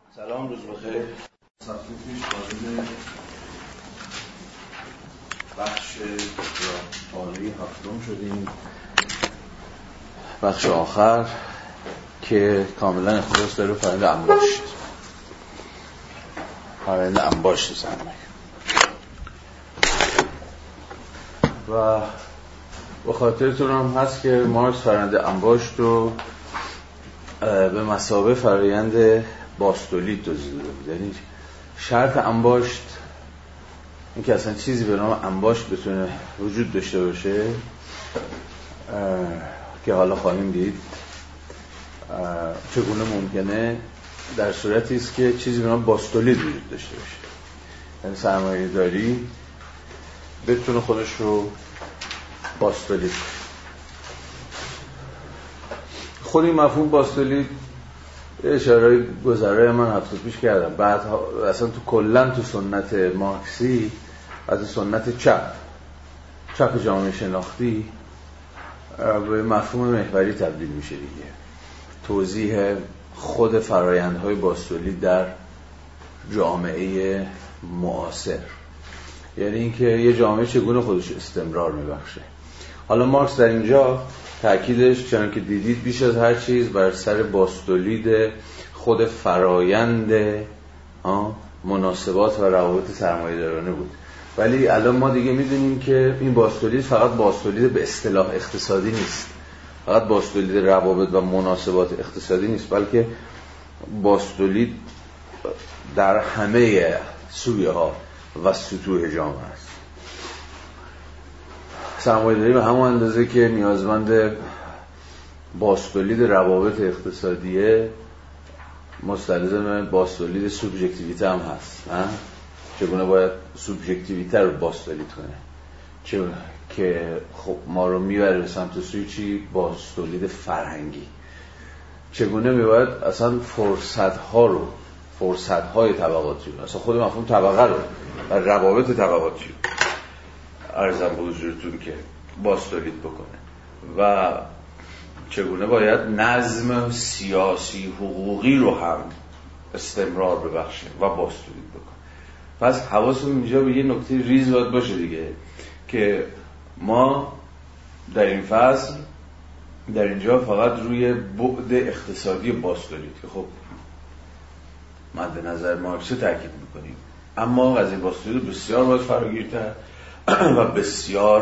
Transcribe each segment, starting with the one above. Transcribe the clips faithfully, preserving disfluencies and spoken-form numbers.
سلام، روز بخیر. هفته پیش وارد بخش پاره هفتم شدیم، بخش آخر که کاملا اختصاص داره فرآیند انباشت. فرآیند انباشت سرمایه و به خاطرتون هم هست که مارکس فرآیند انباشت رو به مثابه فرآیند باستولید توضیح داده بود. یعنی شرط انباشت این که اصلا چیزی به نام انباشت بتونه وجود داشته باشه که حالا خواهیم دید چگونه ممکنه، در صورتی است که چیزی به نام باستولید وجود داشته باشه. یعنی سرمایه داری بتونه خودش رو باستولید کنه. خود این مفهوم باستولید اشاره گذرای من هفته پیش کردم. بعد اصلا تو کلن تو سنت مارکسی، از سنت چپ چپ جامعه شناختی به مفهوم محوری تبدیل میشه دیگه. توضیح خود فرآیندهای باستولید در جامعه معاصر، یعنی اینکه یه جامعه چگونه خودش استمرار میبخشه. حالا مارکس در اینجا تأکیدش چون که دیدید بیش از هر چیز بر سر باستولید خود فرایند مناسبات و روابط سرمایه‌دارانه بود. ولی الان ما دیگه میدونیم که این باستولید فقط باستولید به اصطلاح اقتصادی نیست، فقط باستولید روابط و مناسبات اقتصادی نیست، بلکه باستولید در همه سویه ها و سطوح جامعه است. سرمایه‌داری به همون اندازه که نیازمند باستولید روابط اقتصادیه، مستلزم باستولید سوبژکتیویته هم هست. چگونه باید سوبژکتیویته رو باستولید کنه چگونه که خب ما رو میبره به سمت سوی چی؟ باستولید فرهنگی. چگونه میباید اصلا فرصت ها رو، فرصت های طبقاتی رو، اصلا خود مفهوم طبقه رو و روابط طبقاتی رو عرضم به حضورتون که باستولید بکنه و چگونه باید نظم سیاسی حقوقی رو هم استمرار ببخشه و باستولید بکنه. پس حواسمون اینجا به یه نکته ریز باید باشه دیگه، که ما در این فصل در اینجا فقط روی بعد اقتصادی باستولید که خب مد نظر مارکس تاکید میکنیم، اما قضیه باستولید بسیار باید فراگیرتر و بسیار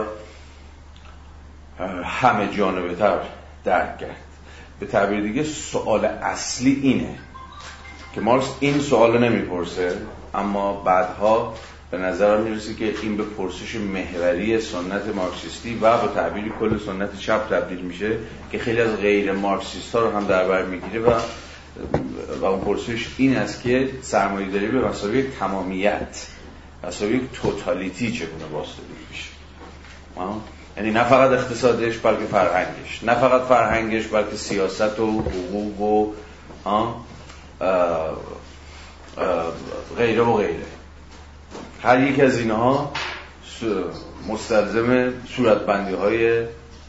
همه جانبه تر درک کرد. به تعبیر دیگه سوال اصلی اینه که مارکس این سوال نمیپرسه، اما بعدها به نظر میرسه که این به پرسش محوری سنت مارکسیستی و به تعبیر کل سنت چپ تبدیل میشه که خیلی از غیر مارکسیست ها رو هم در بر میگیره و و اون پرسش این است که سرمایه‌داری به مسابقه تمامیت، مسابقه توتالیتی چگونه باستولید میشه. یعنی نه فقط اقتصادش بلکه فرهنگش، نه فقط فرهنگش بلکه سیاست و حقوق و آه آه آه غیره و غیره. هر یک از اینها مستلزم صورتبندی های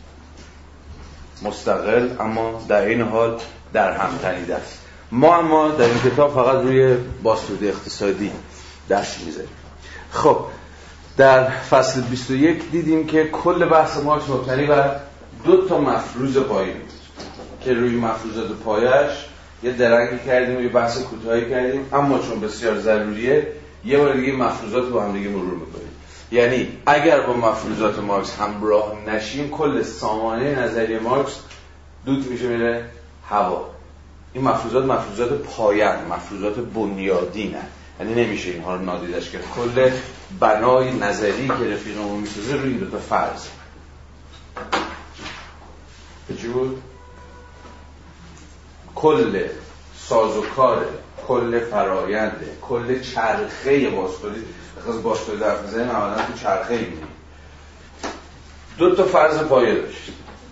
مستقل اما در این حال در هم تنیده است. ما اما در این کتاب فقط روی باستولید اقتصادی دست میذاریم. خب در فصل بیست و یک دیدیم که کل بحث مارکس مبتنی بر دو تا مفروض پایه‌ای بود که روی مفروضات پایه‌اش یه درنگی کردیم و یه بحث کوتاهی کردیم، اما چون بسیار ضروریه یه بار دیگه مفروضات رو با هم دیگه مرور می‌کنیم. یعنی اگر با مفروضات مارکس همراه نشیم کل سامانه نظری مارکس دود میشه میره هوا. این مفروضات مفروضات پایه، مفروضات بنیادی نه، یعنی نمیشه اینها رو نادیدش کرد. کل بنای نظری که رفیقمون میسازه روی این دو تا فرض. چی بود؟ کل سازوکار، کل فراینده، کل چرخه باستولید، از باستولید حرف می‌زنیم عملاً تو چرخه می‌بینیم. دو تا فرض پایه داشت.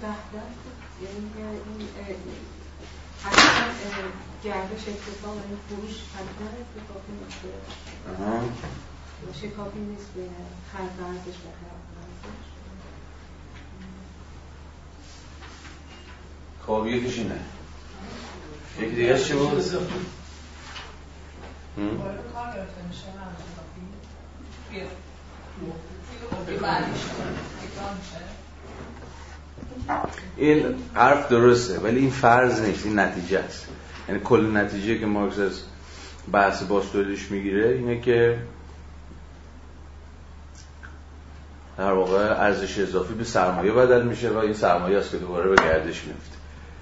گردش اتفاق این فروش حتما اتفاقی میشه. آها. شکافی نیست بین خرید و ارزش و خب یکیش اینه. یکی دیگه چی بود؟ وارد کار گرفته میشه این حرف درسته ولی این فرض نیست، این نتیجه است. یعنی کل نتیجه که مارکس از بحث باستولیش میگیره اینه که در واقع ارزش اضافی به سرمایه بدل میشه و این سرمایه است که دوباره به گردش میفته.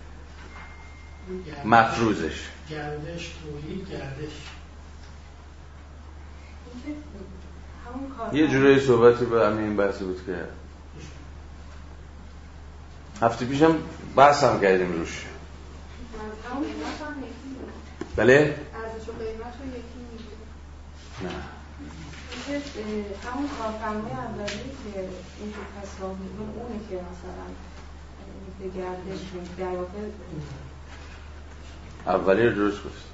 مفروضش گردش تولید گردش یه جورایی صحبتی به همین بحثی بود که هفته پیشم بحث هم کردیم روش. بله؟ ارزش و قیمت رو یکی میگه. نه. همون کارفرمای اولی که این که تصاحب می‌کنه اونه که مثلا به گردش در واقع اولی رو درست گفت.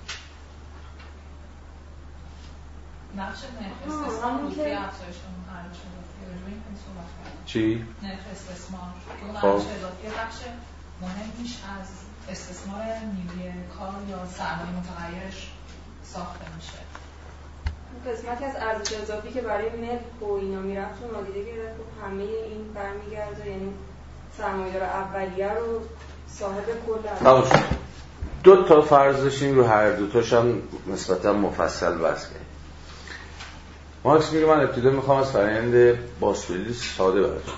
نقش نرخ استثمار بود که افزایش ارزش اضافی رو روی این صحبت کردیم. چی؟ نرخ استثمار. خب ارزش اضافی بخش مهمیش از استثمار نیروی کار یا سرمایه متغیرش ساخته میشه. قسمتی از ارزش اضافی که برای ملک و اینا میرفت و نادیده گرفت و همه این برمیگرده، یعنی سرمایه‌دار اولیه رو صاحب کل ارزش. دو تا فرض داشتیم رو هر دو تاش هم نسبتا مفصل بحث کردیم. مارکس میگه من ابتدا میخوام از فرآیند باستولی ساده براتون.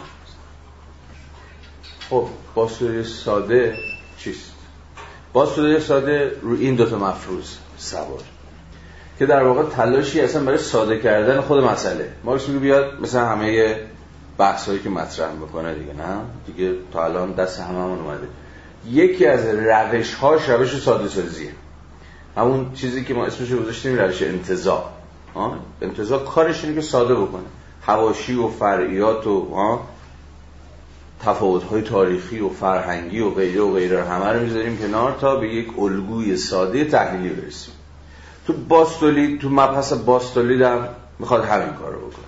خب باستولی ساده چیست؟ باستولی ساده رو این دو تا مفروض سوار که در واقع تلاشی اصلا برای ساده کردن خود مسئله. مارکس میگه بیاد مثلا همه بحثایی که مطرح میکنه دیگه، نه دیگه تا الان دست هممون اومده. یکی از روش‌هاش روش ساده سازیه. همون چیزی که ما اسمش رو گذاشتیم روش انتزاع. ها انتزاع کارش اینه که ساده بکنه. حواشی و فرعیات و ها تفاوت‌های تاریخی و فرهنگی و غیره و غیره همه رو میذاریم کنار تا به یک الگوی ساده تحلیلی برسیم. تو باستولید، تو مبحث باستولید هم میخواد همین کار رو بکنه.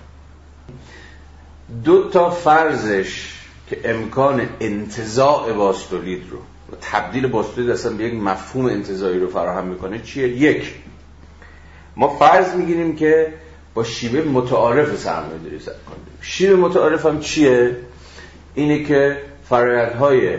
دو تا فرضش که امکان انتزاع باستولید رو و تبدیل باستولید اصلا به یک مفهوم انتزاعی رو فراهم میکنه چیه؟ یک، ما فرض میگیریم که با شیوه متعارف سرمایه‌داری سر کنیم. شیوه متعارف هم چیه؟ اینه که فرآیندهای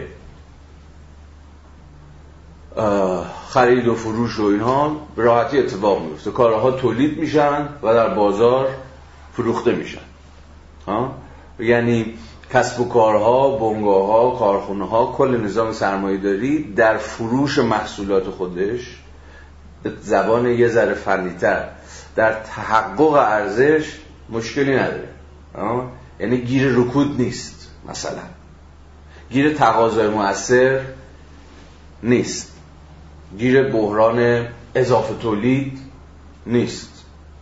خرید و فروش و اینها به راحتی اتفاق میفته. کالاها تولید میشن و در بازار فروخته میشن. ها؟ یعنی کسب و کارها، بنگاه‌ها، کارخونه‌ها، کل نظام سرمایه‌داری در فروش محصولات خودش به زبان یه ذره فنی‌تر در تحقق ارزش مشکلی نداره. یعنی گیر رکود نیست، مثلا گیر تقاضای مؤثر نیست، گیر بحران اضافه تولید نیست.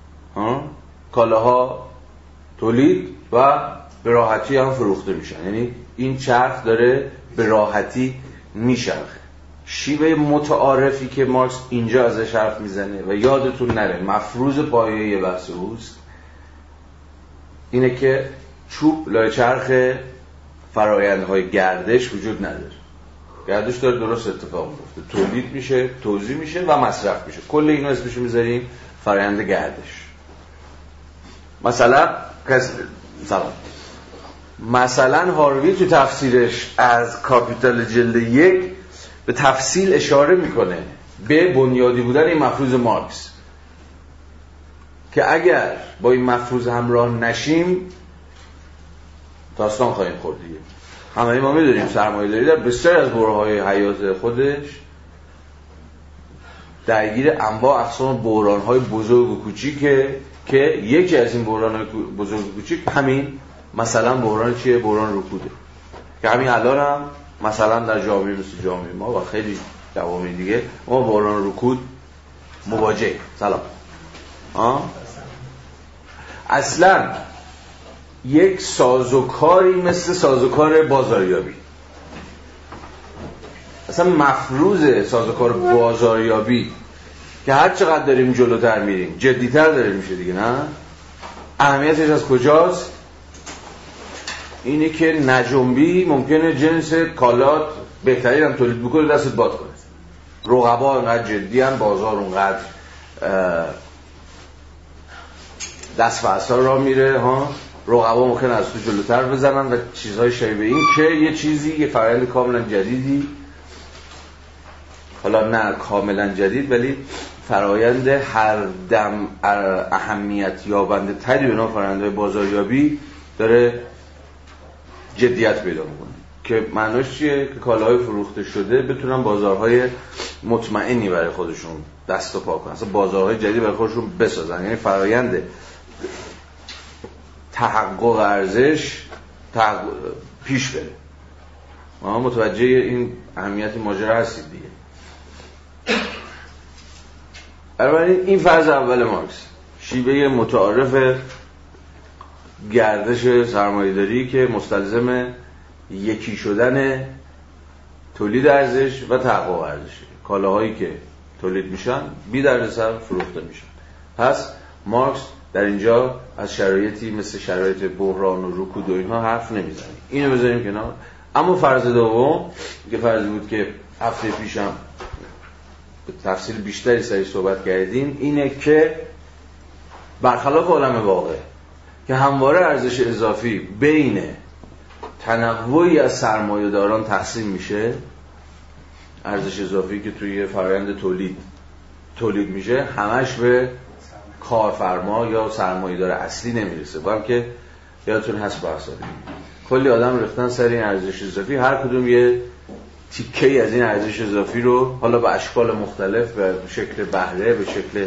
کالاها تولید و به راحتی هم فروخته میشن. یعنی این چرخ داره به راحتی میچرخه. شیوه متعارفی که مارکس اینجا ازش حرف میزنه و یادتون نره مفروض پایه‌ای بحث اوست اینه که چوب لای چرخ فرآیندهای گردش وجود نداره. گردش داره درست اتفاق میفته، تولید میشه، توزیع میشه و مصرف میشه. کل اینا اسمش میذاریم فرآیند گردش. مثلا سلام مثلا هاروی تو تفسیرش از کاپیتال جلد یک به تفصیل اشاره میکنه به بنیادی بودن این مفروض مارکس که اگر با این مفروض همراه نشیم داستان خواهیم خورد دیگه. همه ما میدونیم سرمایه‌داری در بسیار از برهه‌های حیات خودش درگیر انواع اقسام بحران‌های بزرگ و کوچیکه که یکی از این بحران‌های بزرگ و کوچیک همین مثلا بحران چیه؟ بحران رکوده که همین الان هم مثلا در جامعه مثل جامعه ما و خیلی جوامع دیگه ما بحران رکود مواجه. سلام آه؟ اصلا یک سازوکاری مثل سازوکار بازاریابی، اصلا مفروض سازوکار بازاریابی که هر چقدر داریم جلوتر میریم جدیتر داره میشه دیگه، نه؟ اهمیتش از کجاست؟ اینه که نجنبی ممکنه جنس کالات بهتری هم تولید بکنه دستت باد کنه. رقبا اونقدر جدی هم، بازار اونقدر دست فرسا را میره ها، رقبا ممکن از تو جلوتر بزنن و چیزهای شبیه این که یه چیزی یه فرآیند کاملا جدیدی، حالا نه کاملا جدید ولی فرآیند هر دم اهمیت یابنده تری به نام فرآیند بازاریابی داره جدیت پیدا میکنه که معناش چیه؟ که کالاهای فروخته شده بتونن بازارهای مطمئنی برای خودشون دست و پا کنن، اصلا بازارهای جدید برای خودشون بسازن. یعنی فرآیند تحقق ارزش تحقق پیش بره. ما متوجه این اهمیت ماجرا هستید دیگه. بنابراین این فرض اول مارکس، شیوه متعارف گردش سرمایه‌داری که مستلزم یکی شدن تولید ارزش و تحقق ارزش، کالاهایی که تولید میشن بی دردسر فروخته میشن. پس مارکس در اینجا از شرایطی مثل شرایط بحران و رکود و اینها حرف نمیزنه. اینو بذاریم کنار. اما فرض دوم که فرضی بود که هفته پیشم به تفصیل بیشتری سرش صحبت کردیم اینه که برخلاف عالم واقع که همواره ارزش اضافی بین تنوعی از سرمایه‌داران تقسیم میشه، ارزش اضافی که توی فرآیند تولید تولید میشه همش به کارفرما یا سرمایه‌دار اصلی نمیرسه. با هم که یادتون هست بحثا کلی آدم ریختن سر این ارزش اضافی، هر کدوم یه تیکه‌ای از این ارزش اضافی رو حالا به اشکال مختلف، به شکل بهره، به شکل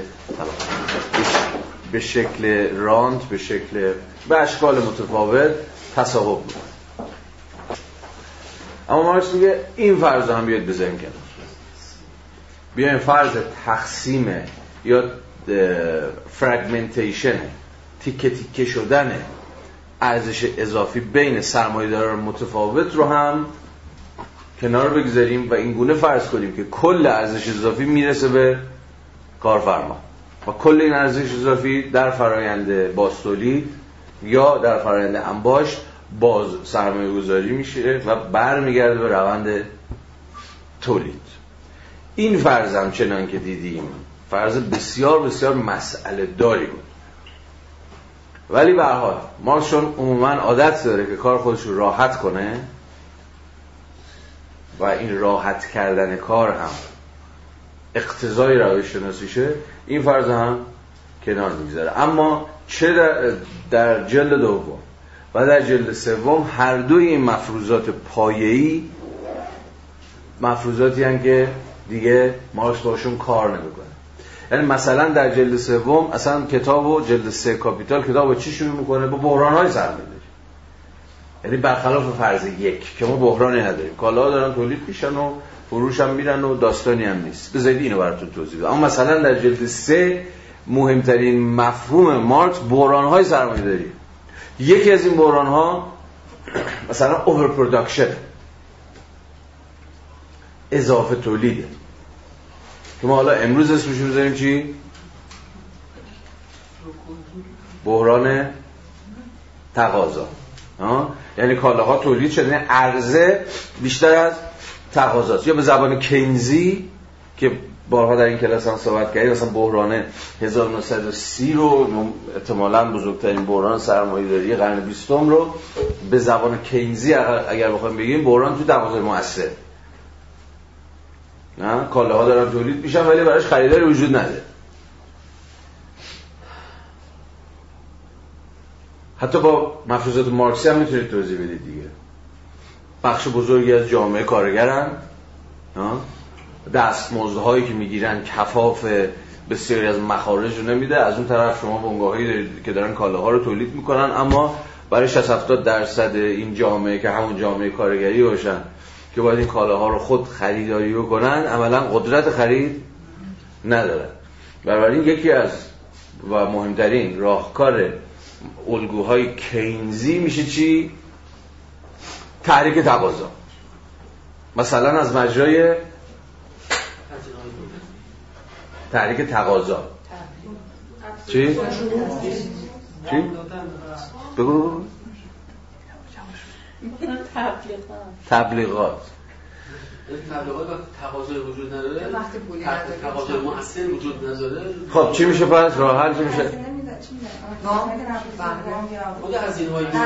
به شکل رانت، به شکل به اشکال متفاوت تصاحب می‌کنه. اما مارکس میگه این فرض هم بیاید بزنیم کنار. بیایم فرض تقسیم یا فرگمنتیشن، تیکه تیکه شدن ارزش اضافی بین سرمایه‌داران متفاوت رو هم کنار بگذاریم و این گونه فرض کنیم که کل ارزش اضافی میرسه به کارفرما و کل این ارزش اضافی در فرآیند بازتولید یا در فرآیند انباشت باز سرمایه گذاری میشه و برمیگرده به روند تولید. این فرض هم چنان که دیدیم فرض بسیار بسیار مسئله داری بود، ولی به هر حال مارکس چون عموما عادت داره که کار خودش رو راحت کنه و این راحت کردن کار هم اقتضای روش شناسیشه، این فرض هم کنار میگذاره. اما چه در, در جلد دوم و در جلد سوم هر دوی این مفروضات پایه‌ای مفروضاتی هستند که دیگه مارکس باشون کار نمیکنه. یعنی مثلا در جلد سوم اصلا کتاب و جلد سه کاپیتال کتاب با چی شروع میکنه؟ با بحران‌های سرمایه‌داری. یعنی برخلاف فرض یک که ما بحرانی نداریم، کالاها دارن تولید میشن و فروش هم میرن و داستانی هم نیست. بذارید اینو براتون توضیح بدم. اما مثلا در جلد سه مهمترین مفهوم مارکس بحران‌های سرمایه‌داری. یکی از این بحران‌ها مثلا اوور پروداکشن، اضافه تولیده که ما حالا امروز اسمش رو بذاریم چی؟ بحران تقاضا. یعنی کالاها تولید شده، یعنی عرضه بیشتر از تقاضاست. یا به زبان کینزی که بارها در این کلاس هم صحبت کردیم، مثلا بحران هزار و نهصد و سی رو احتمالاً بزرگترین بحران سرمایه‌داری قرن بیستم رو به زبان کینزی اگر بخوایم بگیم بحران تو تقاضای مؤثر. نه کالاها دارن تولید میشن ولی براش خریداری وجود نداره. حتی با مفروضات مارکسی هم میتونید توضیح بدید دیگه. بخش بزرگی از جامعه کارگرن، دستمزدهایی که میگیرن کفاف بسیاری از مخارج رو نمیده. از اون طرف شما بنگاهایی دارید که دارن کالاها رو تولید میکنن اما برای شصت هفتاد درصد این جامعه که همون جامعه کارگری باشن که باید این کالاها رو خود خریداری بکنن عملا قدرت خرید ندارن. بنابراین یکی از و مهمترین راهکار الگوهای کینزی میشه چی؟ تحریک تقاضا. مثلا از مجرای تحریک تقاضا چی؟ چی؟ بگو تبلیغات. تبلیغات وقتی تقاضای وجود نداره، تقاضای مؤثر وجود نداره. خب چی میشه پس؟ راه حل چی میشه؟ وام که نبود خود هزینه‌های دیگه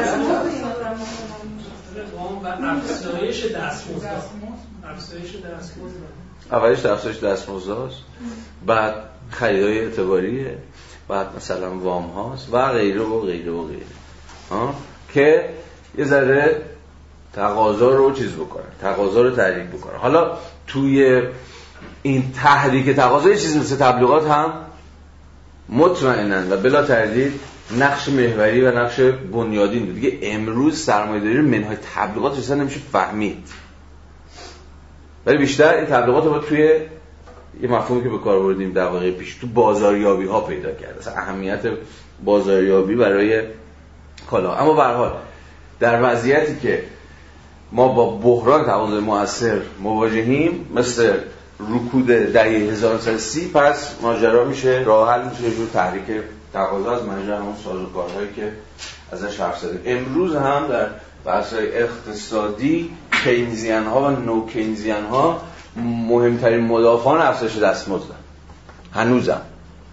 وام و افزایش دستمزد افزایش دستمزد اولش افزایش دستمزداست، بعد خریدهای اعتباریه، بعد مثلا وام هاست و غیره و غیره و غیره ها که یه ذره تقاضا رو چیز بکنه، تقاضا رو تحریک بکنه. حالا توی این تحریک تقاضا یه چیزی مثل تبلیغات هم مطمئنن و بلا تردید نقش محوری و نقش بنیادین بود. دیگه امروز سرمایه‌داری رو منهای تبلیغات اصلا نمیشه فهمید، ولی بیشتر این تبلیغات رو توی یه مفهومی که به کار بردیم در واقع پیش تو بازاریابی ها پیدا کرد، اصلا اهمیت بازاریابی برای کالا. اما به هر حال در وضعیتی که ما با بحران تقاضای مؤثر مواجهیم مثل رکود دهه هزار و نهصد و سی، پس ماجرا میشه راه حل میشه یه جور تحریک تقاضا از منظر همون سازوکارهایی که ازش حرف زدیم. امروز هم در بحث‌های اقتصادی کینزیان ها و نو کینزیان ها مهمترین مدافعان افزایش دستمزدن هنوزم،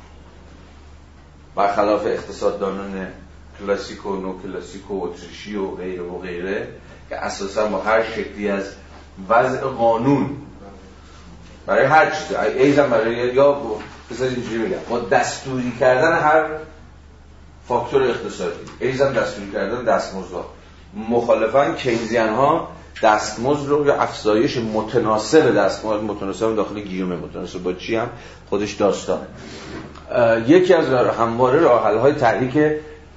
برخلاف اقتصاددانان کلاسیک و نو کلاسیک و اتریشی و غیره و غیره که اساسا با هر شکلی از وضع قانون برای هر چیز ایزم برای یا بذارید اینجوری بگم با دستوری کردن هر فاکتور اقتصادی ایزم دستوری کردن دستمزد مخالفن. کینزیان ها دستمزد رو یا افزایش متناسب دستمزد، متناسب داخل گیومه، متناسب با چی هم خودش داستانه. یکی از همواره راه حل های تحریک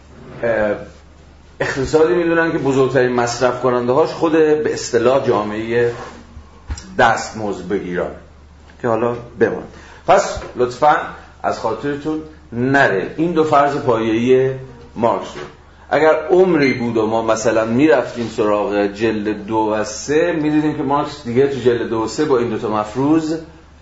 اقتصادی میدونن که بزرگترین مصرف کننده هاش خود به اصطلاح جامعه دستمزد بگیرن که حالا بمان. پس لطفاً از خاطرتون نره این دو فرض پایه‌ای مارکس رو. اگر عمری بود و ما مثلا میرفتیم سراغ جلد دو و سه میدیدیم که مارکس دیگه تو جلد دو و سه با این دوتا مفروض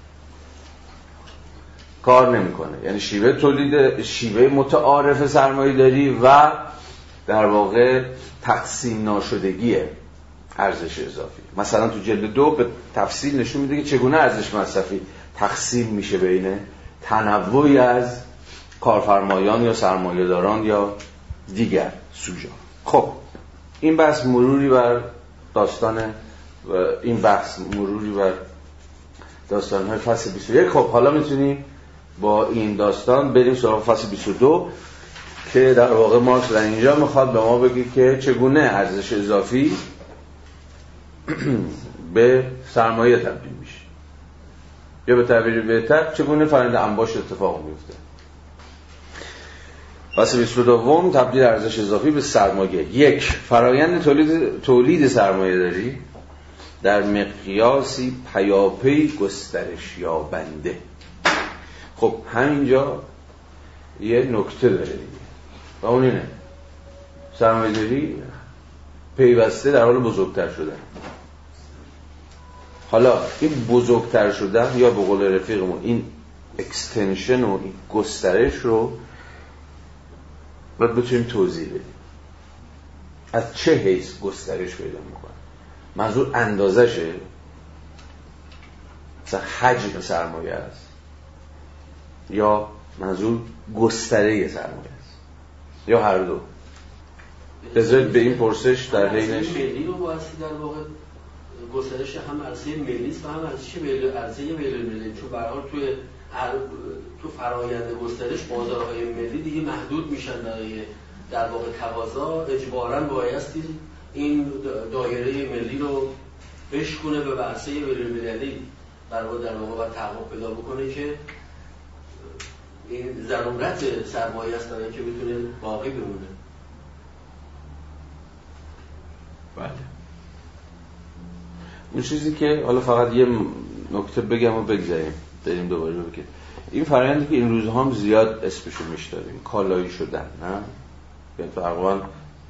کار نمیکنه، یعنی شیوه تولید، شیوه متعارف سرمایه‌داری و در واقع تقسیم ناشدگی ارزش اضافی. مثلا تو جلد دو به تفصیل نشون میده که چگونه ارزش مصرفی تقسیم میشه بین تنوعی از کارفرمایان یا سرمایه‌داران یا دیگر سوژه. خب این بحث مروری بر داستان این بحث مروری بر داستان‌های فصل بیست و یک. خب حالا میتونیم با این داستان بریم سراغ فصل بیست و دو که در واقع مارکس در اینجا میخواد به ما بگه که چگونه ارزش اضافی به سرمایه تبدیل میشه، یا به تعبیر بهتر چگونه فرآیند انباشت اتفاق میفته. فصل بیست و دو تبدیل ارزش اضافی به سرمایه. یک، فرآیند تولید تولید سرمایه داری در مقیاسی پیاپی گسترش یابنده. خب همینجا یه نکته داره دیگه و اون اینه سرمایه داری پیوسته در حال بزرگتر شدن. حالا این بزرگتر شدن یا به قول رفیقمون این اکستنشن و این گسترش رو باید بتونیم توضیح بدیم. از چه حیث گسترش پیدا میکنه؟ منظور اندازشه؟ مثلا حجم سرمایه است یا منظور گستره سرمایه است یا هر دو؟ بذارید به این پرسش در حینش ملی رو بایستی در واقع گسترش هم عرصه ملی است و هم عرصه عرصه بین‌المللی، چون به هر حال توی تو فرآیند گسترش بازارهای ملی دیگه محدود میشن برای در واقع تقاضا، اجباراً بایستی این دایره ملی رو بشکنه به عرصه بین‌المللی برای در واقع باید تحقق پیدا بکنه که این ضرورت سرمایه است برای که بتونه باقی بمونه. بله. اون چیزی که حالا فقط یه نکته بگم و بگذاریم بریم دوباره بگیم، این فرآیندی که این روزها هم زیاد اسمشو میشنویم کالایی شدن، نه؟ یعنی تقریبا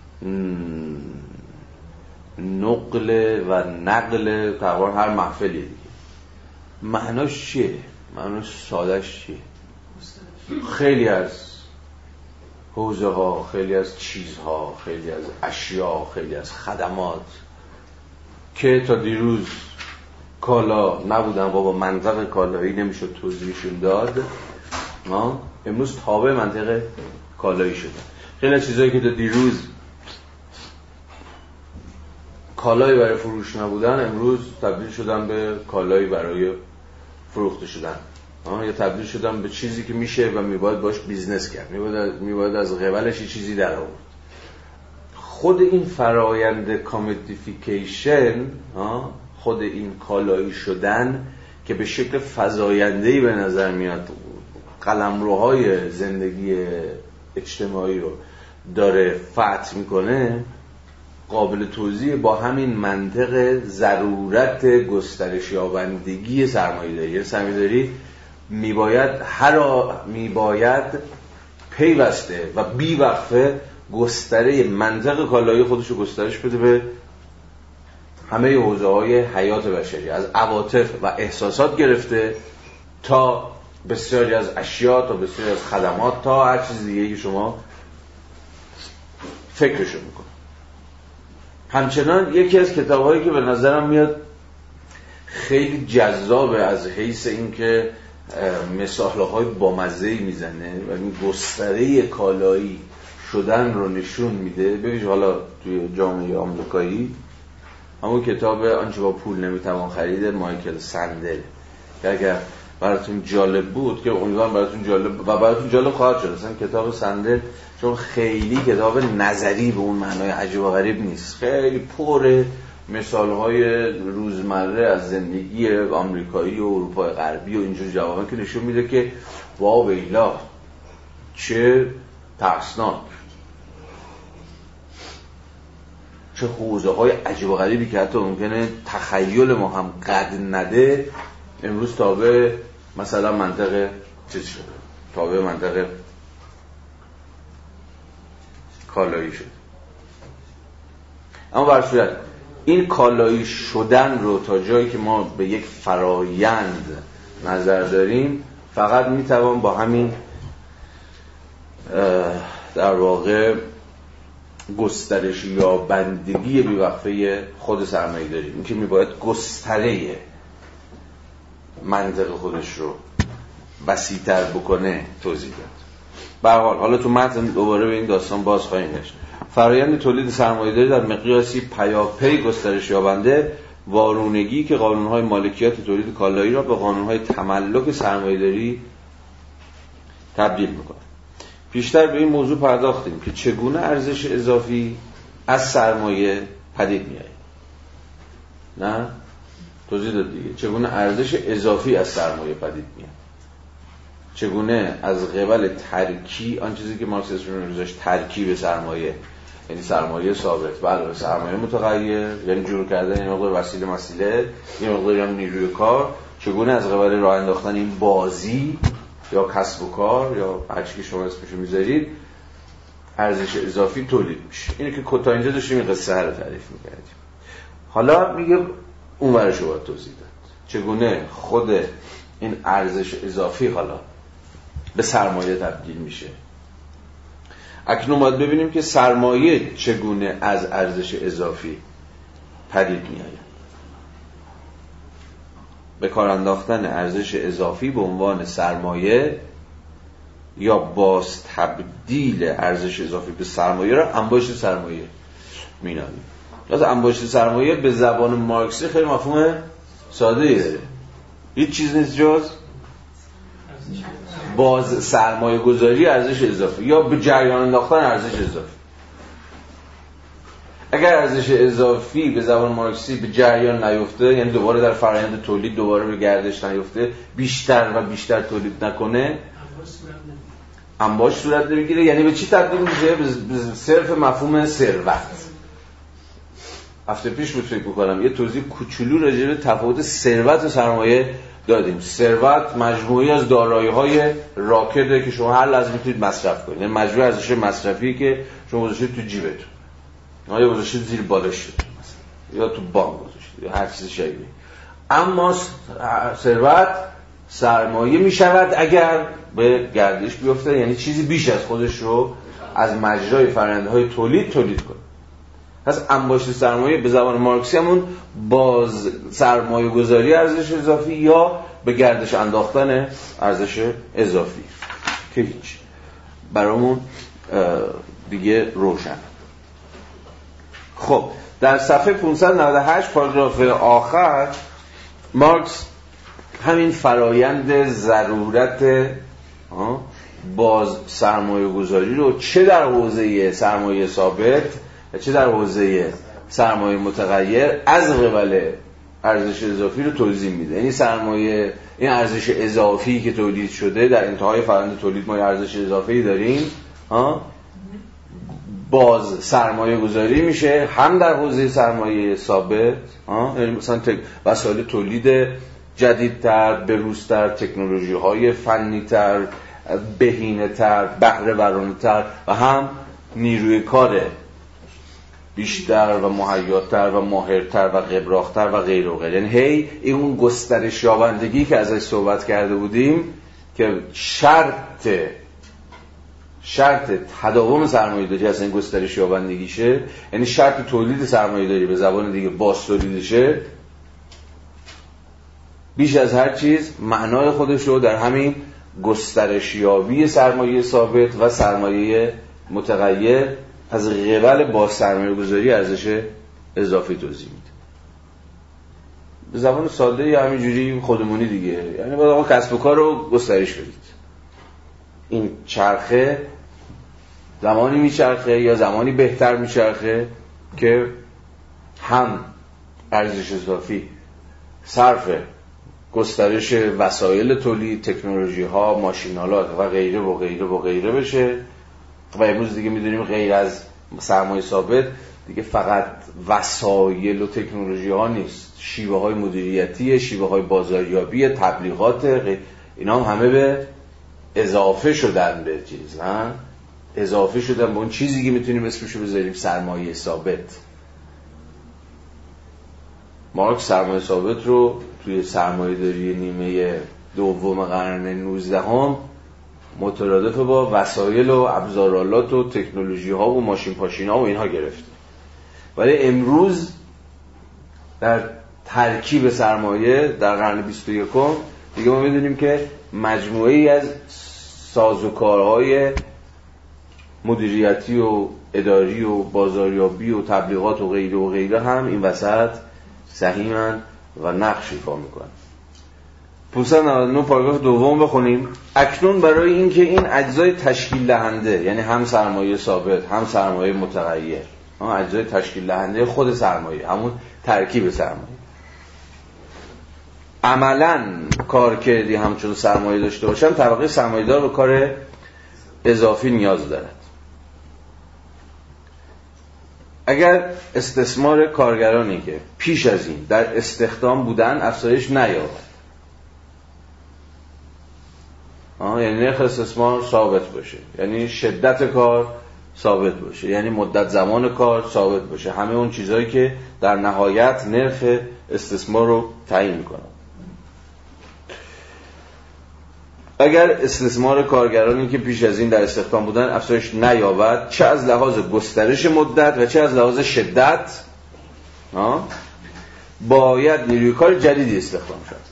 نقل و نقل تقریبا هر محفلی دیگه. معناش چیه؟ معناش سادهش چیه؟ خیلی از حوزه ها، خیلی از چیزها، خیلی از اشیا، خیلی از خدمات که تا دیروز کالا نبودن و با منطق کالایی نمیشد توضیحشون داد، امروز تابع منطق کالایی شدن. خیلی از چیزایی که تا دیروز کالایی برای فروش نبودن امروز تبدیل شدن به کالایی برای فروخته شدن، یا تبدیل شدن به چیزی که میشه و میباید باش بیزنس کرد، میباید میباید از قبلش یه چیزی در آورد. خود این فرایند کامودیفیکیشن، خود این کالایی شدن که به شکل فزاینده‌ای به نظر میاد قلمروهای زندگی اجتماعی رو داره فتح میکنه، قابل توضیح با همین منطق ضرورت گسترش یابندگی سرمایه‌داری. سرمایه‌داری میباید هر میباید پیوسته و بیوقفه گستره منطق کالایی خودش رو گسترش بده به همه حوزه‌های حیات بشری، از عواطف و احساسات گرفته تا بسیاری از اشیا، تا بسیاری از خدمات، تا هر چیز دیگه که شما فکرشو میکنه. همچنان یکی از کتاب‌هایی که به نظرم میاد خیلی جذابه از حیث اینکه مثال‌های بامزه‌ای میزنه و این گستره کالایی شدن رو نشون میده، ببینید حالا توی جامعه آمریکایی همون کتاب آنچه با پول نمیتوان خرید مایکل سندل که اگر براتون جالب بود که امیدوارم براتون جالب و براتون جالب خواهد شد. مثلا کتاب سندل چون خیلی کتاب نظری به اون معنای عجیب و غریب نیست، خیلی پر مثال‌های روزمره از زندگی آمریکایی و اروپای غربی و اینجور جوابا که نشون میده که واو ویلا چه ترسناک، چه حوزه‌های عجیب و غریبی که حتی ممکنه تخیل ما هم قد نده امروز تابع مثلا منطقه چیز شده، تابع منطقه کالایی شد. اما بر صورت این کالایی شدن رو تا جایی که ما به یک فرایند نظر داریم فقط میتوان با همین در واقع گسترش یا بندگی بیوقفه خود سرمایه داریم، این که میباید گستره منطق خودش رو وسیع‌تر بکنه توضیح داد. به هر حال حالا تو متن دوباره به این داستان باز خواهیم گشت. فرآیند تولید سرمایه‌داری در مقیاسی پیاپی گسترش یابنده، وارونگی که قانون‌های مالکیت تولید کالایی را به قانون‌های تملک سرمایه‌داری تبدیل می‌کند. پیشتر به این موضوع پرداختیم که چگونه ارزش اضافی از سرمایه پدید میاد. نه؟ توضیح داد دیگه. چگونه ارزش اضافی از سرمایه پدید میاد. چگونه از قبل ترکیب، آن چیزی که مارکس روش ترکیب سرمایه، یعنی سرمایه ثابت بله سرمایه متغیر، یعنی جور کردن این مقدار وسیله مسئله، این مقداری هم نیروی کار، چگونه از قبل راه انداختن این بازی یا کسب و کار یا هر چیزی که شما اسمشو میذارید ارزش اضافی تولید میشه. اینه که تا اینجا داشتیم این قصه رو تعریف میکردیم. حالا میگه اون ورش رو باید توضیح داد چگونه خود این ارزش اضافی حالا به سرمایه تبدیل میشه. اکنون باید ببینیم که سرمایه چگونه از ارزش اضافی پدید میآید. به کار انداختن ارزش اضافی به عنوان سرمایه یا باز تبدیل ارزش اضافی به سرمایه را انباشت سرمایه مینامیم. از انباشت سرمایه به زبان مارکسی خیلی مفهوم ساده‌ای داره. هیچ چیز نیست جز باز سرمایه گذاری ارزش اضافی یا به جریان انداختن ارزش اضافی. اگر ارزش اضافی به زبان مارکسی به جریان نیفته، یعنی دوباره در فرآیند تولید دوباره به گردش نیفته، بیشتر و بیشتر تولید نکنه، انباش صورت نمیگیره. یعنی به چی تبدیل میشه؟ به صرف مفهوم ثروت. هفته پیش بود فکر می‌کنم یه توضیح کوچولو راجع به تفاوت ثروت و سرمایه دادیم. ثروت مجموعی از دارایی‌های راکده که شما هر لحظه میتونید مصرف کنید، یعنی مجموعه ارزش مصرفی که شما گذاشتید تو جیبتون، یا گذاشتید زیر بالشتون یا تو بانک گذاشتید یا هر چیز شایعی. اما ثروت سرمایه میشود اگر به گردش بیفته، یعنی چیزی بیش از خودش رو از مجرای فرآیندهای تولید تولید کنه. پس انباشت سرمایه به زبان مارکسی همون باز سرمایه گذاری ارزش اضافی یا به گردش انداختن ارزش اضافی که هیچ. برامون دیگه روشن. خب در صفحه پانصد و نود و هشت پاراگراف آخر مارکس همین فرایند ضرورت باز سرمایه گذاری رو چه در حوزه سرمایه ثابت و چه در حوزه سرمایه متغیر از قبل ارزش اضافی رو توضیح میده. یعنی سرمایه، این ارزش اضافی که تولید شده در انتهای فرآیند تولید ما ارزش اضافی داریم ها، باز سرمایه گذاری میشه هم در حوزه سرمایه ثابت ها، یعنی مثلا وسایل تولید جدیدتر، بروزتر، تکنولوژی های فنیتر، بهینه‌تر، بهره ورانه‌تر و هم نیروی کار بیشتر و مهیاتر و ماهرتر و قبراختر و غیره و غیره. یعنی هی این اون گسترش یابندگی که ازش صحبت کرده بودیم که شرط شرط تداوم سرمایه‌داری اصلا این گسترش یابندگیشه، یعنی شرط تولید سرمایه‌داری به زبان دیگه باز تولیدشه، بیش از هر چیز معنای خودش رو در همین گسترش یابی سرمایه ثابت و سرمایه متغیر از قبل با سرمایه گذاری ارزش اضافی توضیح میده. به زبان ساده یا همینجوری خودمونی دیگه، یعنی باید آقا کسب و کار رو گسترش بدید. این چرخه زمانی میچرخه یا زمانی بهتر میچرخه که هم ارزش اضافی صرف گسترش وسایل تولید، تکنولوژی ها، ماشینالات و غیره و غیره و غیره بشه و امروز دیگه میدونیم غیر از سرمایه ثابت دیگه فقط وسایل و تکنولوژی ها نیست، شیوه های مدیریتی، شیوه های بازاریابی، تبلیغات، اینا هم همه به اضافه شدن به چیز، نه؟ اضافه شدن به اون چیزی که میتونیم اسمشو بذاریم سرمایه ثابت. مارکس سرمایه ثابت رو توی سرمایه‌داری نیمه دوم قرن نوزدهم مترادف با وسایل و ابزارالات و تکنولوژی ها و ماشین پاشین ها و اینها گرفت. ولی امروز در ترکیب سرمایه در قرن بیست و یکم دیگه ما میدونیم که مجموعه‌ای از سازوکارهای مدیریتی و اداری و بازاریابی و تبلیغات و غیره و غیره هم این وسط سهیمن و نقش ایفا میکنن. پانصد و نود و نه پاراگراف دوم بخونیم. اکنون برای اینکه این اجزای تشکیل دهنده، یعنی هم سرمایه ثابت هم سرمایه متغیر، اجزای تشکیل دهنده خود سرمایه، همون ترکیب سرمایه، عملاً کارکردی همچون سرمایه داشته باشن، طبقه سرمایه‌دار به کار اضافی نیاز دارد. اگر استثمار کارگرانی که پیش از این در استخدام بودن افزایش نیابد، آه یعنی نرخ استثمار ثابت باشه، یعنی شدت کار ثابت باشه، یعنی مدت زمان کار ثابت باشه، همه اون چیزهایی که در نهایت نرخ استثمار رو تعیین میکنن. اگر استثمار کارگرانی که پیش از این در استخدام بودن افزایش نیابد، چه از لحاظ گسترش مدت و چه از لحاظ شدت، آه باید نیروی کار جدیدی استخدام شد.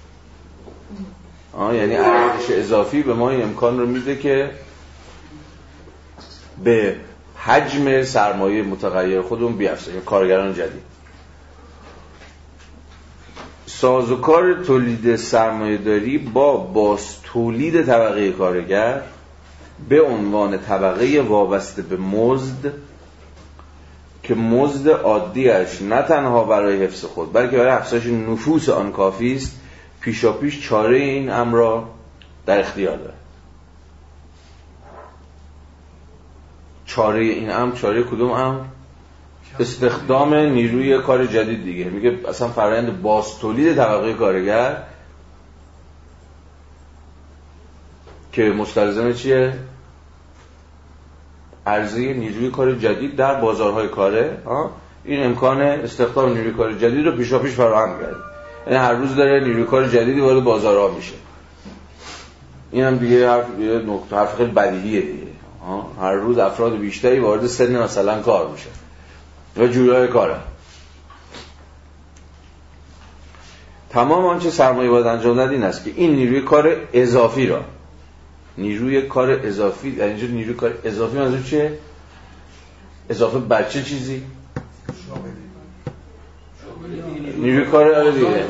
آه یعنی ارزش اضافی به ما این امکان رو میده که به حجم سرمایه متغیر خودمون بیافزاییم، کارگران جدید. سازوکار تولید سرمایه‌داری با باز تولید طبقه کارگر به عنوان طبقه وابسته به مزد که مزد عادیش نه تنها برای حفظ خود بلکه برای افزایش نفوس آن کافی است، پیشاپیش چاره این امر را در اختیار دارد. چاره این امر، چاره کدوم امر؟ استخدام نیروی کار جدید دیگه. میگه اصلا فرآیند باز تولید طبقه کارگر که مستلزم چیه؟ عرضه نیروی کار جدید در بازارهای کاره، ها؟ این امکان استخدام نیروی کار جدید رو پیشاپیش فراهم کرده. یعنی هر روز داره نیروی کار جدیدی وارد بازارها میشه. این هم دیگه حرف یه نکته حرف خیلی بدیهیه دیگه. ها؟ هر روز افراد بیشتری وارد سن مثلا کار میشه و جورای کاره. تمام آنچه سرمایه باید انجام داد این است که این نیروی کار اضافی را نیروی کار اضافی، در اینجا نیروی کار اضافی منظور چیه؟ اضافه بر چه چیزی؟ نیروی کار آره دیگه.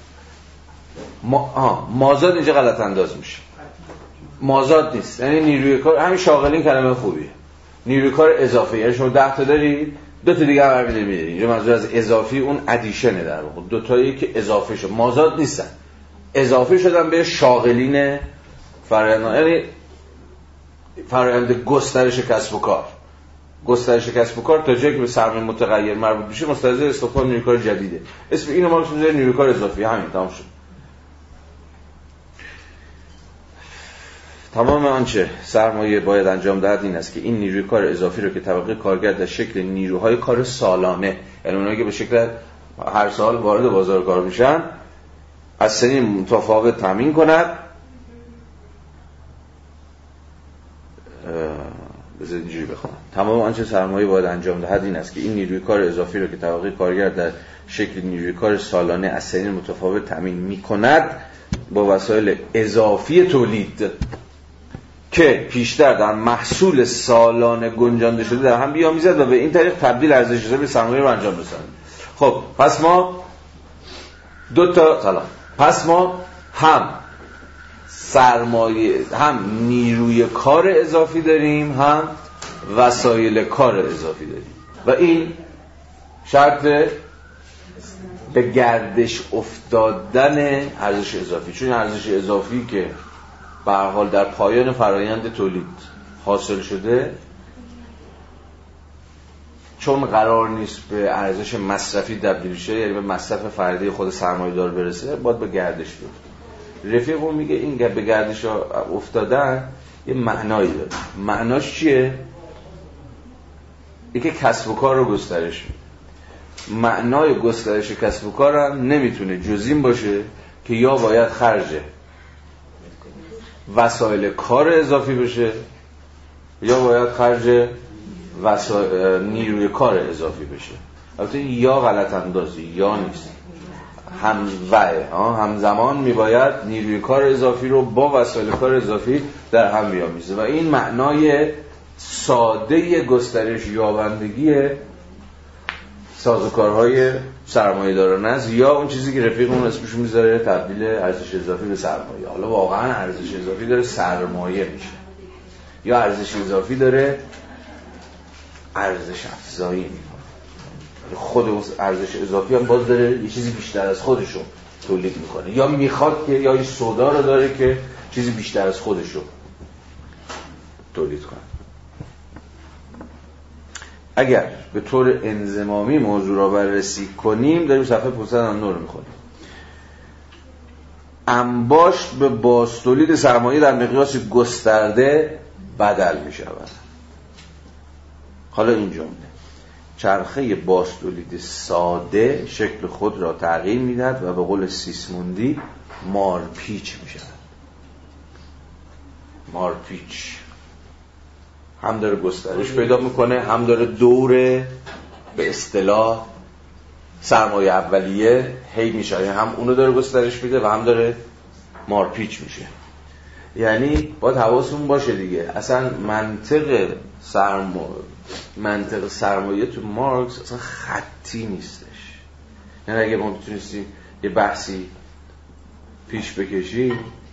ما آه مازاد اینجا غلط انداز میشه. مازاد نیست، یعنی نیروی کار، همین شاغلین کلمه خوبیه. نیروی کار اضافه، یعنی شما ده تا داری، دو تا دیگه هم می‌دید می‌دید. اینجا منظور از اضافی اون ادیشنه، در واقع دو تایی که اضافه شد. مازاد نیستن، اضافه شدن به شاغلین فرآیند، یعنی فرآیند گسترش کسب و کار. گسترش کسب و کار تا جایی که به سرمایه متغیر مربوط میشه مستلزم استخدام نیروی کار جدیده. اسم اینو ما می‌ذاریم نیروی کار اضافی. همین تمام شد. تمام آنچه سرمایه باید انجام دهد این است که این نیروی کار اضافی رو که طبقه کارگر در شکل نیروهای کار سالانه، یعنی اونایی که به شکل هر سال وارد بازار کار میشن، از سنین متفاوت تامین کند. بذارید اینجوری بخونم. تمام آنچه سرمایه باید انجام دهد این است که این نیروی کار اضافی رو که طبقه کارگر در شکل نیروی کار سالانه از سنین متفاوت تامین میکند با وسایل اضافی تولید که پیشتر در محصول سالانه گنجانده شده در هم بیامیزد و به این طریق تبدیل ارزش اضافی سرمایه رو انجام رساند. خب پس ما دو تا سلام پس ما هم سرمایه، هم نیروی کار اضافی داریم، هم وسایل کار اضافی داریم و این شرط به گردش افتادن ارزش اضافی. چون ارزش اضافی که به هر حال در پایان فرایند تولید حاصل شده، چون قرار نیست به ارزش مصرفی تبدیل شه، یعنی به مصرف فردی خود سرمایه‌دار برسه، باید به گردش بیفته. رفیقم میگه این به گردش افتادن یه معنایی داره. معناش چیه؟ اینکه کسب و کار رو گسترش میده. معنای گسترش کسب و کار هم نمیتونه جز این باشه که یا باید خرج وسایل کار اضافی بشه یا باید خرج وسایل نیروی کار اضافی بشه. البته یا غلط اندازی یا نیست، هم وعه همزمان میباید نیروی کار اضافی رو با وسایل کار اضافی در هم بیامیزه و این معنای ساده گسترش یابندگی سازوکارهای سرمایه دارانه است، یا اون چیزی که رفیقمون اسمش میذاره تبدیل ارزش اضافی به سرمایه. حالا واقعا ارزش اضافی داره سرمایه میشه یا ارزش اضافی داره ارزش افزایی میکنه. خود اون ارزش اضافی هم باز داره یه چیزی بیشتر از خودشو تولید میکنه، یا میخواد که یا این سودا رو داره که چیزی بیشتر از خودشو تولید کنه. اگر به طور انضمامی موضوع را بررسی کنیم، داریم صفحه پانصد و نه رو میخونیم. انباشت به بازتولید سرمایه در مقیاس گسترده بدل میشود. حالا این جمله: چرخه بازتولید ساده شکل خود را تغییر میدهد و به قول سیسموندی مارپیچ میشود. مارپیچ هم داره گسترش پیدا میکنه، هم داره دوره به اصطلاح سرمایه اولیه هی میشه، هم اونو داره گسترش میده و هم داره مارپیچ میشه. یعنی باید حواسمون باشه دیگه، اصلا منطق سرمایه منطق سرمایه تو مارکس اصلا خطی نیستش. یعنی اگه ما بتونستیم یه بحثی پیش بکشیم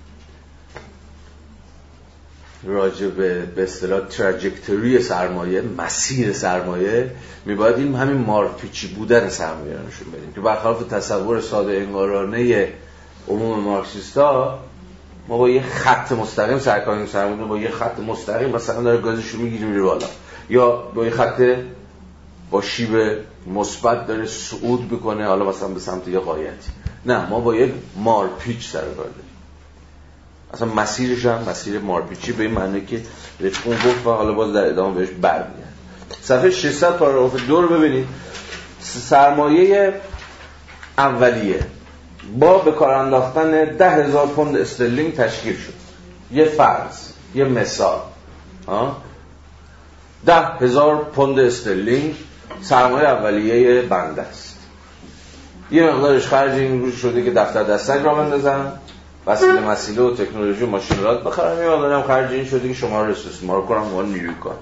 راجع به به اصطلاح تراجکتوری سرمایه، مسیر سرمایه، میباید این همین مارپیچی بودن سرمایه رو نشون بدیم که برخلاف تصور ساده انگارانه عموم مارکسیستا، ما با یه خط مستقیم سعی کنیم سرمایه با یه خط مستقیم مثلا داره گازشو میگیره میره بالا، یا با یه خط با شیب مثبت داره صعود بکنه حالا مثلا به سمت یه غایتی. نه، ما با یک مارپیچ سر کار داریم. اصلا مسیرش هم مسیر مارپیچی به این معنی که رفقون گفت و حالا باز در ادامه بهش برمیگرد. صفحه ششصد پاراگراف دو رو ببینید. سرمایه اولیه با به کار انداختن ده هزار پوند استرلینگ تشکیل شد. یه فرض، یه مثال، ها ده هزار پوند استرلینگ سرمایه اولیه بنده است. یه مقدارش خرج این روش شده که دفتر دستک را بندازن، وسیله مسیله و تکنولوژی و ماشین‌آلات بخرم، یه مقدارم خرج این شده که شما رو استثمار کنم و نیروی کنم.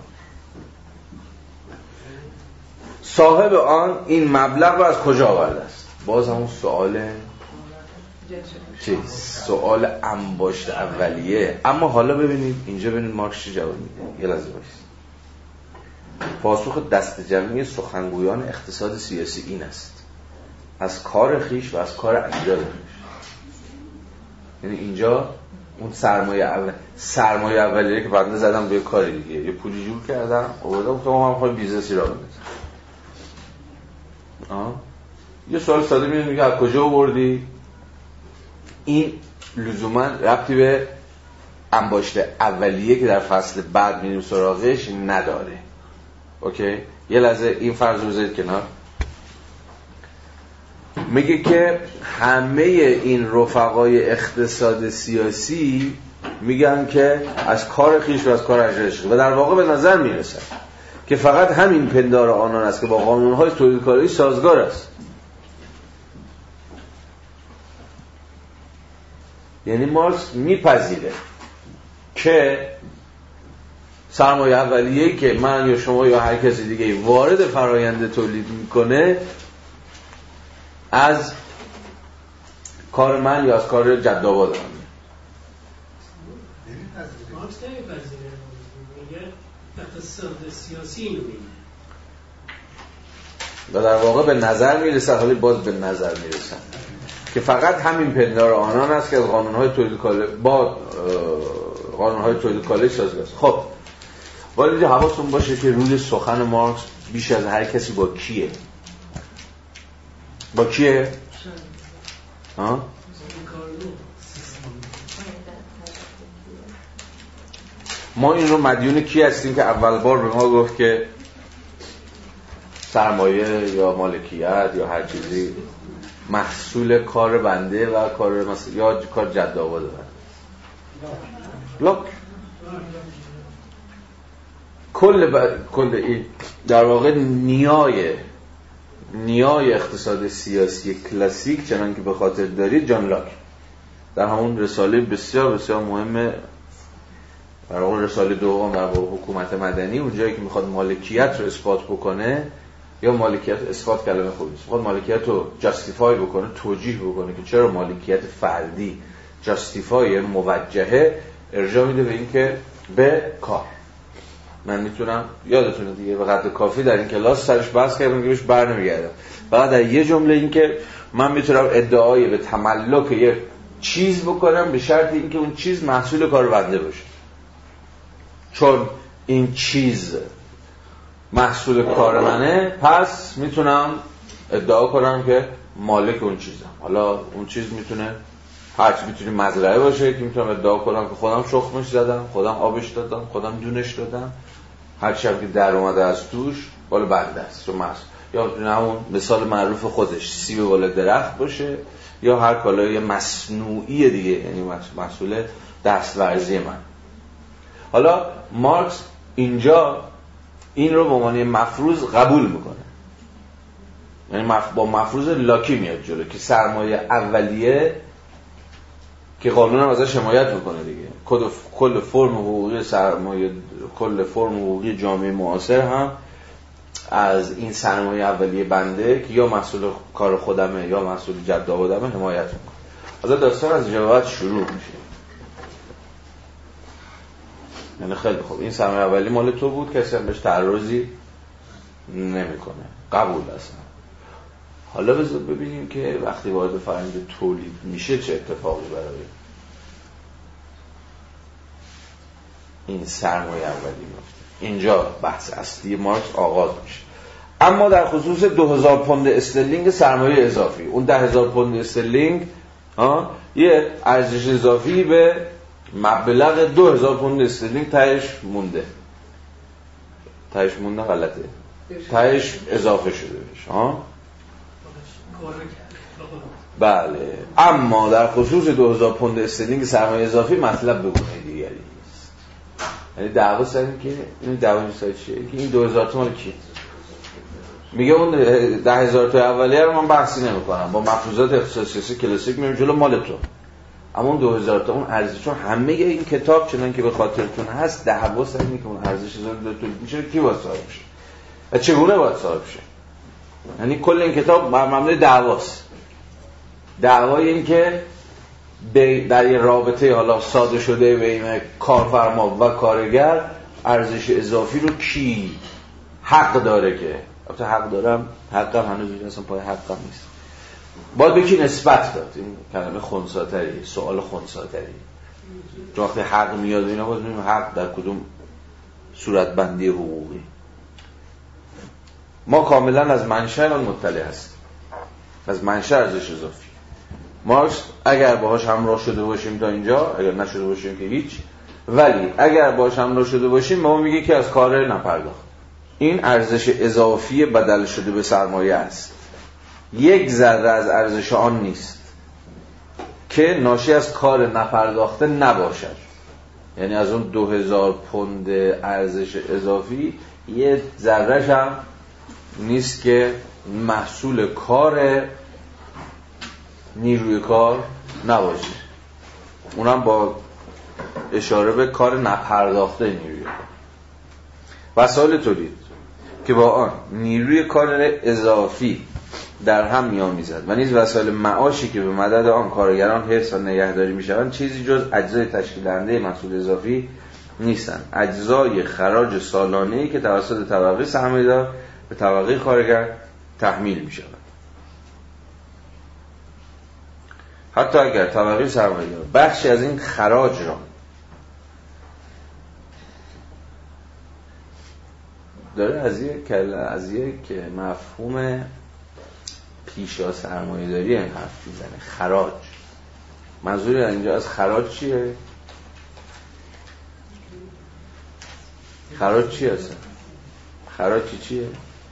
صاحب آن این مبلغ رو از کجا آورده است؟ باز همون سوال چیز سوال انباشت اولیه. اما حالا ببینید اینجا ببینید مارکس چی جواب میده. یه لحظه وایسید. پاسخ دست جمعی سخنگویان اقتصاد سیاسی این است: از کار خیش و از کار اجداد خیش. یعنی اینجا اون سرمایه اول سرمایه اولیه که بنده زدم به کاری دیگه، یه پولی جور کردم آوردم گفتم من می‌خوام بیزنسی راه بندازم. آه یه سوال ساده میاد میگه از کجا آوردی؟ این لزوما ربطی به انباشت اولیه که در فصل بعد میریم سراغش نداره. اوکی؟ یه لحظه این فرض رو بذارید کنار. میگه که همه این رفقای اقتصاد سیاسی میگن که از کار خیش و از کار اجرش، و در واقع به نظر میرسه که فقط همین پندار آنان است که با قانونهای تولید کاری سازگار است. یعنی مارکس میپذیره که سرمایه اولیه‌ای که من یا شما یا هر کسی دیگه وارد فرآیند تولید میکنه از کار من یا از کار جدآباد من. مارکس نمیپذیره، میگه اقتصاد سیاسی اینو میگه و در واقع به نظر میرسه، حالی باز به نظر میرسه که فقط همین پندار آنان است که از قانونهای تولید کالا با قانونهای تولید کالا سازگار است. خب ولی حواستون باشه که روی سخن مارکس بیش از هر کسی با کیه؟ با کیه؟ ها؟ ما این رو مدیون کی هستیم که اول بار به ما گفت که سرمایه یا مالکیت یا هر چیزی محصول کار بنده و کار مثلا یا کار جدآباد بنده. لاک کل ب... کل این در واقع نیای نیای اقتصاد سیاسی کلاسیک چنان که به خاطر دارید جان لاک در همون رساله بسیار بسیار مهمه، در واقع رساله دوم در واقع حکومت مدنی، اونجایی که میخواد مالکیت رو اثبات بکنه، یا مالکیت اثبات کلمه خوبی است، میخواد مالکیت رو جاستیفای بکنه، توجیه بکنه که چرا مالکیت فردی جاستیفای موجهه، ارجاع میده به این که به کار. من میتونم یادتونه دیگه به قدر کافی در این کلاس سرش بحث کردم که بهش برنمیگردم. فقط در یه جمله این که من میتونم ادعای به تملک یه چیز بکنم به شرط اینکه اون چیز محصول کار بنده باشه. چون این چیز محصول کار منه، پس میتونم ادعا کنم که مالک اون چیزم. حالا اون چیز میتونه هرچی میتونه مزرعه باشه که میتونم ادعا کنم که خودم شخمش زدم، خودم آبش دادم، خودم دونش دادم، هرچی هم که در اومده از توش بالا بنده است. یا میتونه همون مثال معروف خودش سیب بالا درخت باشه، یا هر کالای مصنوعی دیگه، یعنی محصول دستورزی من. حالا مارکس اینجا این رو به معنی مفروض قبول میکنه، یعنی با مفروض لاکی میاد جلو که سرمایه اولیه که قانون هم ازش حمایت میکنه دیگه، کل فرم حقوقی سرمایه، کل فرم حقوقی جامعه معاصر هم از این سرمایه اولیه بنده که یا محصول کار خودمه یا محصول جدآبادمه حمایت میکنه. حالا داستان از جواب شروع میشه. یعنی خیلی خوب این سرمایه اولی مال تو بود، کسی هم بهش تعرضی نمیکنه، قبول اصلا. حالا بذار ببینیم که وقتی وارد فرآیند تولید میشه چه اتفاقی برای این سرمایه اولی میفته. اینجا بحث اصلی مارکس آغاز میشه. اما در خصوص دو هزار پوند استرلینگ سرمایه اضافی، اون ده هزار پوند استرلینگ ها یه ارزش اضافی به مبلغ دو هزار پوند استرلینگ تهش مونده. تهش مونده غلطه. تهش اضافه شده بشه ها. بله. اما در خصوص دو هزار پوند استرلینگ سرمایه اضافی مطلب به گونه دیگری است. یعنی دعوا سر این که این دعوا سر چیه؟ که این دو هزار تومان کیه؟ میگه اون ده هزار تا اولیه رو من بحثی نمی‌کنم، با مفروضات اقتصاد سیاسی کلاسیک میرم جلو، مال تو. اما اون دو هزار تا اون ارزش، چون همه این کتاب چنان که به خاطرتون هست دعوا سر اینه که اون ارزش اضافی داره تولید میشه، کی باید صاحب شه و چگونه باید صاحب شه. یعنی کل این کتاب بر مبنای دعواست. دعوای این که در یه رابطه حالا ساده شده بین کارفرما و کارگر ارزش اضافی رو کی حق داره، که البته حق دارم، حقم هنوز اصلا پای حقم نیست، باید به کی نسبت داد. این کلمه خنثی‌تری، سوال خنثی‌تری. چون وقتی حق میاد اینا باز می‌بینیم حق در کدوم صورتبندی حقوقی. ما کاملا از منشأ آن مطلع هستیم، از منشأ ارزش اضافی. مارکس اگر باهاش همراه شده باشیم تا اینجا، اگر نشده باشیم که هیچ، ولی اگر باهاش همراه شده باشیم ما میگه که از کار نپرداخت. این ارزش اضافی بدل شده به سرمایه است، یک ذره از ارزش آن نیست که ناشی از کار نپرداخته نباشد. یعنی از اون دو هزار پوند ارزش اضافی یک ذره‌ش هم نیست که محصول کار نیروی کار نباشه، اونم با اشاره به کار نپرداخته نیروی کار. وسایل تولید که با آن نیروی کار اضافی در هم می‌آمیزد و نیز وسایل معاشی که به مدد آن کارگران حفظ و نگهداری می‌شوند چیزی جز اجزای تشکیل دهنده محصول اضافی نیستند. اجزای خراج سالانه‌ای که توسط طبقه سرمایه‌دار به طبقه کارگر تحمیل می‌شود. حتی اگر طبقه سرمایه‌دار بخشی از این خراج را داره از یک از یک مفهوم پیشا سرمایه‌داری این حرف میزنه، خراج. منظور اینجا از خراج چیه؟ خراج چی هست؟ خراج چی چیه؟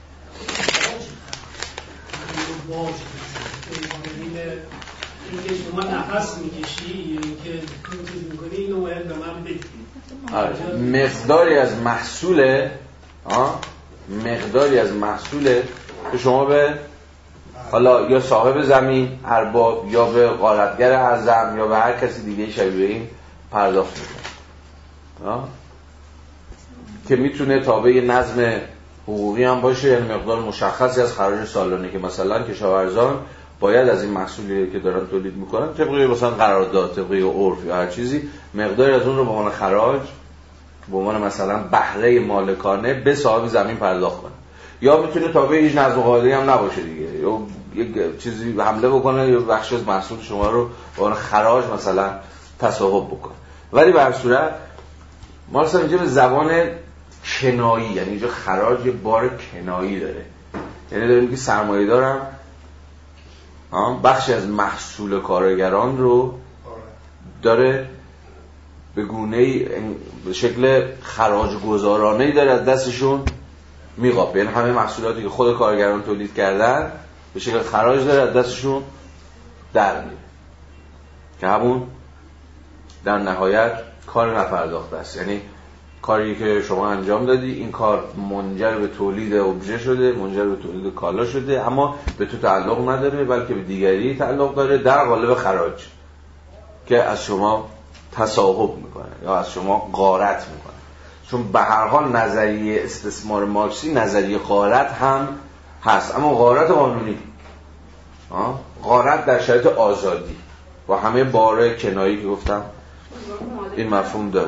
اینکه شما نفس میکشی یا اینکه چیز میکنی اینو باید به من بدید. مقداری از محصول آه مقداری از محصول که شما به حالا یا صاحب زمین، ارباب، یا به غارتگر اعظم یا به هر کسی دیگه شبیه این پرداخت میکنه که میتونه تابع نظم حقوقی هم باشه، یعنی مقدار مشخصی از خراج سالانه که مثلا کشاورزان باید از این محصولی که دارن تولید میکنن طبقی مثلا قرارداد، طبقی عرف یا هر چیزی مقداری از اون رو به عنوان خراج، به عنوان مثلا بهره مالکانه به صاحب زمین پرداخت کنه. یا میتونه تابع هیچ نظم و قاعده‌ای هم نباشه دیگه، یا یک چیزی حمله بکنه یا بخش از محصول شما رو به عنوان خراج مثلا تصاحب بکنه. ولی به هر صورت ما اصلا اینجا به زبان کنایی، یعنی اینجا خراج یه بار کنایی داره، یعنی داریم که سرمایه دارم بخشی از محصول کارگران رو داره به گونه‌ای به شکل خراج گذارانه‌ای داره از دستشون میقاپه، یعنی همه محصولاتی که خود کارگران تولید کردن به شکل خراج داره از دستشون در میره که همون در نهایت کار نپرداخته است. یعنی کاری که شما انجام دادی این کار منجر به تولید ابژه شده، منجر به تولید کالا شده، اما به تو تعلق نداره بلکه به دیگری تعلق داره در قالب خراج که از شما تصاحب میکنه یا از شما غارت میکنه. چون به هر حال نظریه استثمار مارکسی نظریه غارت هم هست، اما غارت قانونی، غارت در شرایط آزادی و همه باره کنایی که گفتم این مفهوم داره.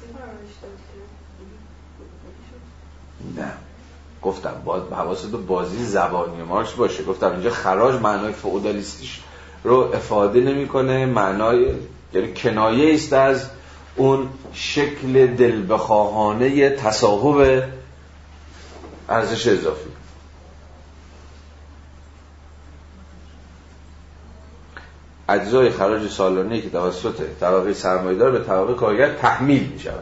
نه گفتم باید حواست بازی زبانی مارکس باشه. گفتم اینجا خراج معنای فئودالیستیش رو افاده نمیکنه، معنای یعنی کنایه است از اون شکل دلبخواهانه تصاحب ارزش اضافی. اجزای خراج سالانه‌ای که توسط طبقه سرمایه‌دار به طبقه کارگر تحمیل می‌شود.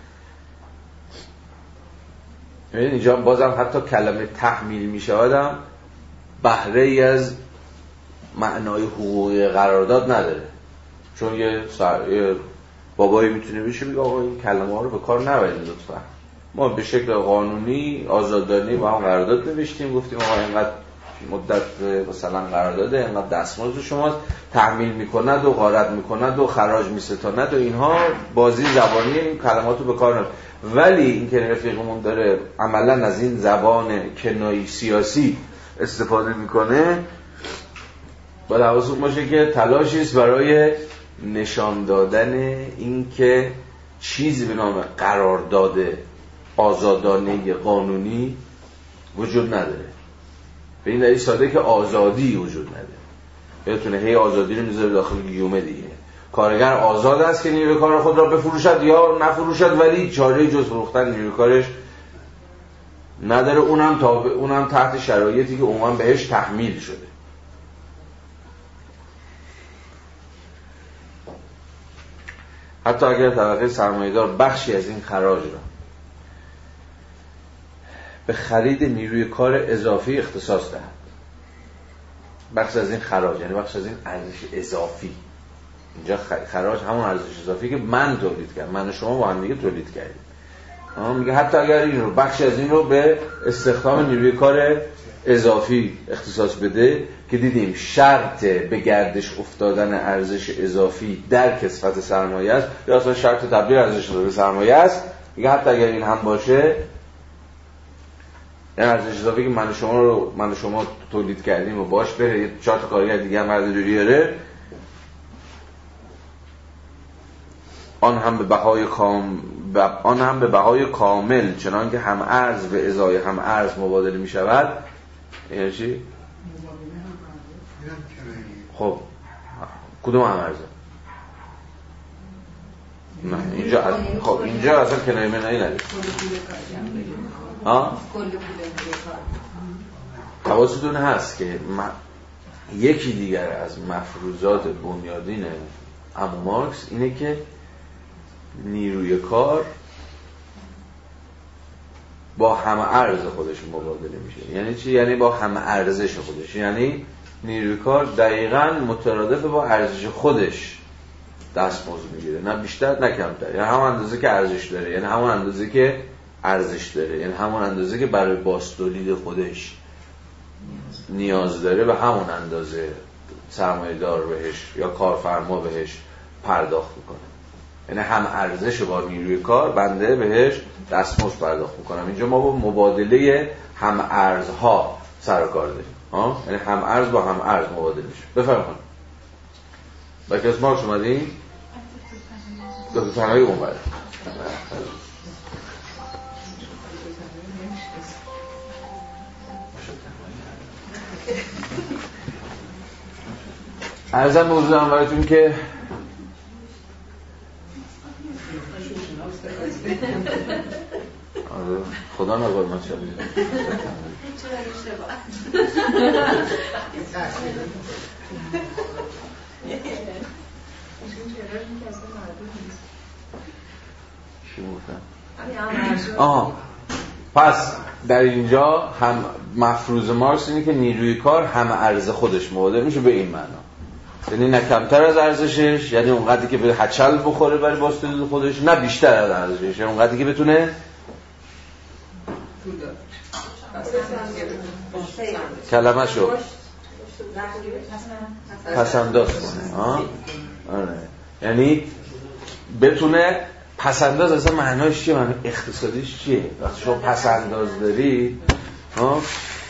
ببین اینجا بازم حتی کلمه تحمیل می‌شود هم بهره ای از معنای حقوقی قرارداد نداره، چون یه, سر... یه بابایی میتونه بشه بگه آقا این کلمه ها رو به کار نبرید لطفا، ما به شکل قانونی آزادانه با هم قرارداد نوشتیم، گفتیم آقا اینقدر مدت مثلا قرارداد اینقدر دستمزد شما تحمیل میکند و غارت میکند و خراج میستاند و اینها بازی زبانی این کلماتو به کار نمیبره. ولی این که رفیقمون داره عملا از این زبان کنایی سیاسی استفاده میکنه، باید حواستون باشه که تلاشی است برای نشان دادن این که چیزی به نام قرارداد آزادانه قانونی وجود نداره. به این دلیل ساده که آزادی وجود نداره. یادتونه هی آزادی رو میذاره داخل گیومه دیگه. کارگر آزاد است که نیروی کار خود را بفروشد یا نفروشد، ولی چاره جز فروختن نیروی کارش نداره، اونم تا اونم تحت شرایطی که عموما بهش تحمیل شده. حتی اگر طبقه سرمایه‌دار بخشی از این خراج را به خرید نیروی کار اضافی اختصاص دهد، بخش از این خراج یعنی بخش از این ارزش اضافی، اینجا خراج همون ارزش اضافی که من تولید کردم، من و شما با هم دیگه تولید کردیم، میگه حتی اگر این رو بخش از این رو به استخدام نیروی کار اضافی اختصاص بده، که دیدیم شرط به گردش افتادن ارزش اضافی در کسوت سرمایه است یا اصلا شرط تبدیل ارزش اضافی سرمایه است، میگه حتی اگر این هم باشه، این ارزش اضافی که من و شما رو من و شما تولید کردیم و باش بره یه چهار تا کارگر دیگه هم برداری بیاره، آن هم به بهای کام آن هم به بهای کامل، چنان که هم ارز به ازای هم ارز مبادله می شود. یعنی چی؟ خب کدوم هم ارزه؟ نه اینجا از... خب اینجا اصلا کنایه منایی نداره. ها؟ حواستون هست که م... یکی دیگر از مفروضات بنیادین عمو مارکس اینه که نیروی کار با همه ارز خودش مبادله میشه. یعنی چی؟ یعنی با همه ارزش خودش، یعنی نیروی کار دقیقاً مترادف با ارزش خودش دستمزد میگیره، نه بیشتر نه کمتر، یعنی همون اندازه که ارزش داره، یعنی همون اندازه که ارزش داره، یعنی همون اندازه که برای بازتولید خودش نیاز داره، به همون اندازه سرمایه‌دار بهش یا کارفرما بهش پرداخت میکنه. یعنی هم ارزش با نیروی کار بنده بهش دستمزد پرداخت میکنم. اینجا ما با مبادله هم ارزها سر و کار داریم، ها، یعنی هم ارز با هم ارز مبادله میشه. بفرمایید. با کس مارکس اومدین؟ دو تنهایی اون بره. عرضم موضوع هم براتون که آره خدا نگاه من چه بیدیم چی گفتم؟ آها، پس در اینجا هم مفروض مارکس اینه که نیروی کار هم ارز خودش مبادله میشه به این معنا، یعنی نه کمتر از ارزشش، یعنی اونقدری که به هچل بخوره برای بازتولید خودش، نه بیشتر از ارزشش، یعنی اونقدری که بتونه کلمه شو پسنداز کنه. آره، یعنی بتونه پسنداز. اصلا معناش چیه؟ معنی اقتصادیش چیه؟ وقتی شما پسنداز دارید، ها،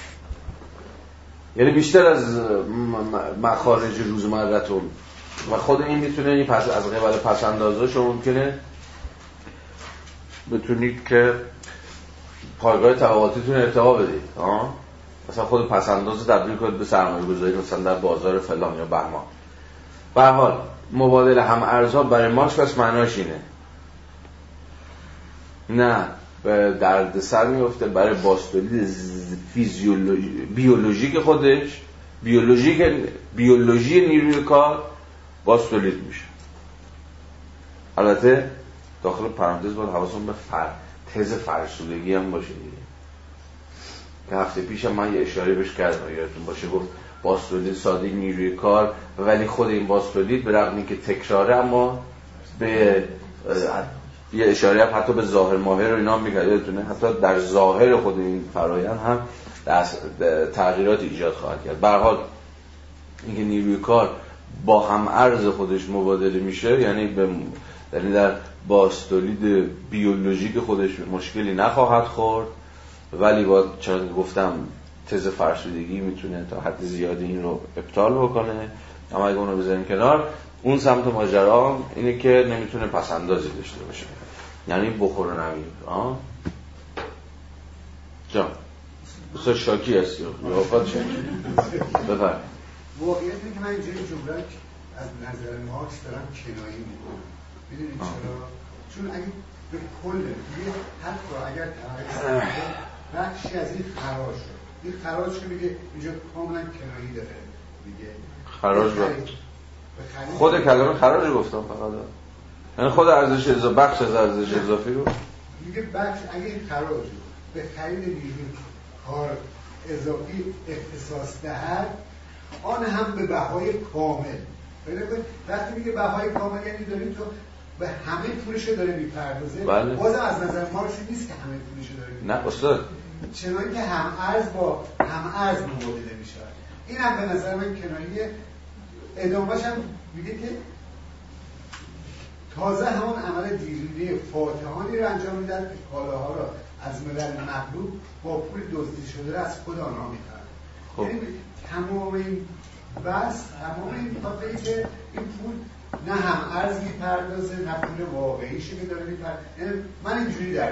یعنی بیشتر از مخارج روزمره‌تون و خود این میتونه این پس از قبل پسندازا شما ممکنه بتونید که پایگاه تبعاتیتون ارتقا بدید، ها، مثلا خود پسنداز تبدیل کنید به سرمایه‌گذاری مثلا در بازار فلان یا بهمان. به هر حال مبادله هم ارزها برای مارکس پس معناش اینه، نه به درد سر میفته برای بازتولید فیزیولوژی بیولوژیک خودش، بیولوژیک بیولوژی نیروی کار بازتولید میشه. البته داخل پرانتز باید حواسون به فر تز فرسودگی هم باشه دیگه، که هفته پیش من یه اشاره بهش کردم یادتون باشه، گفت بازتولید ساده نیروی کار، ولی خود این بازتولید به رغم اینکه تکراره اما به یه اشاره هم حتی به ظاهر ماهر رو اینا میگه، یادتونه حتی در ظاهر خود این فرآیند هم تغییرات ایجاد خواهد کرد. به هر حال اینکه نیروی کار با هم ارز خودش مبادله میشه، یعنی به یعنی در باستولید بیولوژیک خودش مشکلی نخواهد خورد، ولی با چون گفتم تز فرسودگی میتونه تا حد زیادی این رو ابطال بکنه. اما اگه اون رو بذاریم کنار، اون سمت ماجرا اینه که نمیتونه پسندازی داشته باشه، یعنی بخور و نمیر. آه جان بسیار شاکی هستی رو وفات شد بفرد. واقعیت اینه که من اینجوری جمله از نظر مارکس دارم کنایی میکنم. میدونید چرا؟ چون اگه به کل یه حتی اگر تعریف بخشی از این خراج شد، این خراج که میگه اینجا کاملا کنایی داره میگه خراج رو خود کلمه خراج گفتم فقط، یعنی خود ارزش اضافی، بخش از ارزش اضافی رو میگه بخش اگه این خراج به خرید نیروی کار اضافی اختصاص دهد، آن هم به بهای کامل. وقتی میگه بهای کامل یعنی داریم تو به همه پولشو داره میپردازه. بله. بازم از نظر مارکسی نیست که همه پولشو داره میپردازه. نه استاد، چنانکه که هم ارز با هم ارز مبادله میشه. این هم به نظر من کناییه. ادامه‌اش هم میگه که تازه همون عمل دیرینه فاتحانی رو انجام میدن که کالاها را از ملل مغلوب با پول دزدیده شده از خود آنها میخرن. خب. یعنی تمام این بس تمام این خاطری که این پول نه هم ارز میپردازه نه پول واقعیشه که داره میپردازه. یعنی من اینجوری درک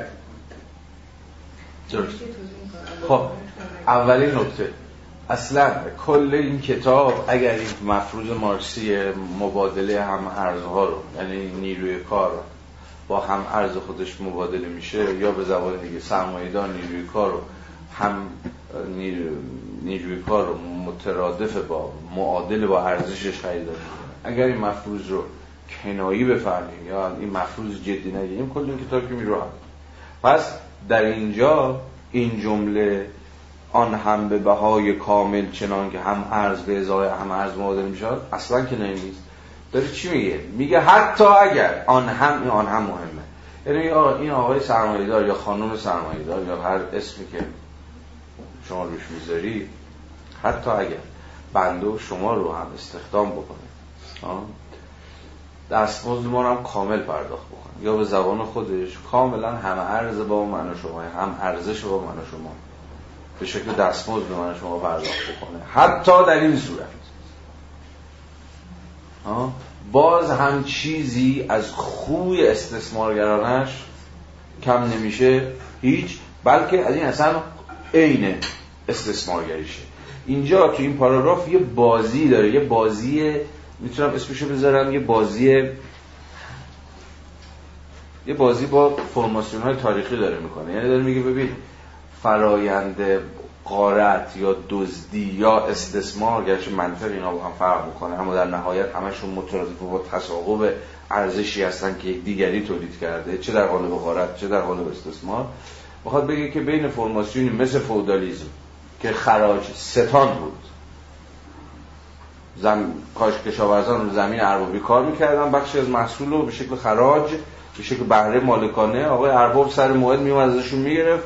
درست. خب اولین نکته، اصلا کل این کتاب اگر این مفروض مارکسی مبادله هم ارزها رو، یعنی نیروی کار با هم ارز خودش مبادله میشه، یا به زبان دیگه سرمایه‌دار نیروی کار رو هم نیروی کار رو مترادف با معادل با ارزشش خریدار میکنه، اگر این مفروض رو کنایی بفهمیم یا این مفروض جدی نگیریم، کل این کتاب که میره. پس در اینجا این جمله آن هم به بهای کامل چنان که هم ارز به ازای هم ارز مبادله میشه اصلا که نیست. داره چی میگه؟ میگه حتی اگر آن هم این آن هم مهمه، یعنی این آقای سرمایه‌دار یا خانم سرمایه‌دار یا هر اسمی که شما روش میذاری، حتی اگر بنده و شما رو هم استخدام بکنه، دستمزد ما هم کامل پرداخت بکنه، یا به زبان خودش کاملا هم ارز با من و شما، هم ارزش با من و شما به شکل دستمزد به من و شما پرداخت بکنه، حتی در این صورت باز هم چیزی از خوی استثمارگرانش کم نمیشه هیچ، بلکه از این اصلا عین استثمارگریشه. اینجا تو این پاراگراف یه بازی داره، یه بازی میتونم اسمشو بذارم یه بازی یه بازی با فرماسیون های تاریخی داره میکنه. یعنی داره میگه ببین فرایند غارت یا دزدی یا استثمار، گرچه منطق اینا با هم فرق میکنه اما در نهایت همشون مترادف با تصاحب ارزشی هستن که یک دیگری تولید کرده، چه در قالب غارت چه در قالب استثمار. میخواد بگه که بین فرماسیونی مثل فئودالیسم که خراج ستان بود، زم... کاش کشاورزان رو زمین اربابی کار میکردن، بخشی از محصول رو به شکل خراج به شکل بهره مالکانه آقای ارباب سر موعد میومد ازشون میگرفت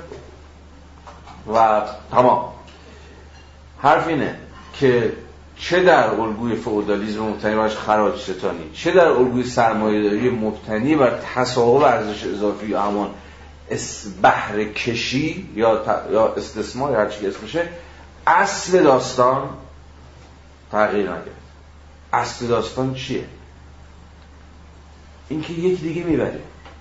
و تمام. حرف اینه که چه در الگوی فئودالیسم مبتنی بر خراج ستانی، چه در الگوی سرمایه‌داری مبتنی بر تصاحب ارزش اضافی یا همان بهره کشی یا ت... یا استثمار، هر چی اسمشه، اصل داستان تغییر نکرد. اصل داستان چیه؟ اینکه یک دیگه میبره.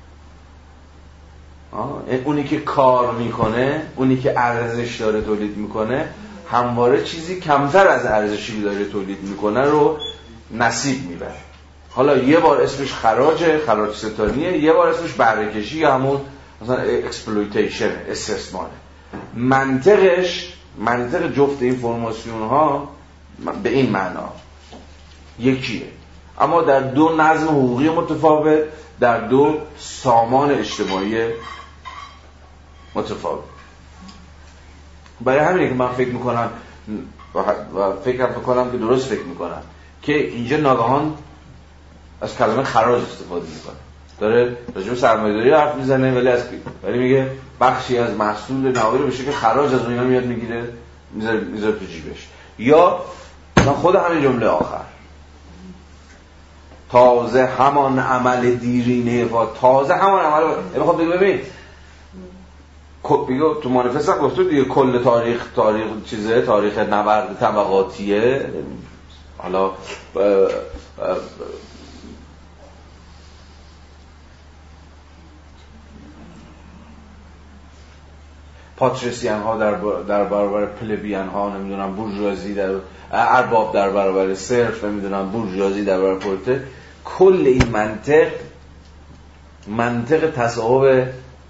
اونی که کار میکنه، اونی که ارزش داره تولید میکنه، همواره چیزی کمتر از ارزشی داره تولید میکنه رو نصیب میبره. حالا یه بار اسمش خراجه، خراج ستانیه، یه بار اسمش بهره کشی یا همون مثلا اکسپلویتیشن، استثماره. منطقش منطق جفت این فرماسیون ها به این معنا یکیه، اما در دو نظم حقوقی متفاوت، در دو سامان اجتماعی متفاوت. برای همینه که من فکر میکنم و فکرم بکنم که درست فکر میکنم که اینجا ناگهان از کلمه خراج استفاده میکنه. داره راجع به سرمایه‌داری حرف میزنه، ولی از ولی میگه بخشی از محصول نهایی رو بشه که خراج از اونها میاد میگیره میذاره میذاره تو جیبش. یا من خود همین جمله آخر تازه همان عمل دیرینه و تازه همان عمل یعنی خب بگو ببین بگو تو مانیفست هم گفته دیگه کل تاریخ تاریخ چیزه تاریخ نبرد طبقاتیه. حالا اه اه پاتریسیان ها در در برابر پلبیان ها، نمیدونم بورژوازی در ارباب در برابر صرف، نمیدونم بورژوازی در برابر پرولتار. کل این منطق منطق تصاحب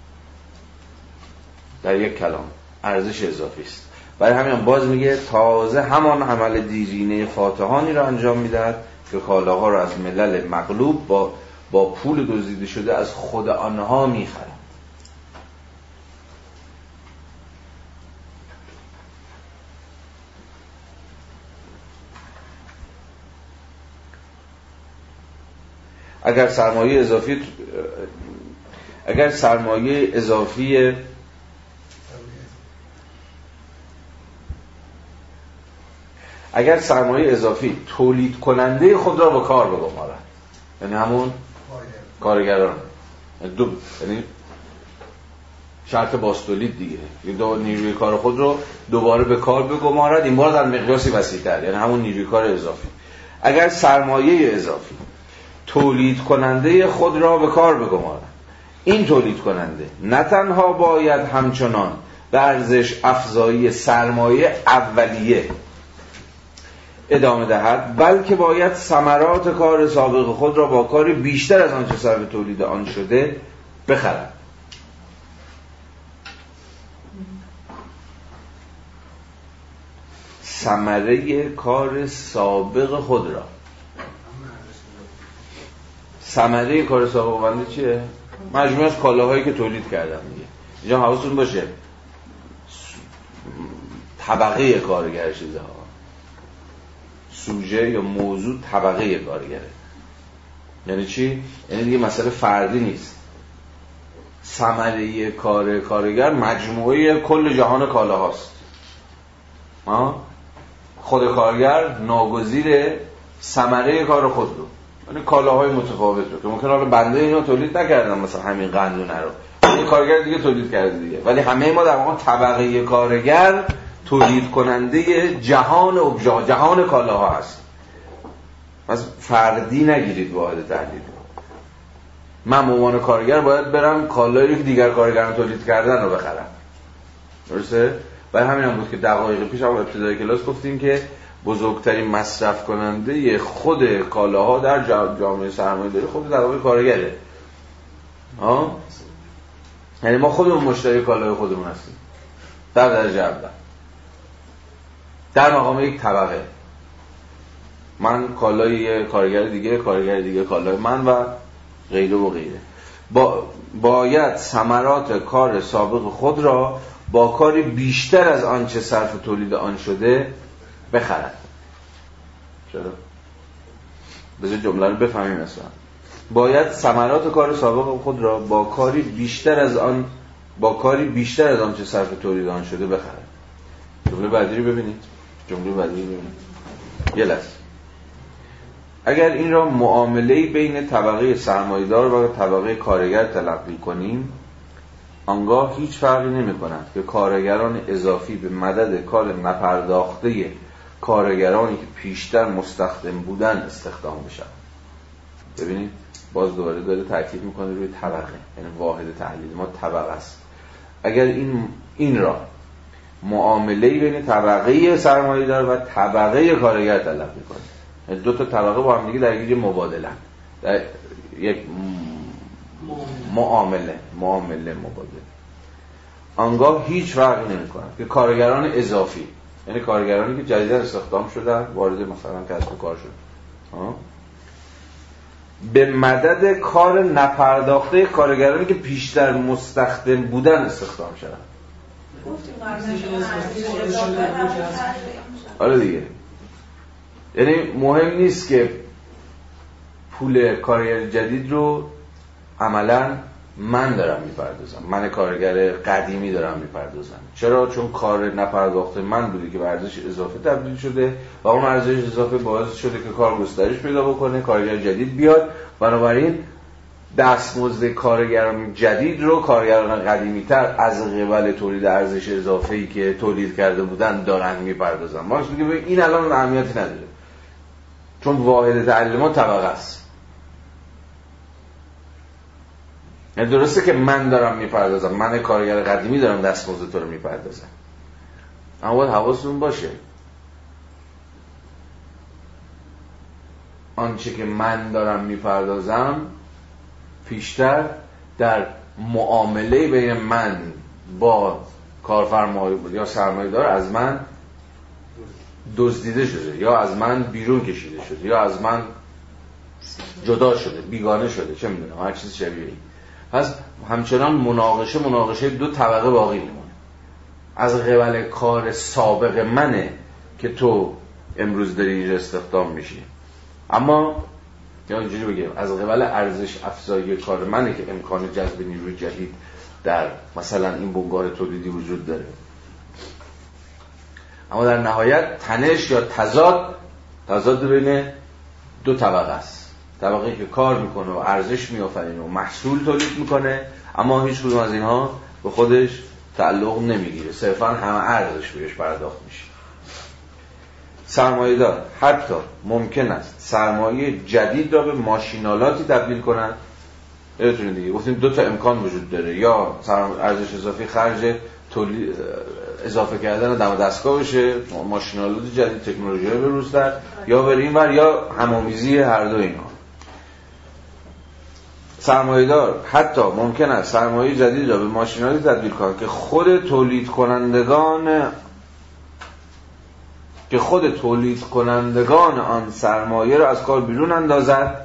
در یک کلام ارزش اضافی است. برای همین هم باز میگه تازه همان عمل دیرینه فاتحانی را انجام میدهد که کالاها را از ملل مغلوب با با پول دزدیده شده از خود آنها میخرند. اگر سرمایه اضافی اگر سرمایه اضافی اگر سرمایه اضافی تولید کننده خود را به کار بگمارد، یعنی همون کارگران، دو یعنی شرط باستولید دیگه، دو نیروی کار خود رو دوباره به کار بگمارد، این بار در مقیاسی وسیع‌تر، یعنی همون نیروی کار اضافی. اگر سرمایه اضافی تولید کننده خود را به کار بگمارد، این تولید کننده نه تنها باید همچنان به ارزش افزایی سرمایه اولیه ادامه دهد، بلکه باید ثمرات کار سابق خود را با کاری بیشتر از آنچه صرف تولید آن شده بخرد. ثمره کار سابق خود را ثمره کار سابق بنده چیه؟ مجموعه از کالاهایی که تولید کردم دیگه. اینجا حواستون باشه طبقه کارگر چیزه ها، سوژه یا موضوع طبقه کارگره. یعنی چی؟ یعنی دیگه مسئله فردی نیست. ثمره کار کارگر مجموعه کل جهان کالاهاست. ها؟ خود کارگر ناگزیر ثمره کار خود رو، یعنی کالاهای متفاوت رو که ممکن حالا بنده اینو تولید نکردم، مثلا همین قندونه رو این کارگر دیگه تولید کرده دیگه، ولی همه ما در واقع طبقه کارگر تولید کننده جهان ابژه جهان کالاها هست. از فردی نگیرید واحد تحلیل. من به عنوان کارگر باید برم کالایی که دیگر کارگران تولید کردن رو بخرم. درسته؟ برای همین هم بود که دقایق پیش هم ابتدای کلاس گفتیم که بزرگترین مصرف کننده خود کالاها در جامعه سرمایه‌داری خود در واقع کارگره. ها؟ یعنی ما خودمون مشتری کالای خودمون هستیم. در درجه اول. در مقام یک طبقه. من کالای کارگر دیگه، کارگر دیگه کالای من و غیره و غیره. با باید ثمرات کار سابق خود را با کاری بیشتر از آنچه صرف تولید آن شده بخرد. چرا؟ بذار جمله رو بفهمیم. مثلا باید ثمرات کار سابق خود را با کاری بیشتر از آن با کاری بیشتر از آنچه صرف تولید آن شده بخرد. جمله بعدی رو ببینید. جمله بعدی رو ببینید. یه لحظه. اگر این را معامله‌ای بین طبقه سرمایه‌دار و طبقه کارگر تلقی کنیم، آنگاه هیچ فرقی نمی‌کند که کارگران اضافی به مدد کار نپرداخته کارگرانی که پیشتر مستخدم بودن استخدام بشن. ببینید باز دوباره داره تاکید میکنه روی طبقه، یعنی واحد تحلیل ما طبقه است. اگر این این را معامله‌ای بین طبقه سرمایه‌دار و طبقه کارگر تلقی کنیم، دو تا طبقه با هم دیگه در یک مبادله، در یک معامله معامله مبادله، آنگاه هیچ فرقی نمی‌کند که کارگران اضافی، یعنی کارگرانی که جدیداً استخدام شدن وارد مثلا کسب و کار شد، ها، به مدد کار نپرداخته کارگرانی که پیشتر مستخدم بودن استخدام شدن. آره دیگه، یعنی مهم نیست که پول کارگر جدید رو عملا من دارم میپردازم، من کارگر قدیمی دارم میپردازم. چرا؟ چون کار نپرداخته من بوده که به ارزش اضافه تبدیل شده و اون ارزش اضافه باعث شده که کار گسترش پیدا بکنه، کارگر جدید بیاد. بنابراین دستمزد کارگران جدید رو کارگران قدیمی‌تر از قبل تولید ارزش اضافه‌ای که تولید کرده بودن دارن میپردازن. مارکس میگه این الان اهمیتی نداره، چون واحد تعلیل ما طبقه است. درسته که من دارم میپردازم، من کارگر قدیمی دارم دستمزد تو رو میپردازم، اما باید حواستون باشه آنچه که من دارم میپردازم پیشتر در معامله بین من با کارفرما یا سرمایه‌دار از من دزدیده شده، یا از من بیرون کشیده شده، یا از من جدا شده، بیگانه شده، چه میدونم هر چیز شبیه این. پس همچنان مناقشه مناقشه دو طبقه باقی میمونه. از قبل کار سابق منه که تو امروز داری اینجا استخدام میشی، اما یا اینجوری بگیم از قبل ارزش افزایی کار منه که امکان جذب نیروی جدید در مثلا این بنگاه تولیدی وجود داره. اما در نهایت تنش یا تضاد تضاد بین دو طبقه است. طبقه‌ای که کار میکنه و ارزش میآفرینه و محصول تولید میکنه، اما هیچ کدوم از اینها به خودش تعلق نمیگیره، صرفا همه ارزش بهش پرداخت میشه. سرمایه‌دار حتی ممکن است سرمایه جدید را به ماشینالاتی تبدیل کنند. یادتونه دیگه گفتیم دو تا امکان وجود داره، یا ارزش اضافی خرج تولید اضافه کردن دم دستگاه بشه، ماشینالات جدید، تکنولوژی های بروز در، یا بر این ور، یا همامیزی هر دو اینا. سرمایه‌دار حتی ممکن است سرمایه جدید را به ماشینالاتی تبدیل کند که خود تولید کنندگان که خود تولید کنندگان آن سرمایه را از کار بیرون اندازد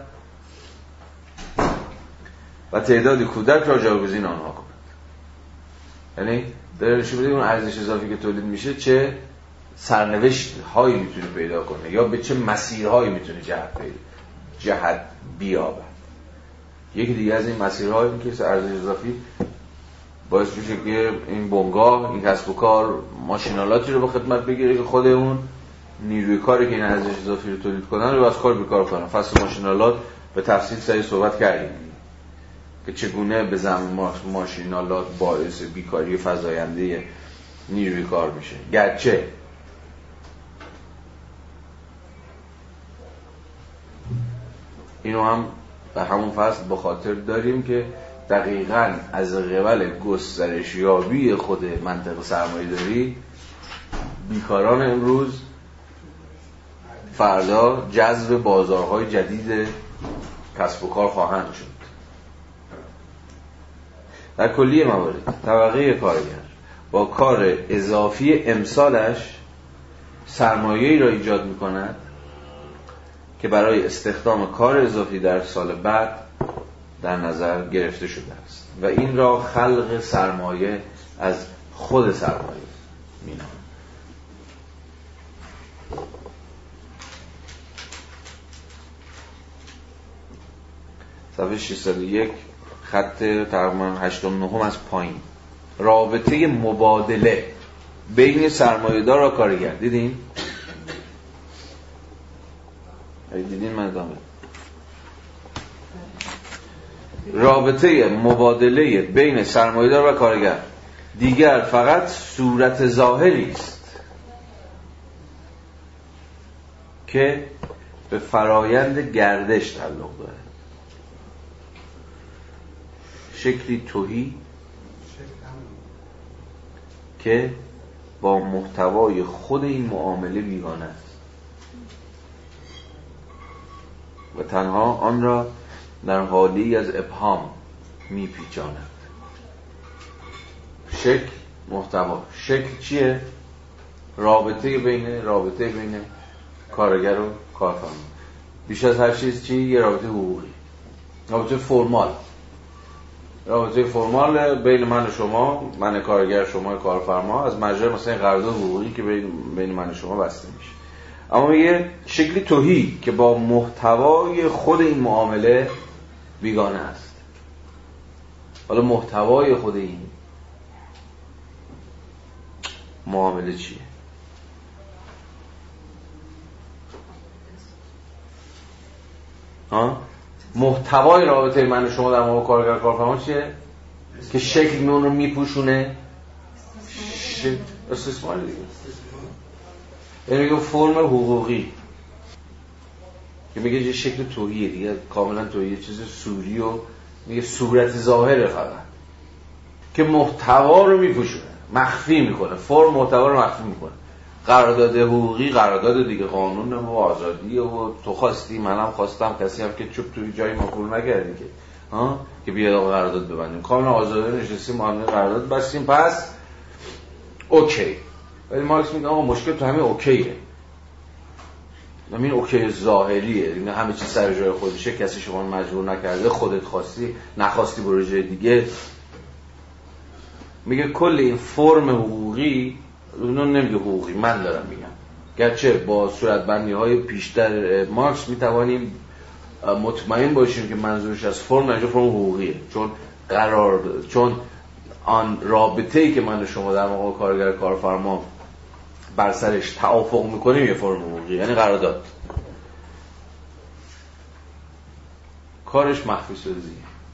و تعدادی کودک را جایگزین آنها کند. یعنی داره نشون میده اون ارزش اضافی که تولید میشه چه سرنوشت هایی میتونه پیدا کنه، یا به چه مسیرهایی میتونه جهت پیدا جهت بیابد. یکی دیگه از این مسیرهایی که ارزش اضافی باعث میشه که این بنگاه، این کسب و کار ماشینالاتی رو به خدمت بگیره که خود اون نیروی کاری که این ارزش اضافی رو تولید کنن رو از کار بیکار کنن. فصل ماشینالات به تفصیل سعی صحبت کردیم که چگونه به زمین ماشینالات باعث بیکاری فزاینده نیروی کار میشه. گرچه اینو هم در همون فصل به خاطر داریم که دقیقاً از قبل گسترش یابی خود منطقه سرمایه‌داری بیکاران امروز فردا جذب بازارهای جدید کسب و کار خواهند شد. در کلیه موارد طبقه کارگر با کار اضافی امسالش سرمایه‌ای را ایجاد می‌کند که برای استخدام کار اضافی در سال بعد در نظر گرفته شده است و این را خلق سرمایه از خود سرمایه می‌نامند. صفحه ششصد و یک خط تقریباً هشتم نهم از پایین، رابطه مبادله بین سرمایه‌دار و کارگر. دیدین؟ اگه دیدین من ادامه. رابطه مبادله بین سرمایه‌دار و کارگر دیگر فقط صورت ظاهری است که به فرایند گردش تعلق دارد. شکلی تهی که با محتوای خود این معامله بیگانه است و تنها آن را در حالی از ابهام میپیچاند. شکل، محتوا. شکل چیه؟ رابطه بین رابطه بین کارگر و کارفرما. بیش از هر چیز چی؟ یه رابطه حقوقی، رابطه فرمال. رابطه فرمال بین من و شما، من کارگر شما کارفرما، از مجرای مثلا قرارداد حقوقی که بین بین من و شما بسته میشه. اما یه شکلی تهی که با محتوای خود این معامله بیگانه است. حالا محتوای خود این معامله چیه؟ ها؟ محتوای رابطه من و شما در مقابل کارگر کارفرما چیه؟ که شکل می اون رو میپوشونه ش... استثمار دیگه. یعنی میگه فرم حقوقی که میگه یه شکل توهیه دیگه، کاملا توهیه، چیز سوری و میگه صورت ظاهره فقط که محتوا رو میپوشونه، مخفی میکنه، فرم محتوا رو مخفی میکنه. قرارداد حقوقی قرارداد دیگه، قانون و آزادی و تو خواستی منم خواستم، کسی هم که چوب توی جایی ما پول نکردی که ها که بیاد آقا قرارداد ببندیم، کاملا آزادانه نشستیم ما هم قرارداد بستیم، پس اوکی. ولی مارکس میگه آقا مشکل تو همین اوکیه، همین اوکی ظاهریه، این همه چیز سر جای خودشه، کسی شما مجبور نکرده، خودت خواستی، نخواستی برو جای دیگه. میگه کل این فرم حقوقی، اونو نمیگه حقوقی، من دارم میگم، گرچه با صورتبندی های پیشتر مارکس میتوانیم مطمئن باشیم که منظورش از فرم نجا فرم حقوقیه، چون قرار چون آن رابطه‌ای که من و شما در مقابل کارگر کارفرما بر سرش توافق میکنیم یه فرم حقوقی، یعنی قرارداد. کارش مخفی سازیه،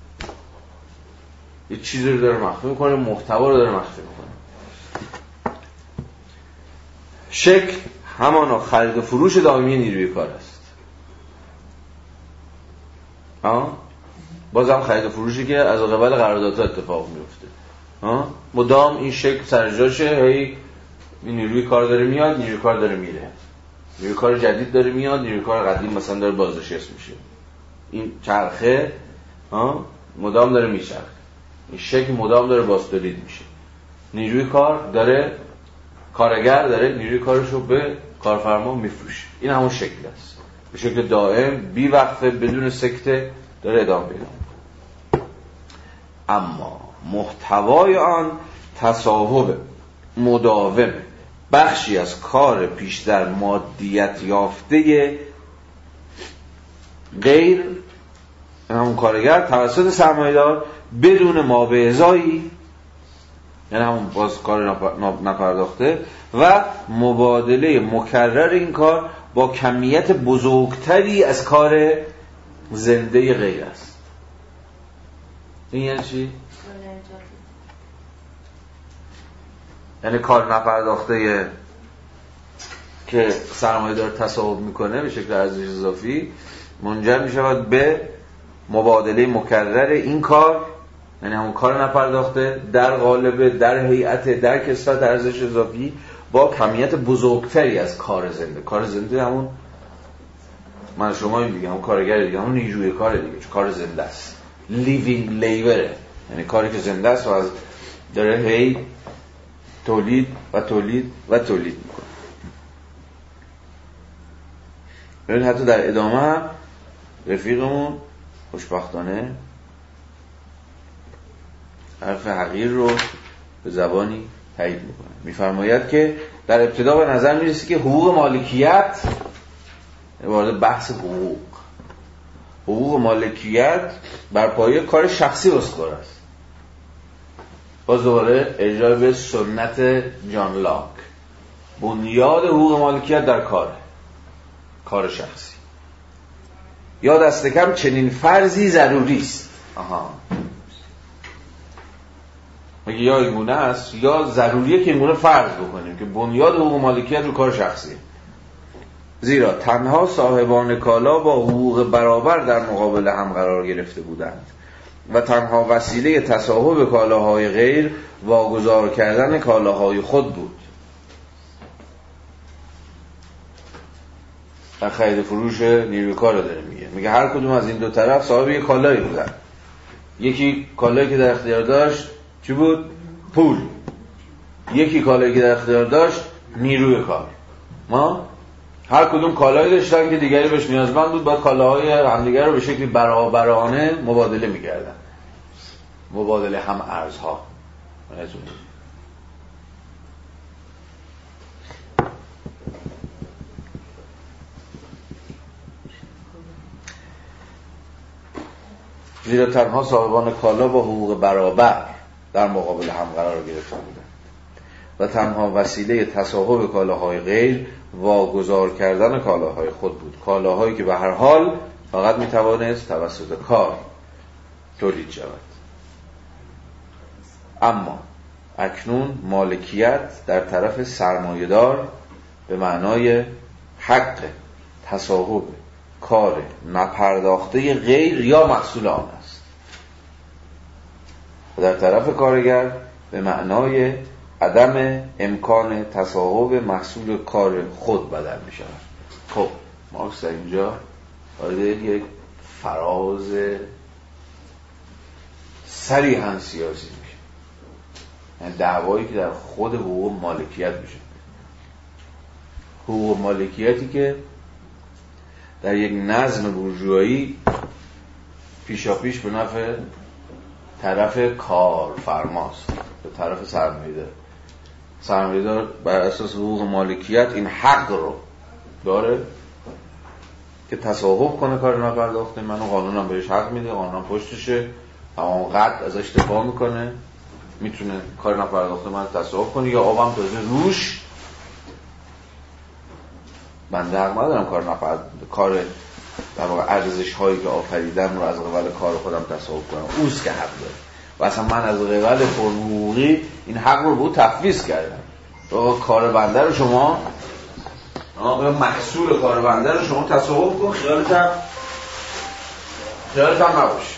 یه چیزی رو داره مخفی میکنه، محتوا رو داره مخفی میکنه. شکل همانا خرید و فروش دائمی نیروی کار است. ها؟ بازم خرید و فروشی که از قبل قراردادها اتفاق میفته. ها؟ مدام این شکل سر جاشه، هی نیروی کار داره میاد، نیروی کار داره میره. نیروی کار جدید داره میاد، نیروی کار قدیم مثلا داره بازنشسته میشه. این چرخه ها مدام داره میچرخه. این شکل مدام داره بازتولید میشه. نیروی کار داره، کارگر داره نیروی کارشو به کارفرما میفروشه. این همون شکل است، به شکل دائم، بی وقفه، بدون سکته داره ادامه پیدا میکنه. اما محتوای آن تصاحب مداوم بخشی از کار پیشتر مادیت یافته غیر همون کارگر توسط سرمایه‌دار بدون مابعضایی، یعنی همون باز کار نپرداخته، و مبادله مکرر این کار با کمیت بزرگتری از کار زنده غیر است. این یعنی چی؟ یعنی کار نپرداخته که سرمایه دار تصاحب میکنه به شکل ارزش اضافی منجر میشود به مبادله مکرر این کار، یعنی همون کار نپرداخته در قالب، در هیئت، در کسرت ارزش اضافی با کمیت بزرگتری از کار زنده. کار زنده همون من شما این دیگه، همون کارگر دیگه، همون نیروی کار دیگه، چون کار زنده است، لیوینگ لیبره، یعنی کاری که زنده است و از داره هی تولید و تولید و تولید میکنه. ببین حتی در ادامه هم رفیقمون خوشبختانه حرف حقیر رو به زبانی تایید میکنه. میفرماید که در ابتدا به نظر میرسه که حقوق مالکیت، وارد بحث حقوق حقوق مالکیت بر پایه کار شخصی استوار است. باز دوباره ارجاع به سنت جان لاک، بنیاد حقوق مالکیت در کاره، کار شخصی. یا دست کم چنین فرضی ضروری است. آها، مگه یا اینگونه است یا ضروریه که اینگونه فرض بکنیم که بنیاد حقوق مالکیت رو کار شخصی. زیرا تنها صاحبان کالا با حقوق برابر در مقابل هم قرار گرفته بودند و تنها وسیله تصاحب کالاهای غیر واگذار کردن کالاهای خود بود. در خرید فروش نیروی کار داره میگه میگه هر کدوم از این دو طرف صاحب یک کالایی بودن. یکی کالایی که در اختیار داشت چی بود؟ پول. یکی کالایی که در اختیار داشت نیروی کار. ما هر کدوم کالایی داشتن که دیگری بهش نیازمند بود، بعد کالاهای همدیگر رو به شکلی برابرانه مبادله می‌کردن. مبادله هم ارزها. زیرا تنها صاحبان کالا با حقوق برابر در مقابل هم قرار گرفته بودند و تنها وسیله تصاحب کالاهای غیر واگذار کردن کالاهای خود بود، کالاهایی که به هر حال فقط میتوانست توسط کار تولید شود. اما اکنون مالکیت در طرف سرمایه‌دار به معنای حق تصاحب کار نپرداخته غیر یا محصول آن است و در طرف کارگر به معنای عدم امکان تصاحب محصول کار خود بدل می شود. خب مارکس در اینجا وارد یک فراز صریحاً سیاسی میشه، یعنی دعوایی که در خود حقوق مالکیت میشه، حقوق مالکیتی که در یک نظم بورژوایی پیشاپیش به نفع طرف کارفرماست، به طرف سرمایه‌دار. سرمایه‌دار بر اساس حقوق مالکیت این حق رو داره که تصاحب کنه کار نپرداخته. منو قانونم بهش حق میده، قانونم پشتشه، اما قد ازش دفاع میکنه، میتونه کار نپرداخته من تصاحب کنه یا آبم تازه روش بنده حق ندارم کار نپرداخته کار در واقع ارزش هایی که آفریدم رو از قبل کار خودم تصاحب کنم، اوست که حق داره و اصلا من از قبل فرم حقوقی این حق رو به او تفویض کردم. تو کار بنده رو شما محصول کار بنده رو شما تصاحب کن، خیالت هم خیالت هم نباشه.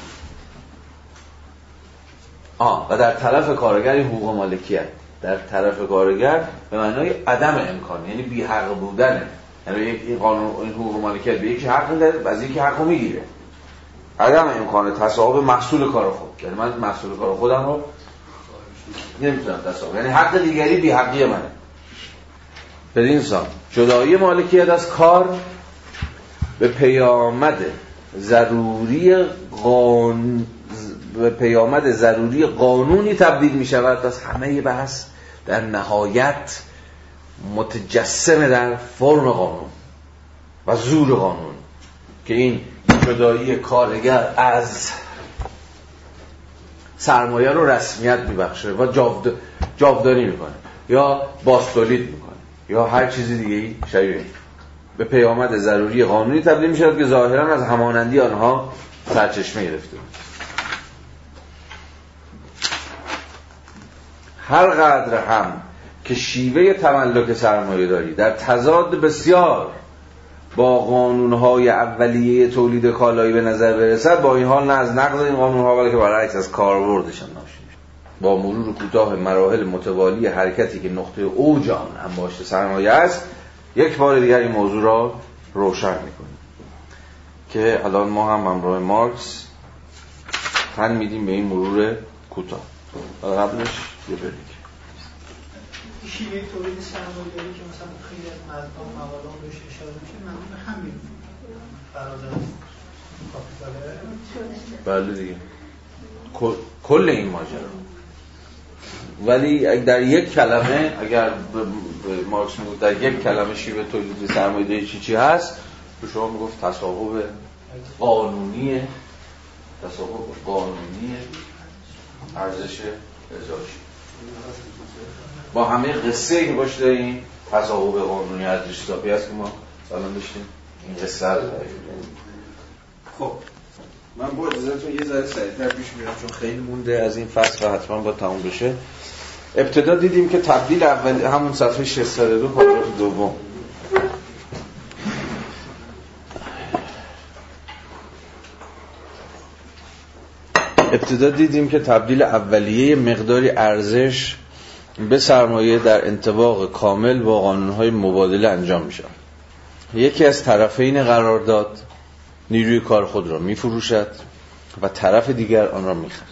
آه و در طرف کارگر این حقوق مالکیت در طرف کارگر به معنای عدم امکان، یعنی بی حق بودنه. یعنی این قانون این حقوق مالکیت به یکی حق میده، از یکی حقو میگیره. عدم امکان تصاحب محصول کار خود، یعنی من محصول کار خودم رو نمیتونم تصاحب، یعنی حق دیگری بی حقی منه. بدین سان جدایی مالکیت از کار به پیامد ضروری قانون به پیامد ضروری قانونی تبدیل می شود. از همه بحث در نهایت متجسم در فرم قانون و زور قانون که این جدایی کارگر از سرمایه رو رسمیت میبخشه و جاود... جاودانی میکنه یا باستولید میکنه یا هر چیزی دیگه شبیه به پیامد ضروری قانونی تبدیل می شود که ظاهرا از همانندی آنها سرچشمه گرفته بود. هر قدر هم که شیوه تملک سرمایه داری در تضاد بسیار با قانونهای اولیه تولید کالایی به نظر برسد، با این حال نه از نقض این قانونها بلکه برعکس از کاربردشان ناشی می‌شود. با مرور کوتاه مراحل متوالی حرکتی که نقطه اوج آن انباشت سرمایه است، یک بار دیگر این موضوع را روشن می‌کنیم که الان ما هم همراه مارکس تن میدیم به این مرور کوتاه. قبلش یه بریک شیوه تولید سرمایه‌داری که مثلا خیلی از مردم مقاله هم بهش اشاره میشه، معمول همین فراز کاپیتاله. بله دیگه کل این ماجرا. ولی در یک کلمه اگر مارکس میگفت در یک کلمه شیوه تولید سرمایه‌داری چی چی هست، تو شما میگفت تصاحب قانونی تصاحب قانونی ارزش اضافی با همه قصه که باشه این تصاحب قانونی ارزش اضافی هست که ما سلام داشتیم این قصه رو داریم. خب من با اجازهتون یه ذره سریعتر پیش میرم چون خیلی مونده از این فصل و حتما با تموم بشه. ابتدا دیدیم که تبدیل اول همون صفحه شصت و دو پاراگراف دوم ابتدا دیدیم که تبدیل اولیه مقداری ارزش به سرمایه در انطباق کامل با قانونهای مبادله انجام می شود. یکی از طرفین قرارداد نیروی کار خود را می فروشد و طرف دیگر آن را می خرد.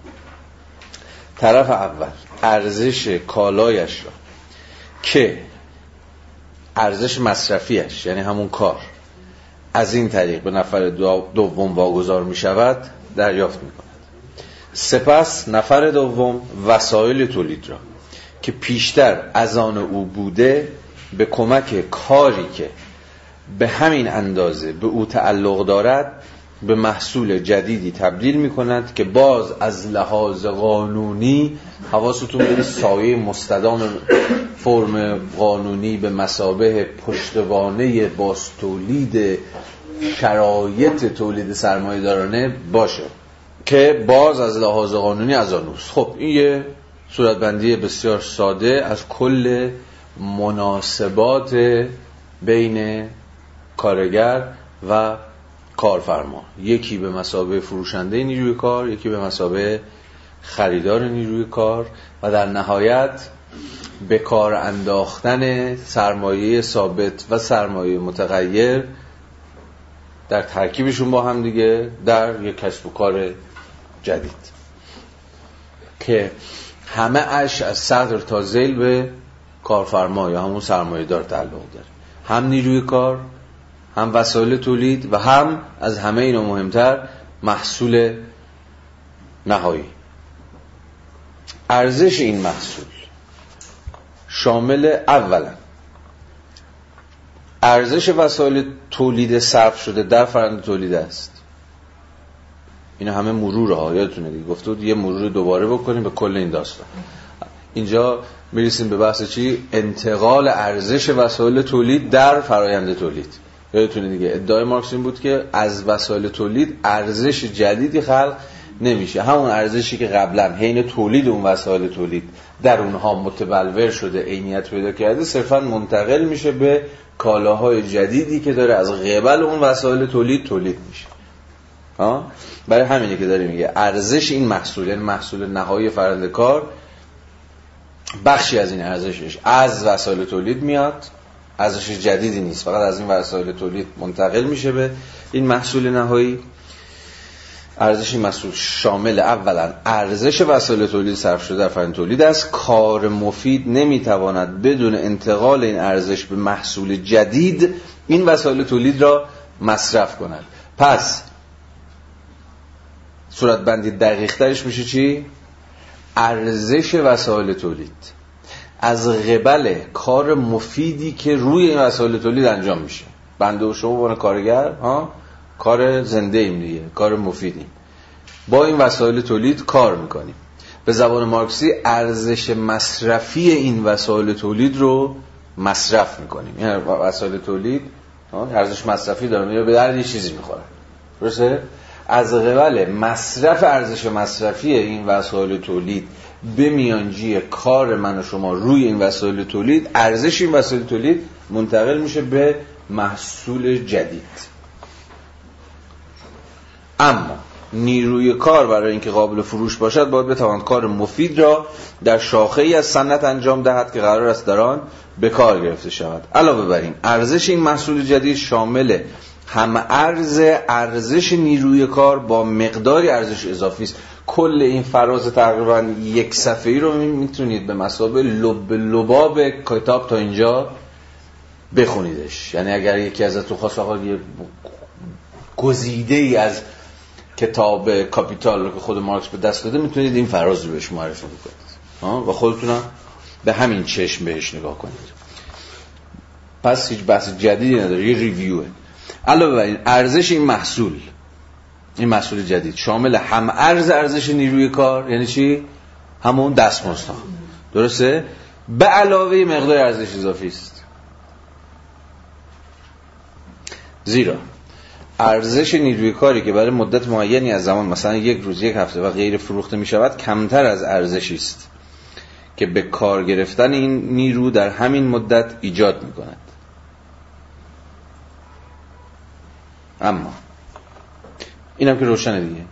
طرف اول ارزش کالایش را که ارزش مصرفیش یعنی همون کار از این طریق به نفر دوم واگذار می شود دریافت می کند. سپس نفر دوم وسایل تولید را که پیشتر از آن او بوده به کمک کاری که به همین اندازه به او تعلق دارد به محصول جدیدی تبدیل می‌کند که باز از لحاظ قانونی حواستون به سایه مستدام فرم قانونی به مثابه پشتوانه باز تولید شرایط تولید سرمایه‌دارانه باشه که باز از لحاظ قانونی از آنوست. خب این یه صورتبندی بسیار ساده از کل مناسبات بین کارگر و کارفرما، یکی به مثابه فروشنده نیروی کار، یکی به مثابه خریدار نیروی کار و در نهایت به کار انداختن سرمایه ثابت و سرمایه متغیر در ترکیبشون با هم دیگه در یک کسب و کار جدید که همه اش از صدر تا ذیل به کارفرما یا همون سرمایه دار تعلق داره، هم نیروی کار، هم وسایل تولید و هم از همه اینا مهمتر محصول نهایی. ارزش این محصول شامل اولا ارزش وسایل تولید صرف شده در فرآیند تولید است. اینا همه مروره ها، یادتونه دیگه گفته بود یه مرور دوباره بکنیم به کل این داستان. اینجا میرسیم به بحث چی؟ انتقال ارزش وسایل تولید در فرآیند تولید. یادتونه دیگه ادعای مارکس این بود که از وسایل تولید ارزش جدیدی خلق نمیشه، همون ارزشی که قبلا حین تولید اون وسایل تولید در اونها متبلور شده، عینیت پیدا کرده، صرفا منتقل میشه به کالاهای جدیدی که داره از قبل اون وسایل تولید تولید میشه. ها برای همینه که داره میگه ارزش این محصول، یعنی محصول نهایی فرآیند کار، بخشی از این ارزشش از وسایل تولید میاد، ارزش جدیدی نیست، فقط از این وسایل تولید منتقل میشه به این محصول نهایی. ارزش این محصول شامل اولا ارزش وسایل تولید صرف شده در فرآیند تولید است. کار مفید نمیتواند بدون انتقال این ارزش به محصول جدید این وسایل تولید را مصرف کند. پس صورت بندی دقیق ترش میشه چی؟ ارزش وسایل تولید از قبل کار مفیدی که روی این وسایل تولید انجام میشه. بنده و شما به کارگر ها کار زنده ایم دیگه، کار مفیدیم، با این وسایل تولید کار میکنیم. به زبان مارکسی ارزش مصرفی این وسایل تولید رو مصرف میکنیم. یعنی وسایل تولید ارزش مصرفی دارن یا به درد یه چیزی میخورن، درسته؟ از قبل مصرف ارزش مصرفی این وسایل تولید به میانجی کار من و شما روی این وسایل تولید، ارزش این وسایل تولید منتقل میشه به محصول جدید. اما نیروی کار برای اینکه قابل فروش باشد باید بتواند کار مفید را در شاخه‌ای از صنعت انجام دهد که قرار است در آن به کار گرفته شود. علاوه بر این ارزش این محصول جدید شامل هم ارز ارزش نیروی کار با مقداری ارزش اضافی است. کل این فراز تقریبا یک صفحه‌ای رو میتونید به مثابه لب لباب کتاب تا اینجا بخونیدش. یعنی اگر یکی ازتون خواست آقا یه گزیده‌ای از کتاب کاپیتال رو که خود مارکس به دست داده میتونید این فراز رو بهش معرفی بکنید و خودتون به همین چشم بهش نگاه کنید. پس هیچ بحث جدیدی نداره، یه ریویوه. علاوه بر این ارزش این محصول، این محصول جدید شامل هم ارز ارزش نیروی کار، یعنی چی؟ همون دستمزدها، درسته؟ به علاوه مقدار ارزش اضافی است. زیرا ارزش نیروی کاری که برای مدت معینی از زمان، مثلا یک روز، یک هفته و غیر فروخته می شود کمتر از ارزشی است که به کار گرفتن این نیرو در همین مدت ایجاد می کند. اما اینم که روشنه دیگه،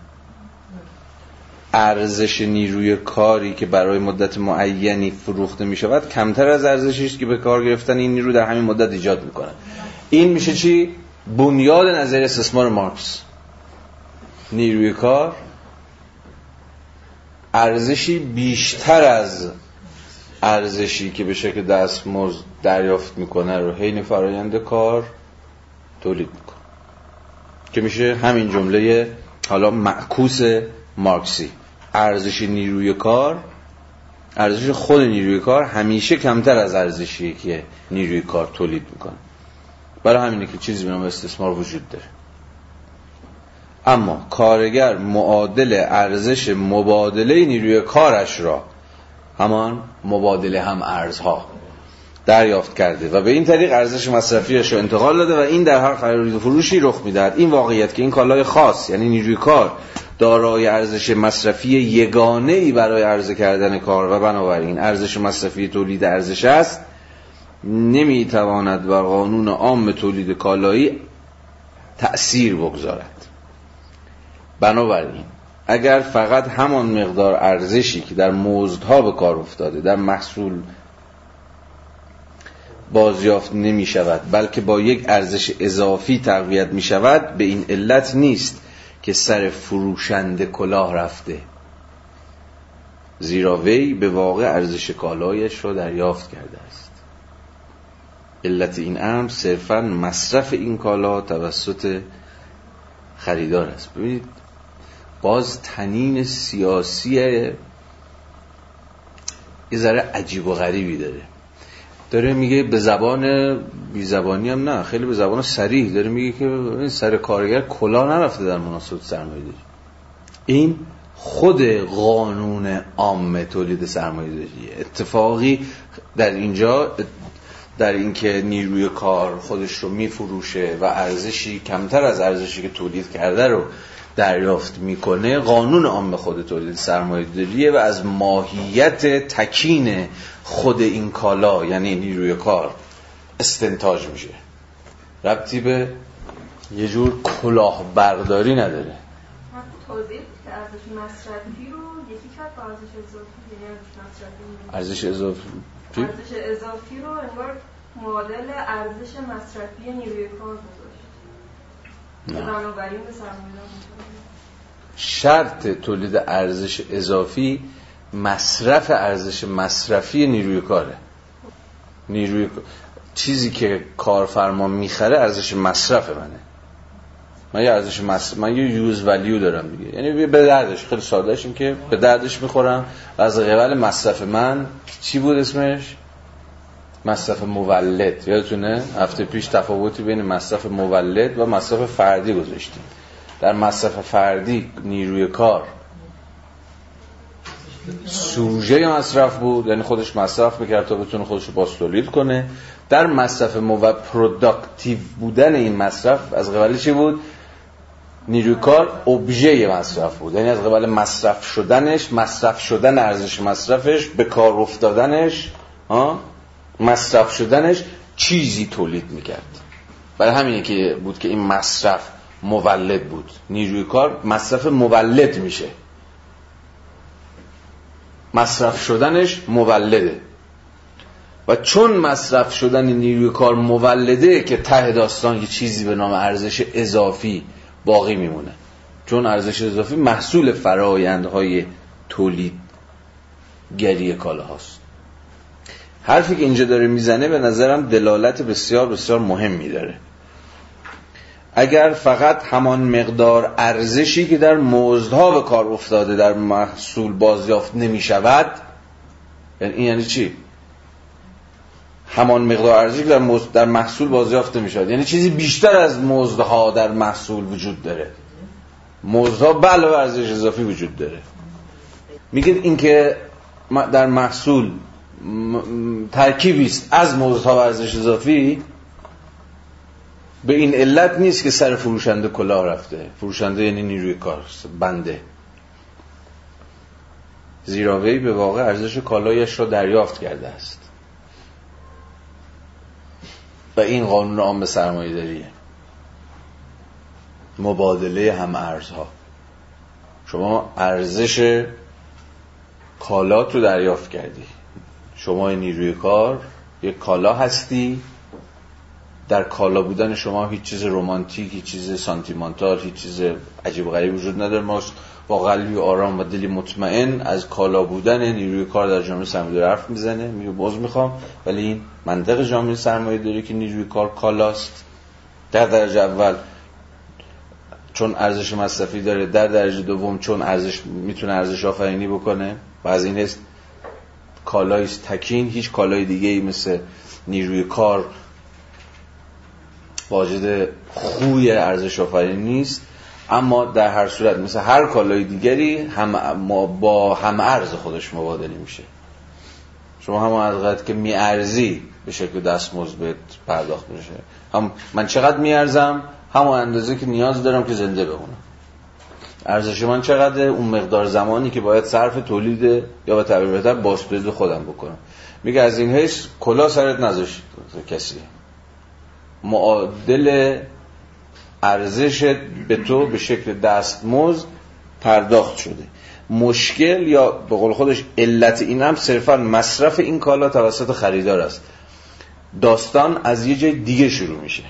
ارزش نیروی کاری که برای مدت معینی فروخته می شود کمتر از ارزشی است که به کار گرفتن این نیرو در همین مدت ایجاد می کند. این میشه چی؟ بنیاد نظریه استثمار مارکس. نیروی کار ارزشی بیشتر از ارزشی که به شکل دستمزد دریافت میکنه رو حین فرآیند کار تولید میکنه، که میشه همین جمله حالا معکوس مارکسی. ارزش نیروی کار، ارزش خود نیروی کار همیشه کمتر از ارزشی که نیروی کار تولید میکنه. برای همینه که چیزی به نام استثمار وجود داره. اما کارگر معادل ارزش مبادله نیروی کارش را، همان مبادله هم ارزها، دریافت کرده و به این طریق ارزش مصرفیش رو انتقال داده و این در هر خرید و فروشی رخ میدهد. این واقعیت که این کالای خاص یعنی نیروی کار دارای ارزش مصرفی یگانه‌ای برای عرضه کردن کار و بنابراین ارزش مصرفی تولید ارزش است، نمیتواند بر قانون عام تولید کالایی تأثیر بگذارد. بنابراین اگر فقط همان مقدار ارزشی که در مزدها به کار افتاده در محصول بازیافت نمی شود بلکه با یک ارزش اضافی تقویت می شود، به این علت نیست که سر فروشنده کلاه رفته، زیرا وی به واقع ارزش کالایش را دریافت کرده است. علت این امر صرفاً مصرف این کالا توسط خریدار است. ببینید باز تنین سیاسی یه ذره عجیب و غریبی داره. داره میگه به زبان بی زبانی هم نه، خیلی به زبان صریح داره میگه که این سر کارگر کلا نرفته در مناسبت سرمایه‌داری. این خود قانون عام تولید سرمایه‌داری اتفاقی در اینجا در اینکه نیروی کار خودش رو میفروشه و ارزشی کمتر از ارزشی که تولید کرده رو دریافت میکنه، قانون عام خود تولید سرمایه‌داریه و از ماهیت تکین خود این کالا یعنی نیروی کار استنتاج میشه، ربطی به یه جور کلاهبرداری نداره. توضیح که ارزش مصرفی رو یکی کرد با ارزش اضافی، یعنی ارزش مصرفی ارزش اضافی ارزش اضافی رو انگار معادل ارزش مصرفی نیروی کار گذاشت. بنابراین به سرمایه‌دار شرط تولید ارزش اضافی مصرف ارزش مصرفی نیروی کاره. نیروی چیزی که کارفرما میخره ارزش مصرف منه. من یه ارزش مصرف، من یه یوز ولیو دارم دیگه، یعنی به دردش، خیلی سادهش این که به دردش میخورم و از قبل مصرف من چی بود اسمش؟ مصرف مولد. یادتونه هفته پیش تفاوتی بین مصرف مولد و مصرف فردی گذاشتیم. در مصرف فردی نیروی کار سوژه مصرف بود، یعنی خودش مصرف میکرد تا بتونه خودش رو باز تولید کنه. در مصرف مو پروداکتیو بودن این مصرف از قبل چی بود؟ نیروی کار ابژه مصرف بود، یعنی از قبل مصرف شدنش، مصرف شدن ارزش مصرفش، به کار افتادنش، ها مصرف شدنش چیزی تولید میکرد. برای همینه که بود که این مصرف مولد بود. نیروی کار مصرف مولد میشه، مصرف شدنش مولده و چون مصرف شدن نیروی کار مولده که ته داستان یه چیزی به نام ارزش اضافی باقی میمونه، چون ارزش اضافی محصول فرآیندهای تولیدگری کالا هاست. حرفی که اینجا داره میزنه به نظرم دلالت بسیار بسیار مهمی داره. اگر فقط همان مقدار ارزشی که در مزدها به کار افتاده در محصول بازیافت نمی شود، یعنی این یعنی چی؟ همان مقدار ارزشی که در, مزد در محصول بازیافت نمی شود یعنی چیزی بیشتر از مزدها در محصول وجود داره. مزدها به علاوه ارزش اضافی وجود داره. میگه این که در محصول ترکیبی است از مزدها و ارزش اضافی، به این علت نیست که سر فروشنده کلاه رفته. فروشنده یعنی نیروی کار، بنده، زیرا وی به واقع ارزش کالایش را دریافت کرده است و این قانون عام سرمایه‌داریه، مبادله هم ارزها. شما ارزش کالات رو دریافت کردی، شما نیروی کار یک کالا هستی، در کالا بودن شما هیچ چیز رمانتیک، هیچ چیز سانتیمانتال، هیچ چیز عجیب و غریب وجود نداره. ما با قلبی آرام و دلی مطمئن از کالا بودن نیروی کار در جامعه سرمایه‌داری حرف میزنه. میگه باز میخوام، ولی این منطق جامعه سرمایه‌داری که نیروی کار کالاست، در درجه اول چون ارزش مصرفی داره، در درجه دوم چون ارزش میتونه ارزش آفرینی بکنه و از این هست کالای تکین، هیچ کالای دیگه‌ای مثل نیروی کار واجد خوی ارزش آفرینی نیست. اما در هر صورت مثل هر کالای دیگری هم با هم ارز خودش مبادله میشه. شما هم از که میارزی به شکل دستمزد بهت پرداخت میشه. هم من چقدر میارزم همون اندازه که نیاز دارم که زنده بمونم. ارزش من چقدر اون مقدار زمانی که باید صرف تولید یا به تعبیر بهتر بازتولید خودم بکنم. میگه از این حیث کلا سرت نذاشت کسی. معادل ارزش به تو به شکل دستمزد پرداخت شده. مشکل یا به قول خودش علت این هم صرفا مصرف این کالا توسط خریدار است. داستان از یه جای دیگه شروع میشه.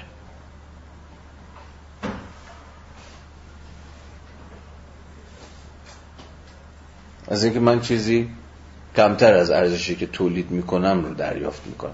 از اینکه من چیزی کمتر از ارزشی که تولید میکنم رو دریافت میکنم.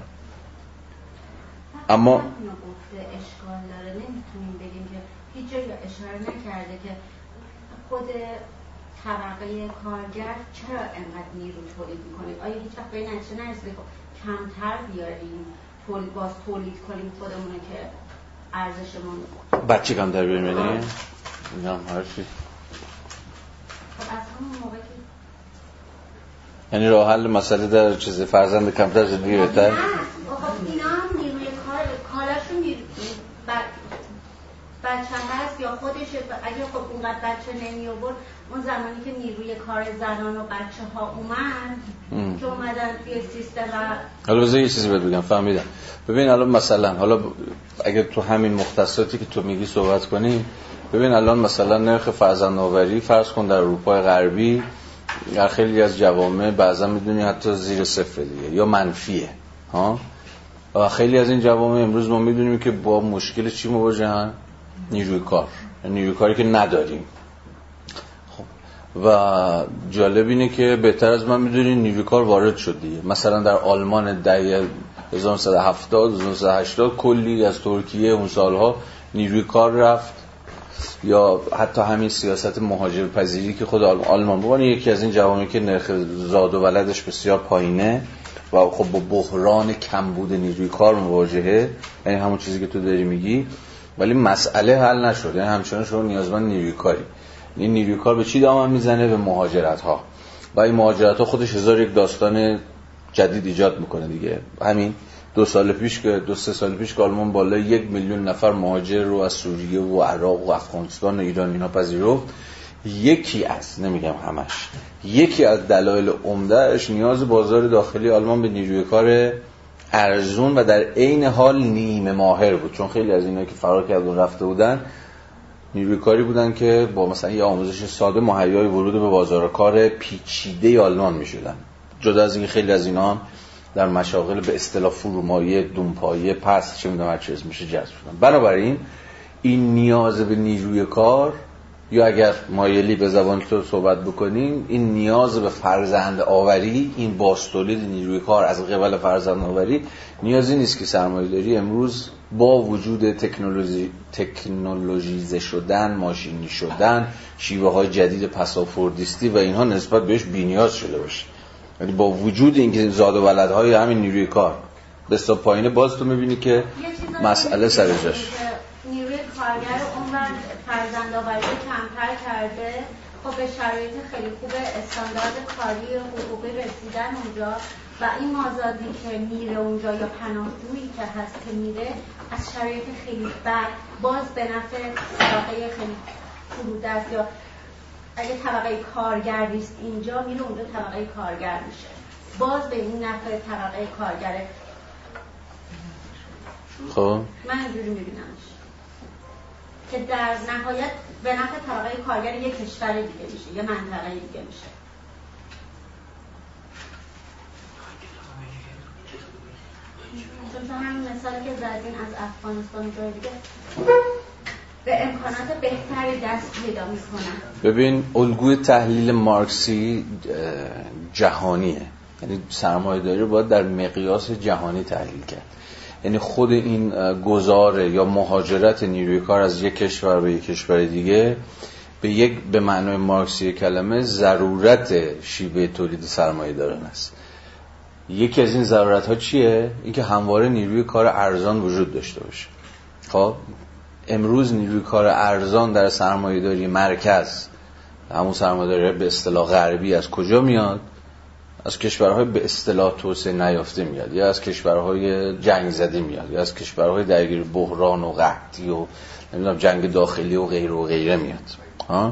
اما اشکال داره، نمیتونیم بگیم که هیچ جایی اشاره نکرده که خود طبقه کارگر چرا انقدر نیرو تولید میکنید؟ آیا هیچ وقت به این نتیجه نرسیده کمتر بیاریم تولید باز تولید کنیم خودمونه که ارزشمون بچه کمتر بیاریم؟ یعنی اینم حرفی خب از همون موقع که یعنی راه حل مسئله در چیز فرزند کمتر زندگی بهتر؟ نه خب اینا هم نیروی کار کاراشون نیرو بچه هست یا خودشه. اگه خب اونقدر بچه نمی آورد اون زمانی که نیروی کار زنان و بچه ها اومد که اومدن توی سیستم و حالا بذار یه چیزی بهت بگم. فهمیدم. ببین الان مثلا حالا اگه تو همین مختصاتی که تو میگی صحبت کنیم، ببین الان مثلا نرخ فرزندآوری فرض کن در اروپای غربی در خیلی از جوامع بعضا میدونی حتی زیر صفر دیگه یا منفیه ها. و خیلی از این جوامع امروز ما میدونیم که با مشکل چی مواجهن؟ نیروی کار، نیروی کاری که نداریم. خب و جالب اینه که بهتر از من میدونین نیروی کار وارد شد دیگه. مثلا در آلمان دهه هزار و نهصد و هفتاد هزار و نهصد و هشتاد کلی از ترکیه اون سالها نیروی کار رفت، یا حتی همین سیاست مهاجرپذیری که خود آلمان بوده یکی از این جوامعی که نرخ زاد و ولدش بسیار پایینه و خب با بحران کمبود نیروی کار مواجهه، یعنی همون چیزی که تو داری میگی. ولی مسئله حل نشد، یعنی همچنان شما نیازمند نیروی کاری. این نیروی کار به چی دامن میزنه؟ به مهاجرت ها. و این مهاجرت ها خودش هزار یک داستان جدید ایجاد میکنه دیگه. همین دو سال پیش که دو سه سال پیش که آلمان بالای یک میلیون نفر مهاجر رو از سوریه و عراق و افغانستان و ایران اینا پذیرفت، یکی از نمیگم همش، یکی از دلایل عمدهش نیاز بازار داخلی آلمان به نیروی کار ارزون و در عین حال نیمه ماهر بود. چون خیلی از اینا که فرار کردن رفته بودن نیروی کاری بودن که با مثلا یه آموزش ساده مهیای ورود به بازار کار پیچیده آلمان میشدن. جدا از اینکه خیلی از اینا در مشاغل به اصطلاح فرومایه، دونپایه، پس چه میدونم هر چیز میشه جذب شدن. بنابراین این نیاز به نیروی کار، یا اگر مایلی به زبان تو صحبت بکنیم این نیاز به فرزند آوری، این باستولید نیروی کار از قبل فرزند آوری، نیازی نیست که سرمایه‌داری امروز با وجود تکنولوژی تکنولوژیزه شدن، ماشینی شدن، شیوه های جدید پسافوردیستی و اینها نسبت بهش بی‌نیاز شده باشه. یعنی با وجود اینکه زاد و ولدهای همین نیروی کار بسیار پایینه، باز تو میبینی که مسئله سر جاش. نیروی کارگر اونور فرزندآوری کمتر کرده، خب به شرایط خیلی خوب استاندارد کاری و حقوقی رسیدن اونجا و این مازادی که میره اونجا یا پناهجویی که هست که میره از شرایط خیلی بد باز به نفع طبقه خیلی فرودست، یا اگه طبقه کارگر نیست اینجا میره اونجا طبقه کارگر میشه، باز به این نفع طبقه کارگره. خب من اینجوری میبینمش که در نهایت به نفع طبقه کارگر یک کشور دیگه میشه، یه منطقه دیگه میشه. چون همین مثالی که زدین از افغانستان جای دیگه به امکانات بهتری دست پیدا میکنن. ببین الگوی تحلیل مارکسی جهانیه، یعنی سرمایه‌داری رو باید در مقیاس جهانی تحلیل کرد. یعنی خود این گذاره یا مهاجرت نیروی کار از یک کشور به یک کشور دیگه به یک به معنای مارکسی کلمه ضرورت شیوه تولید سرمایه‌داران است. یکی از این ضرورت ها چیه؟ اینکه همواره نیروی کار ارزان وجود داشته باشه. خب امروز نیروی کار ارزان در سرمایه‌داری مرکز، همون سرمایه‌داری به اصطلاح غربی، از کجا میاد؟ از کشورهای به اصطلاح توسعه نیافته میاد، یا از کشورهای جنگ زده میاد، یا از کشورهای درگیر بحران و قحطی و نمیدونم جنگ داخلی و غیره و غیره میاد. ها؟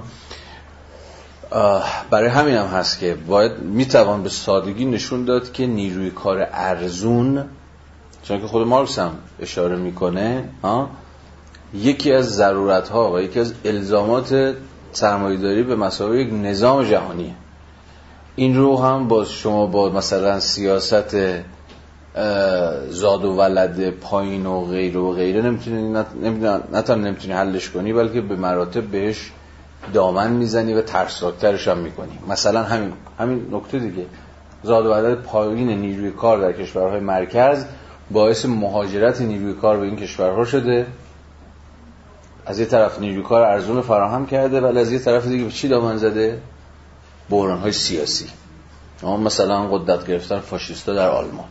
برای همین هم هست که باید میتوان به سادگی نشون داد که نیروی کار ارزون، چون که خود مارکس هم اشاره میکنه، ها، یکی از ضرورت‌ها و یکی از الزامات سرمایه‌داری به مثابه یک نظام جهانیه. این رو هم با شما با مثلا سیاست زاد و ولد پایین و غیره و غیره نمیتونی نه تنها نمیتونی حلش کنی، بلکه به مراتب بهش دامن میزنی و ترسناکترش هم میکنی. مثلا همین همین نکته دیگه، زاد و ولد پایین نیروی کار در کشورهای مرکز باعث مهاجرت نیروی کار به این کشورها شده. از یه طرف نیروی کار ارزون فراهم کرده، ولی از یه طرف دیگه به چی دامن زده؟ بحران‌های سیاسی. اما مثلا قدرت گرفتن فاشیستا در آلمان.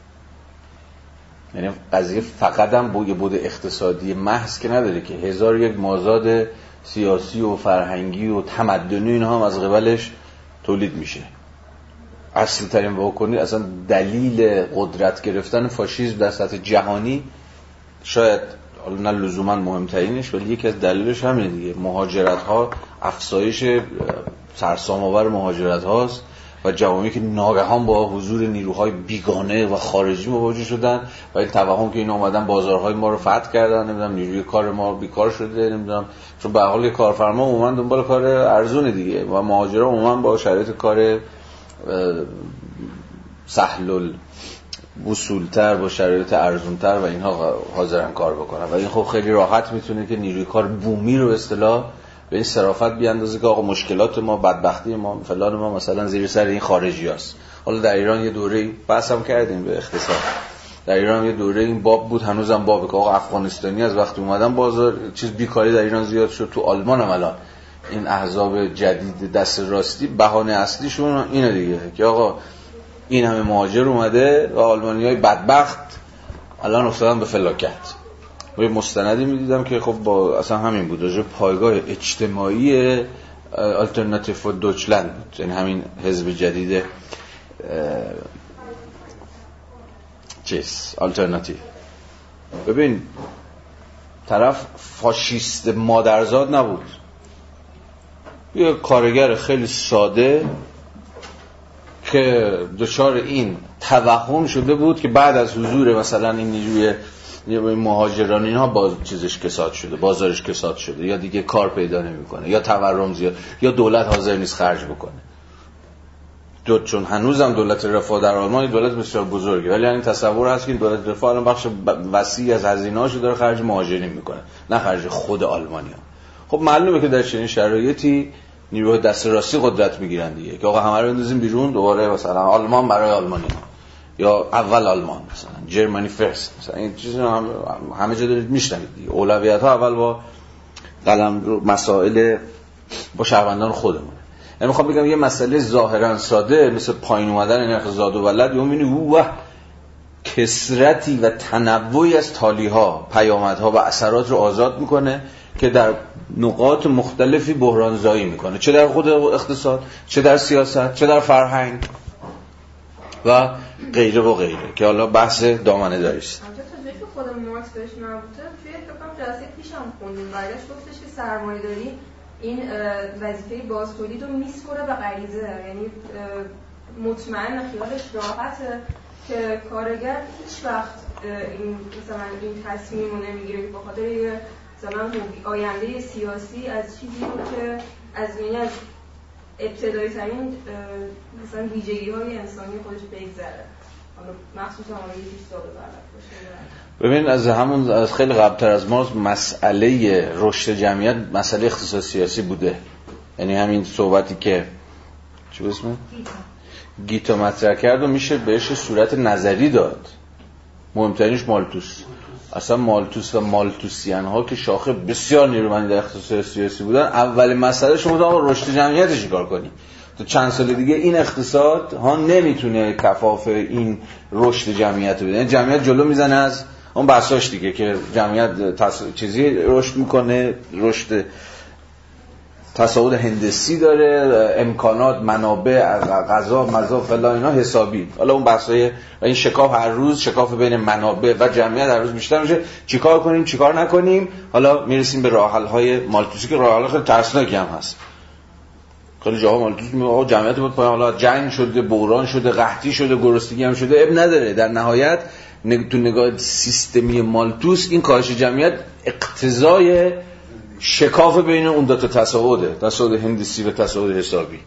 یعنی قضیه فقط هم بود بود اقتصادی محض که نداره، که هزار یک مازاد سیاسی و فرهنگی و تمدنی اینها هم از قبلش تولید میشه. اصلی ترین واکنی اصلا دلیل قدرت گرفتن فاشیسم در سطح جهانی، شاید حالا نه لزوما مهمترینش، ولی یکی از دلایلش همینه دیگه، مهاجرت ها، افزایش سرسام آور مهاجرت هاست و جوامعی که ناگهان با حضور نیروهای بیگانه و خارجی مواجه شدن و این توهم که اینا اومدن بازارهای ما رو فتح کردن، نمیدونم نیروی کار ما بیکار شده، نمیدونم، چون به هر حال کارفرما عموما دنبال کار ارزون دیگه و مهاجرا عموما با شرایط کار سهل وصولتر با شرایط ارزونتر و اینها حاضرن کار بکنن و این خب خیلی راحت میتونه که نیروی کار بومی رو به اصطلاح به این صرافت بیاندازه که آقا مشکلات ما، بدبختی ما، فلان ما مثلا زیر سر این خارجی هست. حالا در ایران یه دوره بحث هم کردیم به اختصار، در ایران یه دوره این باب بود، هنوزم بابه، که آقا افغانستانی از وقتی اومدن بازار چیز بیکاری در ایران زیاد شد. تو آلمان هم الان این احزاب جدید دست راستی بهانه اصلیشون اینه دیگه که آقا این همه مهاجر اومده و آلمانیای بدبخت الان افتادن به فلاکت. و یه مستندی میدیدم که خب با اصلا همین بود، راجع پایگاه اجتماعی آلترناتیو فور دویچلند بود، یعنی همین حزب جدید چیز آلترناتیو. ببین طرف فاشیست مادرزاد نبود، یه کارگر خیلی ساده که دچار این توهم شده بود که بعد از حضور مثلا این نیروی نیروی مهاجران اینها باز چیزش کساد شده، بازارش کساد شده، یا دیگه کار پیدا نمیکنه، یا تورم زیاد، یا دولت حاضر نیست خرج بکنه. دو چون هنوزم دولت رفاه در آلمان دولت بسیار بزرگه، ولی این تصور هست که دولت رفاه الان بخش وسیعی از هزینه‌اشو داره خرج مهاجرین میکنه، نه خرج خود آلمانی‌ها. خب معلومه که در چنین شرایطی نیروهای دست راستی قدرت میگیرن دیگه، که آقا همه رو بندازیم بیرون، دوباره مثلا آلمان برای آلمانی‌ها، یا اول آلمان مثلا جرمنی فرست، مثلا این چیزا هم همه جا دارید میشنوید دیگه. اولویت‌ها اول با قلم رو مسائل با شهروندان خودمونه. یعنی میخوام بگم یه مسئله ظاهرا ساده مثل پایین اومدن نرخ زاد و ولد، یا میبینی اوه کثرتی و تنوعی از تالی‌ها، پیامدها و اثرات رو آزاد میکنه که در نقاط مختلفی بحران زایی میکنه، چه در خود اقتصاد، چه در سیاست، چه در فرهنگ و غیره و غیره، که حالا بحث دامنه داری است. البته تا جایی که خود مارکس بهش مربوطه، توی فکرام جلسه پیشم خوندیم، برگشت گفتش که سرمایه‌داری این وظیفه بازتولید رو میسپره به غریزه، یعنی مطمئن خیالش راحته که کارگر هیچ وقت این مثلا این تصمیم رو نمیگیره که بخاطر یه مثلا آینده سیاسی از چیزی رو که از یعنی از ابتدایی ترین مثلا ویژگی های انسانی خودش بگذره، حالا مخصوصا اون یه چیز ثابت باشه. ببین از همون از خیلی قبلتر از ما مسئله رشد جمعیت مسئله اقتصاد سیاسی بوده، یعنی همین صحبتی که چی اسمه گیتا مطرح کرد و میشه بهش صورت نظری داد. مهمترینش مالتوس، اصلا مالتوس و مالتوسیان ها که شاخه بسیار نیرومندی در اقتصاد سیاسی بودن، اولین مسئله شما دارم رشد جمعیت چیکار کنی. تو چند سال دیگه این اقتصاد ها نمیتونه کفاف این رشد جمعیت بده، یعنی جمعیت جلو میزنه از اون بحثاش دیگه که جمعیت تص... چیزی رشد میکنه، رشد تصاعد هندسی داره، امکانات، منابع، غذا، مزا فلان اینا حسابی. حالا اون بحثای این شکاف هر روز، شکاف بین منابع و جمعیت هر روز بیشتر میشه، چیکار کنیم چیکار نکنیم. حالا میرسیم به راه حل های مالتوسی که راه حل خیلی ترسناکی هم هست. خیلی جاها مالتوس میگه آقا جمعیت بود پایین، حالا جنگ شده، بحران شده، قحطی شده، گرسنگی هم شده، اب نداره. در نهایت تو نگاه سیستمی مالتوس این کاهش جمعیت اقتضای شکاف بین اون دو تا تصاعده، تصاعد هندسی و تصاعد حسابی.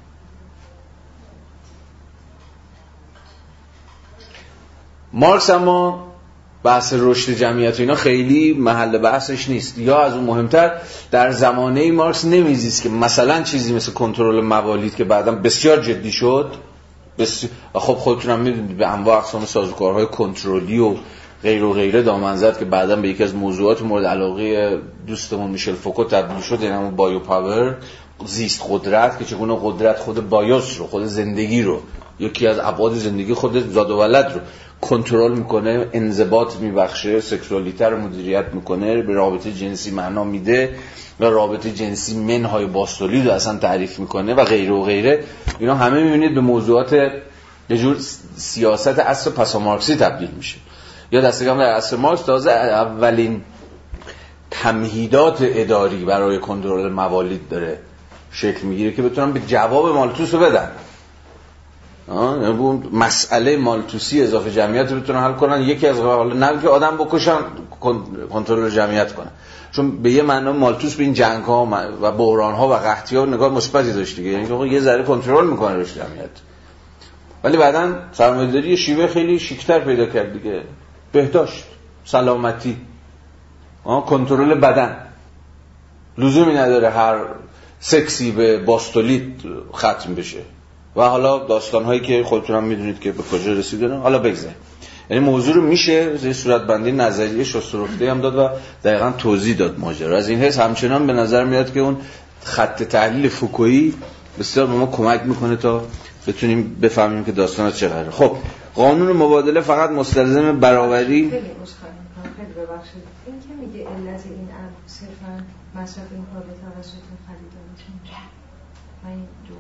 مارکس اما بحث رشد جمعیت و اینا خیلی محل بحثش نیست. یا از اون مهمتر در زمانه مارکس نمیزیست که مثلا چیزی مثل کنترل موالید که بعداً بسیار جدی شد، بسیار خب خودتون هم میدونید به انواع اقسام سازوکارهای کنترلی و غیر و غیره دامن زد که بعداً به یکی از موضوعات مورد علاقه دوستمون میشل فوکو تبدیل شد، یعنی همون بایو پاور، زیست قدرت، که چگونه قدرت خود بایوس رو، خود زندگی رو، یکی از ابعاد زندگی خود زاد و ولد رو کنترل میکنه، انضباط میبخشه، سکسوالیته رو مدیریت میکنه، به رابطه جنسی معنا میده و رابطه جنسی منهای باستولید رو اصلا تعریف میکنه و غیره و غیره. اینا همه میبینید به موضوعات یه جور سیاست عصر پسا مارکسی تبدیل میشه. یا دست کم در عصر مارکس تازه اولین تمهیدات اداری برای کنترل موالید داره شکل میگیره که بتونن به جواب مالتوس رو بدن. آه اون مسئله مالتوسی اضافه جمعیت رو بتونن حل کنن. یکی از حالا نه که آدم بکشن، کنترل جمعیت کنن، چون به یه معنی مالتوس به این جنگ ها و بحران ها و قحطی ها نگاه مثبتی داشت دیگه، یعنی آقا یه ذره کنترل میکنه روش جمعیت. ولی بعدن سرمایه‌داری شیوه خیلی شیک‌تر پیدا کرد دیگه، بهداشت، سلامتی، آه کنترل بدن. لزومی نداره هر سکسی به باستولید ختم بشه. و حالا داستان‌هایی که خودتون هم میدونید که به کجا رسیدن، حالا بگذاریم. یعنی موضوع رو میشه زیر صورت بندی نظریه شسترفته هم داد و دقیقاً توضیح داد ماجرا. از این حیث همچنان به نظر میاد که اون خط تحلیل فوکویی بسیار به ما کمک میکنه تا بتونیم بفهمیم که داستان چقدره. خب قانون مبادله فقط مستلزم برابری. خیلی ببخشید این که میگه علت این امر صرفاً مصرف این کار به توسط خریدارتون، من این دو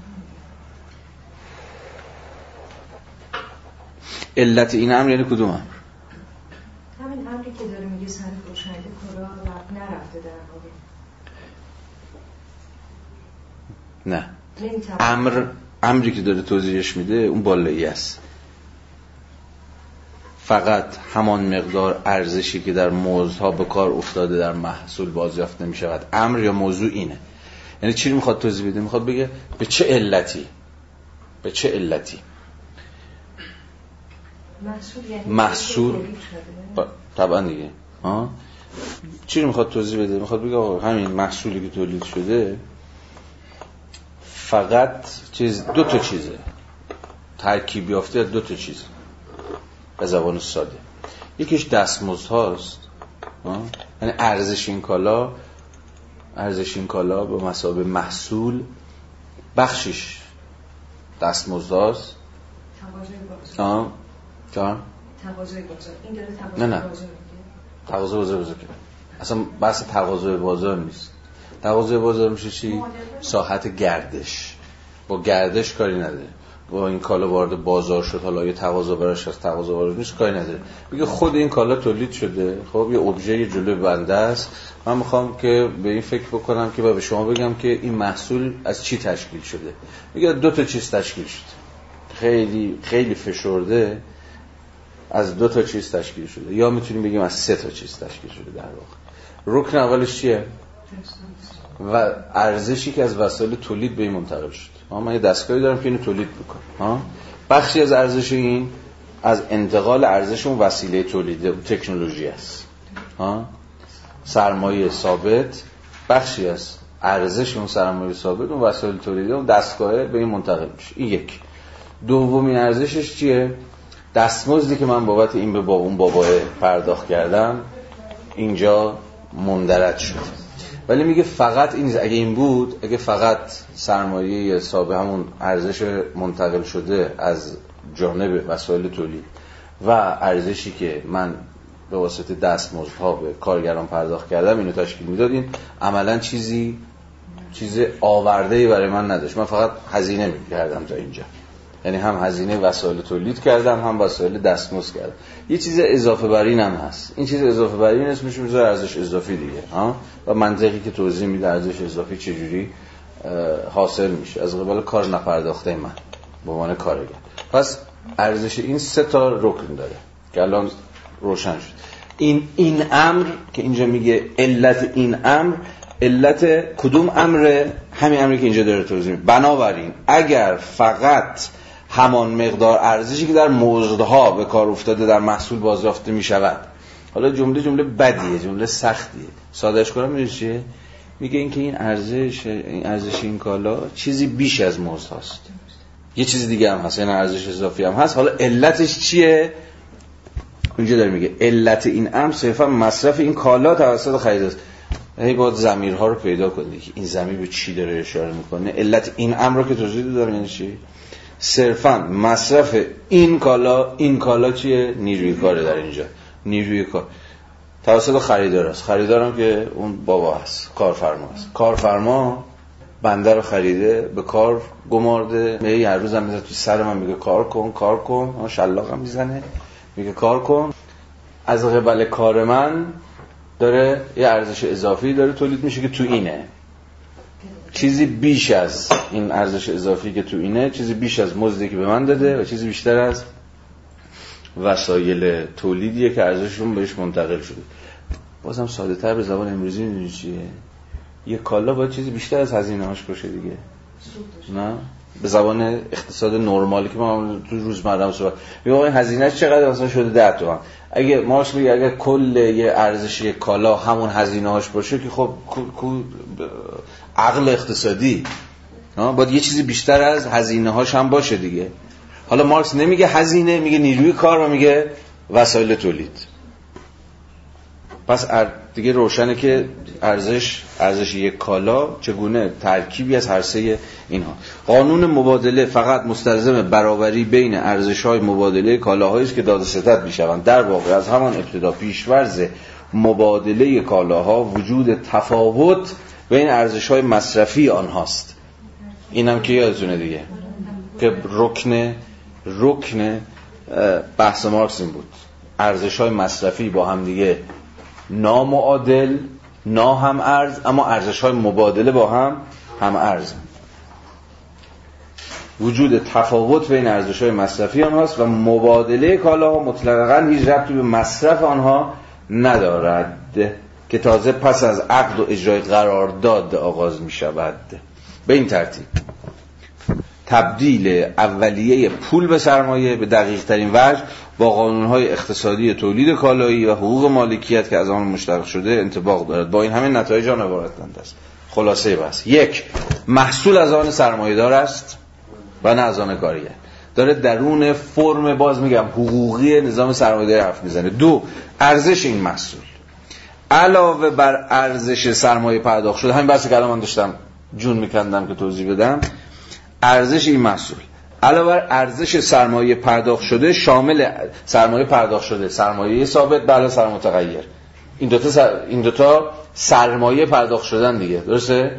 علت این امر یعنی کدوم امر؟ همین امری که داره میگه سر فروشنده کلا نرفته در واقع. نه امر، امری که داره توضیحش میده اون بالایی است. فقط همان مقدار ارزشی که در موزها به کار افتاده در محصول بازیافت نمیشود. امر یا موضوع اینه. یعنی چی رو میخواد توضیح بده؟ میخواد بگه به چه علتی، به چه علتی محصول یعنی محصول با... طبعا دیگه ها چی رو میخواد توضیح بده؟ میخواد بگه آقا همین محصولی که تولید شده فقط چیز دو تا چیزه، ترکیب یافته از دو تا چیز به زبان ساده. یکیش دستمزد هاست، یعنی ارزش این کالا، ارزش این کالا به مثابه محصول، بخشش دستمزد هاست، تقاضای بازار. جان؟ تقاضای بازار. این داره نه نه تقاضای بازار میگه. تقاضای بازار بازار کنه. اصلا بحث تقاضای بازار نیست. تقاضای بازار میشه چی؟ ساحت گردش. با گردش کاری نداره. با این کالا وارد بازار شد، حالا یه تقاضا براش از تقاضا وارد نیست کاری نداره. میگه خود این کالا تولید شده، خب یه ابژه جلوی بنده است. من میخوام که به این فکر بکنم که به شما بگم که این محصول از چی تشکیل شده. میگه دو تا چیز تشکیل شده. خیلی خیلی فشرده از دو تا چیز تشکیل شده، یا میتونیم بگیم از سه تا چیز تشکیل شده. در واقع رکن اولش چیه؟ و ارزشی که از وسایل تولید به این منتقل شد. من یه دستگاهی دارم که اینو تولید میکنه. بخشی از ارزش این از انتقال ارزش اون وسیله تولید تکنولوژی است. سرمایه ثابت بخشی از ارزش اون سرمایه ثابت اون وسایل تولید اون دستگاه به این منتقل میشه. این یک. دومین ارزشش چیه؟ دستمزدی که من بابت این به بابا اون بابا پرداخت کردم اینجا مندرج شد. ولی میگه فقط این، اگه این بود، اگه فقط سرمایه ثابت همون ارزش منتقل شده از جانب وسایل تولید و ارزشی که من به واسطه دستمزدها به کارگران پرداخت کردم اینو تشکیل میداد، این عملا چیزی چیز آورده‌ای برای من نداشت. من فقط هزینه می‌کردم تا اینجا، یعنی هم هزینه وسایل تولید کردم هم وسایل دستمزد کردم. یه چیز اضافه بر این هم هست، این چیز اضافه بر این اسمش میذاره ارزش اضافی دیگه ها. و منطقی که توضیح میده ارزش اضافی چجوری حاصل میشه از قبال کار نپرداخته من به عنوان کارگر. پس ارزش این سه تا رکن داره که الان روشن شد. این این امر که اینجا میگه علت این امر، علت کدوم امره؟ همین امری که اینجا داره توضیح میده. بنابراین اگر فقط همان مقدار ارزشی که در مزدها به کار افتاده در محصول بازیافته میشود، حالا جمله جمله بدیه، جمله سختیه، سادهش کنم میشه چیه؟ میگه این که این ارزش این ارزش این کالا چیزی بیش از مزد هست، یه چیز دیگه هم هست، یعنی ارزش اضافی هم هست. حالا علتش چیه؟ اینجا داره میگه علت این امر صرفا مصرف این کالا توسط خریدار. هی باید ضمیرها رو پیدا کنید که این ضمیر به چی داره اشاره میکنه. علت این امر رو که توضیح دادم یعنی چی؟ صرفا مصرف این کالا. این کالا چیه؟ نیروی کاره در اینجا، نیروی کار توسط خریدار است. خریدارم که اون بابا هست، کارفرما است. کارفرما بنده رو خریده، به کار گمارده، میگه هر روزم میذاره تو سر من میگه کار کن کار کن، اون شلاقم میزنه میگه کار کن. از قبل کار من داره یه ارزش اضافی داره تولید میشه که تو اینه، چیزی بیش از این ارزش اضافی که تو اینه، چیزی بیش از مزدی که به من داده و چیزی بیشتر از وسایل تولیدیه که ارزششون بهش منتقل شده. بازم ساده تر به زبان امروزی میدونی چیه؟ یه کالا باید چیزی بیشتر از هزینه هاش باشه دیگه، نه؟ به زبان اقتصاد نرمالی که ما تو روزمره صحبت میگم این هزینه‌اش چقدر مثلا شده ده تومن. اگه مارکس میگه اگه کل یه ارزش یک کالا همون هزینه هاش باشه که خب کو عقل اقتصادی ها باید یه چیزی بیشتر از هزینه هاش هم باشه دیگه. حالا مارکس نمیگه هزینه، میگه نیروی کار و میگه وسایل تولید. پس دیگه روشنه که ارزش ارزش یک کالا چگونه ترکیبی از هر سه اینها. قانون مبادله فقط مستلزم برابری بین ارزش‌های مبادله کالاهایی است که داده ستد می‌شوند. در واقع از همان ابتدا پیش‌ورز مبادله کالاها وجود تفاوت بین ارزش‌های مصرفی آنهاست. اینم که یادتونه دیگه که رکن رکن بحث مارکس این بود. ارزش‌های مصرفی با هم دیگه نامعادل، نا هم ارز، اما ارزش‌های مبادله با هم هم ارز. وجود تفاوت بین ارزش‌های مصرفی آنهاست و مبادله کالاها مطلقاً هیچ ربطی به مصرف آنها ندارد که تازه پس از عقد و اجرای قرارداد آغاز می‌شود. به این ترتیب تبدیل اولیه پول به سرمایه به دقیق ترین وجه با قانون‌های اقتصادی تولید کالایی و حقوق مالکیت که از آن مشتق شده انطباق دارد. با این همین نتایج آن عبارتند است. خلاصه بس یک، محصول از آن سرمایه‌دار است و نه از آن کارگر. داره درون فرم باز میگم حقوقی نظام سرمایه‌داری حرف میزنه. دو، ارزش این محصول علاوه بر ارزش سرمایه پرداخت شده، همین بحثی که الان من داشتم جون میکندم که توضیح بدم، ارزش این محصول علاوه بر ارزش سرمایه پرداخت شده شامل سرمایه پرداخت شده، سرمایه ثابت بله سرمایه متغیر، این دوتا سر... این دوتا سرمایه پرداخت شدن دیگه، درسته؟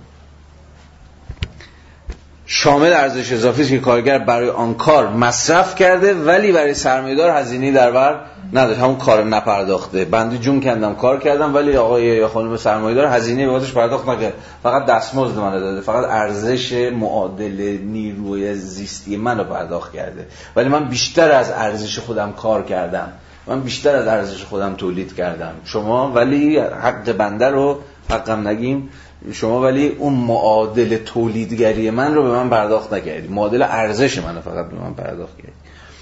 شامل ارزش اضافی است که کارگر برای آن کار مصرف کرده ولی برای سرمایه‌دار هزینه‌ای در بر نداشت، همون کار نپرداخته. بنده جون کندم کار کردم ولی آقای یا خانم سرمایه‌دار هزینه بابتش پرداخت نکرد، فقط دستمزد منو داده، فقط ارزش معادل نیروی زیستی منو پرداخت کرده، ولی من بیشتر از ارزش خودم کار کردم، من بیشتر از ارزش خودم تولید کردم. شما ولی حق بنده رو حقم نگیم، شما ولی اون معادل تولیدگری من رو به من پرداخت نکردید، معادل ارزش منو فقط به من پرداخت کردید.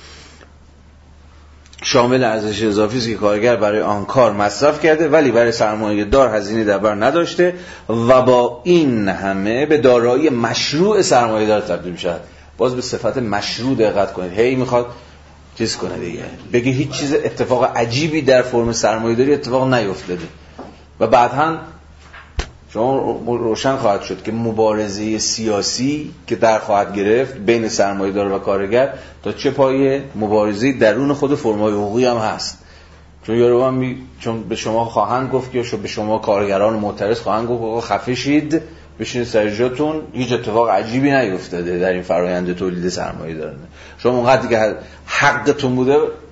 شامل ارزش اضافی است که کارگر برای آن کار مصرف کرده ولی برای سرمایه دار هزینه در بر نداشته و با این همه به دارایی مشروع سرمایه دار تبدیل می‌شود. باز به صفت مشروع دقت کنید، هی میخواد چیز کنه دیگه، بگه هیچ چیز اتفاق عجیبی در فرم سرمایه داری اتفاق نیفتاده و بعداً شما روشن خواهد شد که مبارزه سیاسی که در خواهد گرفت بین سرمایه‌دار و کارگر تا چه پایه مبارزه درون خود فرم‌های حقوقی هم هست. چون یارو هم می... چون به شما خواهند گفت یا به شما کارگران معترض خواهند گفت آقا خفه شید بشینید سر جاتون، هیچ اتفاق عجیبی نیفتاده در این فرآیند تولید سرمایه دارنده. شما اونقدر که حقتون بوده،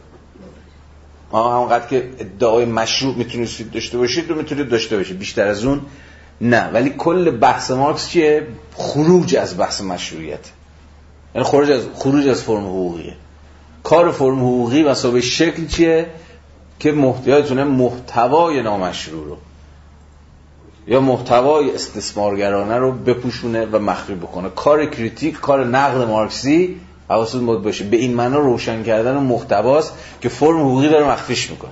اونقدر که ادعای مشروع میتونید داشته باشید رو میتونید داشته باشید، بیشتر از اون نه. ولی کل بحث مارکس چیه؟ خروج از بحث مشروعیت، یعنی خروج از خروج از فرم حقوقیه. کار فرم حقوقی و صاحب شکل چیه؟ که محتویاتونه محتوای نامشروع رو یا محتوای استثمارگرانه رو بپوشونه و مخفی بکنه. کار کریتیک، کار نقد مارکسی حواستون باید باشه به این معنا روشن کردن محتواست که فرم حقوقی داره مخفیش میکنه.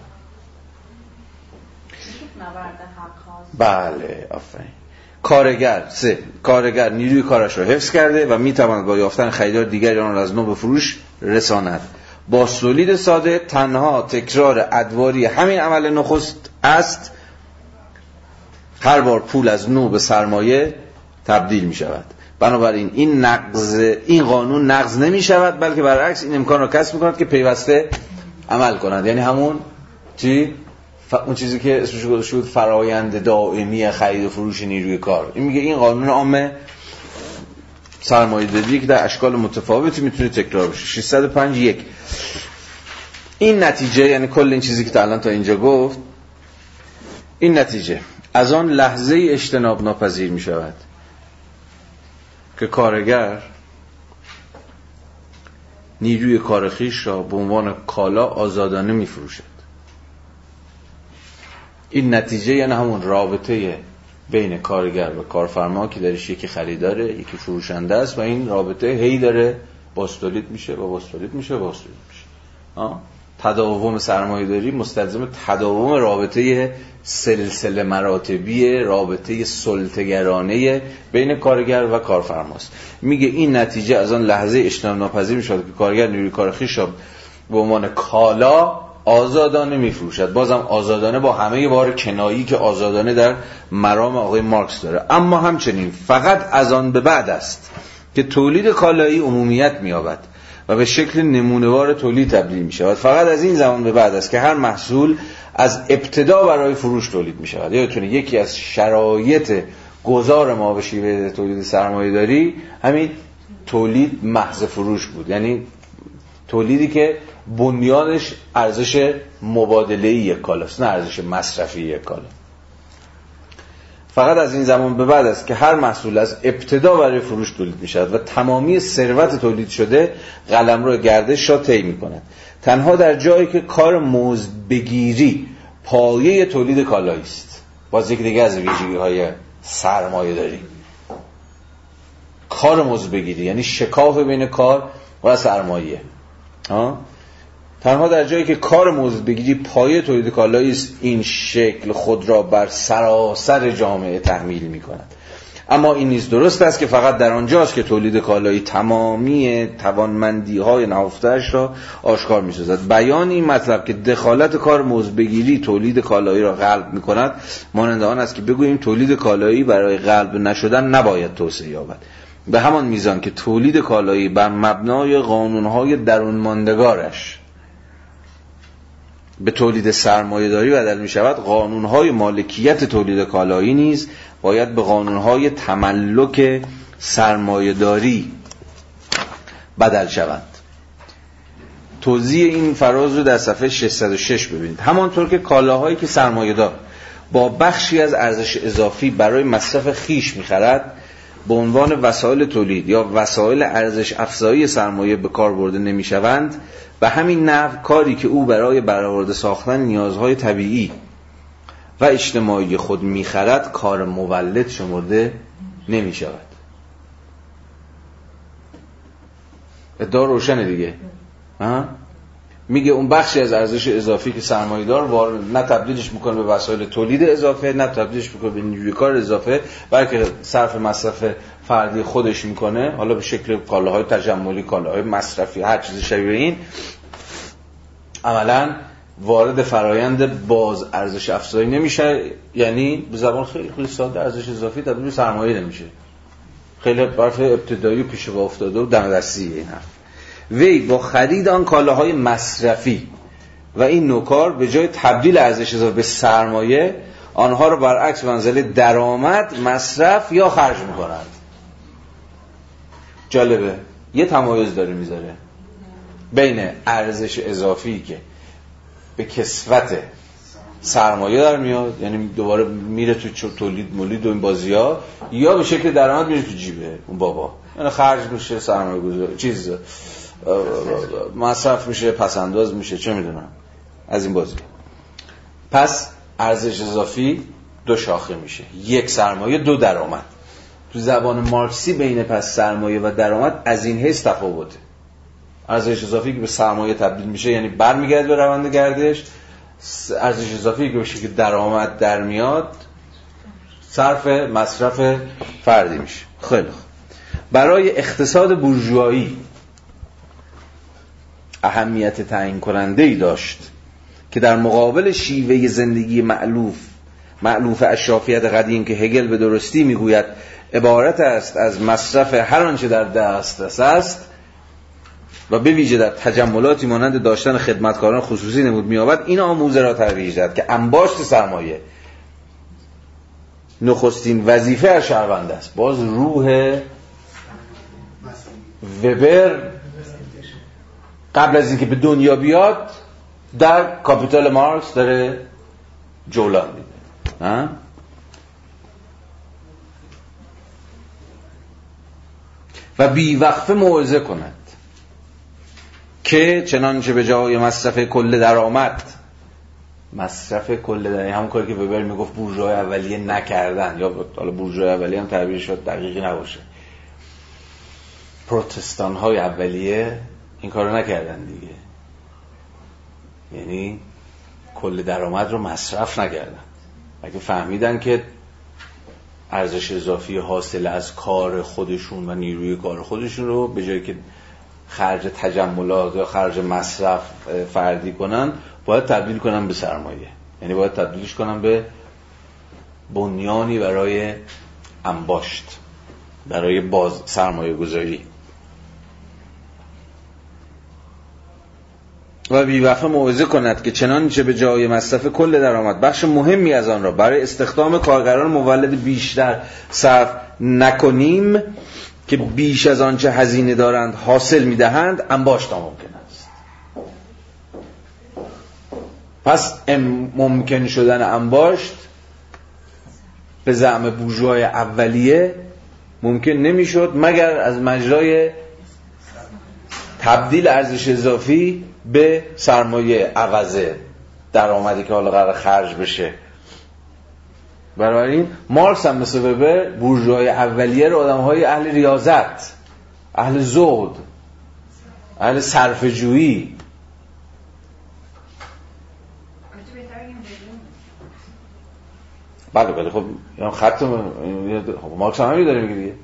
بله آفرین. کارگر سه کارگر نیروی کارش رو حفظ کرده و میتواند با یافتن خریدار دیگری آن را از نو به فروش رساند. با تولید ساده تنها تکرار ادواری همین عمل نخست است. هر بار پول از نو به سرمایه تبدیل می شود. بنابراین این نقض این قانون نقض نمی شود، بلکه برعکس این امکان را کسب می کند که پیوسته عمل کند. یعنی همون چی؟ ف... اون چیزی که اسمش گذاشته بود فرایند دائمی خرید و فروش نیروی کار. این میگه این قانون عام سرمایه‌داری که در اشکال متفاوتی میتونه تکرار بشه. ششصد و پنج یک این نتیجه، یعنی کل این چیزی که تا الان تا اینجا گفت، این نتیجه از آن لحظه اجتناب ناپذیر می شود که کارگر نیروی کار خویش را به عنوان کالا آزادانه می فروشد. این نتیجه یعنی همون رابطه بین کارگر و کارفرما که درش یکی خریداره یکی فروشنده است و این رابطه هی داره باستولید میشه و باستولید میشه و باستولید میشه. آه؟ تداوم سرمایه‌داری مستلزم تداوم رابطه سلسله مراتبی، رابطه سلطه‌گرانه بین کارگر و کارفرماست. میگه این نتیجه از آن لحظه اجتناب ناپذیر میشود که کارگر نیروی کار خویش را به عنوان کالا آزادانه میفروشد. بازم آزادانه با همه بار کنایی که آزادانه در مرام آقای مارکس داره. اما همچنین فقط از آن به بعد است که تولید کالایی عمومیت می‌یابد و به شکل نمونه‌وار تولید تبدیل می‌شود. فقط از این زمان به بعد است که هر محصول از ابتدا برای فروش تولید می‌شود. یادتونه یکی از شرایط گذار ما به شیوه تولید سرمایه‌داری همین تولید محض فروش بود، یعنی تولیدی که بنیانش ارزش مبادله‌ای یک کالاست نه ارزش مصرفی یک کالا. فقط از این زمان به بعد است که هر محصول از ابتدا برای فروش تولید می شود و تمامی ثروت تولید شده قلمرو گردش را طی می کند. تنها در جایی که کار مزدبگیری پایه تولید کالایی است. باز یک دیگه از ویژگی‌های سرمایه داری کار مزدبگیری، یعنی شکاف بین کار و سرمایه. ها؟ تنها در جایی که کار مزدبگیری پایه تولید کالایی است این شکل خود را بر سراسر جامعه تحمیل می کند. اما این نیز درست است که فقط در آنجاست که تولید کالایی تمامی توانمندی های نهفته‌اش را آشکار می سازد. بیان این مطلب که دخالت کار مزدبگیری تولید کالایی را قلب می کند مانند آن است که بگوییم تولید کالایی برای قلب نشدن نباید توسعه یابد. به همان میزان که تولید کالایی بر مبنای قانونهای درون ماندگارش به تولید سرمایه‌داری بدل می شود، قانونهای مالکیت تولید کالایی نیز باید به قانونهای تملک سرمایه‌داری بدل شوند. توضیح این فراز رو در صفحه ششصد و شش ببینید. همانطور که کالاهایی که سرمایه‌دار با بخشی از ارزش اضافی برای مصرف خیش می‌خرد به عنوان وسایل تولید یا وسایل ارزش افزایی سرمایه به کار برده نمی‌شوند، به همین نحو کاری که او برای برآورده ساختن نیازهای طبیعی و اجتماعی خود می‌خرد کار مولد شمرده نمی‌شود. ادعا روشنه دیگه. ها؟ میگه اون بخشی از ارزش اضافی که سرمایه‌دار وارد نه تبدیلش میکنه به وسایل تولید اضافه، نه تبدیلش میکنه به نیروی کار اضافه، بلکه صرف مصرف فردی خودش میکنه، حالا به شکل کالاهای تجملی، کالاهای مصرفی، هر چیز شبیه این، عملاً وارد فرایند باز ارزش افزایی نمیشه. یعنی به زبان خیلی خیلی ساده ارزش اضافی تبدیل به سرمایه نمیشه. خیلی حرف ابتدایی و پیش افتاده و دم دستیه این حرف. وی با خرید آن کالاهای مصرفی و این نوکار به جای تبدیل ارزش اضافی به سرمایه آنها رو برعکس منزله درآمد، مصرف یا خرج میکنند. جالبه، یه تمایز داره میذاره بین ارزش اضافی که به کسوت سرمایه در میاد، یعنی دوباره میره تو تولید مولید و این بازی‌ها، یا به شکل درآمد میره تو جیبه اون بابا، یعنی خرج میشه، سرمایه گذاری، چیز مصرف میشه، پس انداز میشه، چه میدونم از این بازی. پس ارزش اضافی دو شاخه میشه، یک سرمایه، دو درآمد. تو زبان مارکسی بین پس سرمایه و درآمد از این حیث تفاوته. ارزش اضافی که به سرمایه تبدیل میشه یعنی برمیگرده به روند گردش، ارزش اضافی که به شکل درآمد در میاد صرف مصرف فردی میشه. خیلی خوب. برای اقتصاد بورژوایی اهمیت تعیین کننده‌ای داشت که در مقابل شیوه زندگی مألوف مألوف اشرافیت قدیم که هگل به درستی میگوید عبارت است از مصرف هر آنچه در دسترس است و به ویژه در تجملاتی مانند داشتن خدمتکاران خصوصی نمود می‌یابد، این آموزه را ترویج داد که انباشت سرمایه نخستین وظیفه از شهروند است. باز روح وبر قبل از اینکه به دنیا بیاد در کاپیتال مارکس داره جولان میده. و بیوقفه موعظه کند که چنانچه به جای مصرف کل درآمد، مصرف کل درآمد همون کاری که وبر میگفت بورژوای اولیه نکردن، یا حالا بورژوای اولیه هم تعبیرش شد دقیقی نباشه، پروتستان های اولیه این کارو نکردن دیگه، یعنی کل درآمد رو مصرف نکردن. اگه فهمیدن که ارزش اضافی حاصل از کار خودشون و نیروی کار خودشون رو به جایی که خرج تجملات یا خرج مصرف فردی کنن باید تبدیل کنن به سرمایه، یعنی باید تبدیلش کنن به بنیانی برای انباشت، برای باز سرمایه گذاری. و بیوقفه موعظه کند که چنانچه به جای مصرف کل درآمد بخش مهمی از آن را برای استخدام کارگران مولد بیشتر صرف نکنیم که بیش از آنچه هزینه دارند حاصل می‌دهند، انباشت ممکن است. پس ممکن شدن انباشت به زعم بورژوای اولیه ممکن نمی‌شد مگر از مجرای تبدیل ارزش اضافی به سرمایه عوضه درآمدی که حالا قرار خرج بشه. بنابراین مارکس هم مثل وبر بورژوای اولیه رو آدم‌های اهل ریاضت، اهل زهد، اهل صرفه‌جویی، بله بله خب یعنی خط مارکس هم همین داره میگه دیگه.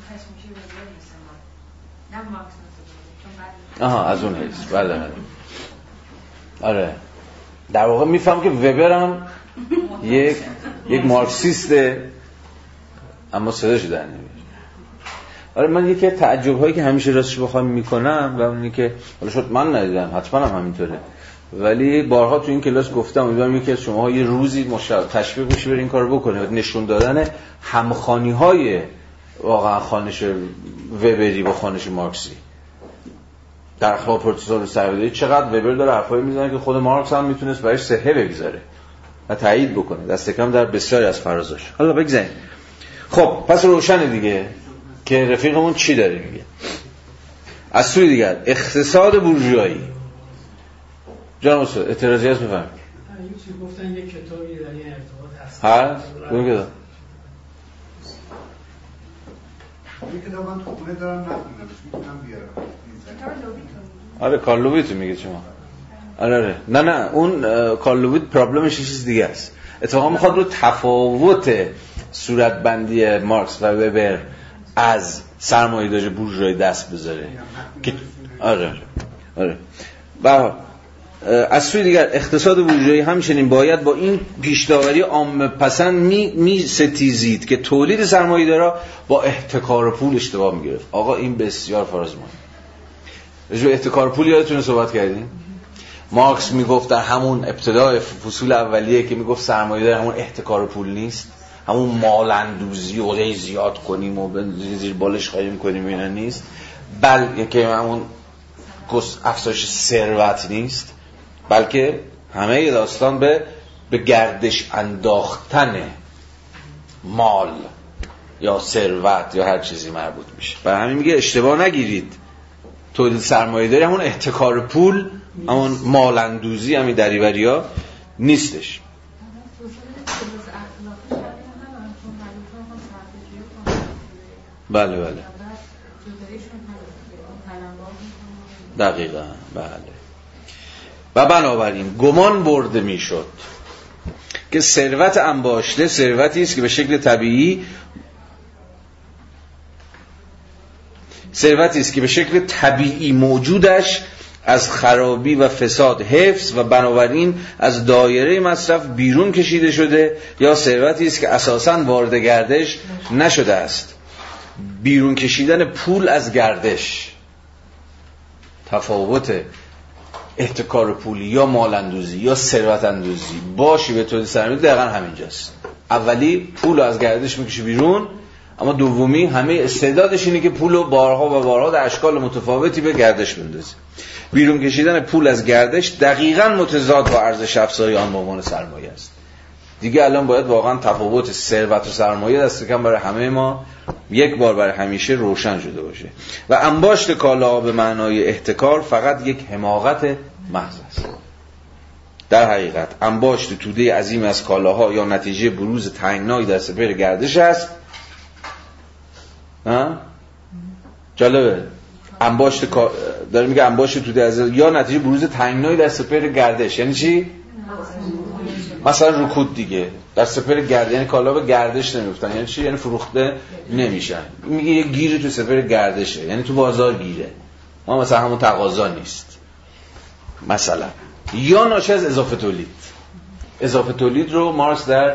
آها از اون حیث بله بله آره در واقع میفهم که وبر هم یک یک مارکسیسته اما صداش در نمیاد. آره من یکی از تعجب‌هایی که همیشه راستش بخوام میکنم و اونی که حالا شد من ندیدم حتما هم همینطوره، ولی بارها تو این کلاس گفتم امیدوارم یکی از شماها یه روزی مشابه تشویق بشه برین این کارو بکنه، نشون دادن همخوانی‌های واقعا خوانش وبری با خوانش مارکسی در اخلاق پروتستان و سرمایه‌داری. چقدر وبر داره حرفایی میزنه که خود مارکس هم میتونست برایش صحه بگذاره و تایید بکنه، دست کم در بسیاری از فرازاش. حالا بگذاریم. خب پس روشنه دیگه که رفیقمون چی داره میگه. از سوی دیگر اقتصاد بورژوایی، جناب استاد اعتراضی هست بفرمایید. یه چیزی گفتن یک کتابی در این ارتباط هست. هست؟ بگو کتاب. یک کتاب من تو خونه دارم نخوندمش، میتونم بیارم. آره کارلوویتو میگه شما. آره آره نه نه اون کارلوویت پرابلمش یه چیز دیگه است. اتفاقا میخواد رو تفاوت صورتبندی مارکس و وبر از سرمایه‌داری بورژوایی دست بذاره که آره آره به از سوی دیگر اقتصاد بورژوایی همچنین باید با این پیش‌داوری عامه پسند می, می ستیزید که تولید سرمایه‌دارا با احتکار پول اشتباه میگرفت. آقا این بسیار فرازمند. راجع به احتکار پول یادتونه صحبت کردیم؟ مارکس میگفت در همون ابتدای فصول اولیه که میگفت سرمایه‌داری همون احتکار پول نیست، همون مالندوزی و هی زیاد کنیم و زیر بالش خواهیم کنیم اینا نیست، بلکه همون افزایش ثروت نیست، بلکه همه داستان به به گردش انداختن مال یا ثروت یا هر چیزی مربوط میشه. برای همین میگه اشتباه نگیرید، تولید سرمایه‌داری همون احتکار پول، همون مالندوزی، همین دریوریا نیستش. بله بله دقیقا بله. و بنابراین گمان برده میشد که ثروت انباشته ثروتی است که به شکل طبیعی ثروتی است که به شکل طبیعی موجودش از خرابی و فساد حفظ و بنابراین از دایره مصرف بیرون کشیده شده، یا ثروتی است که اساساً وارد گردش نشده است. بیرون کشیدن پول از گردش، تفاوت احتکار پولی یا مالندوزی یا ثروت اندوزی باشی به تولید سرمایه دقیقاً همینجاست. اولی پول از گردش میکشه بیرون، اما دومی همه استعدادش اینه که پول رو بارها و بارها در اشکال متفاوتی به گردش بندازه. بیرون کشیدن پول از گردش دقیقاً متضاد با ارزش افزایی آن به عنوان سرمایه است. دیگه الان باید واقعاً تفاوت ثروت و سرمایه دست کم برای همه ما یک بار برای همیشه روشن شده باشه. و انباشت کالاها به معنای احتکار فقط یک حماقت محض است. در حقیقت انباشت توده عظیم از کالاها یا نتیجه بروز تنگنایی در سپهر گردش است. ها؟ جالبه. انباشت داره میگه انباشت توده از یا نتیجه بروز تنگنایی در سپهر گردش. یعنی چی؟ مثلا رکود دیگه در سپهر گردش، یعنی کالا به گردش نمیفتن. یعنی چی؟ یعنی فروخته نمیشن. میگه یه گیری تو سپهر گردشه، یعنی تو بازار گیره، ما مثلا همون تقاضا نیست مثلا. یا ناشی از اضافه تولید. اضافه تولید رو مارکس در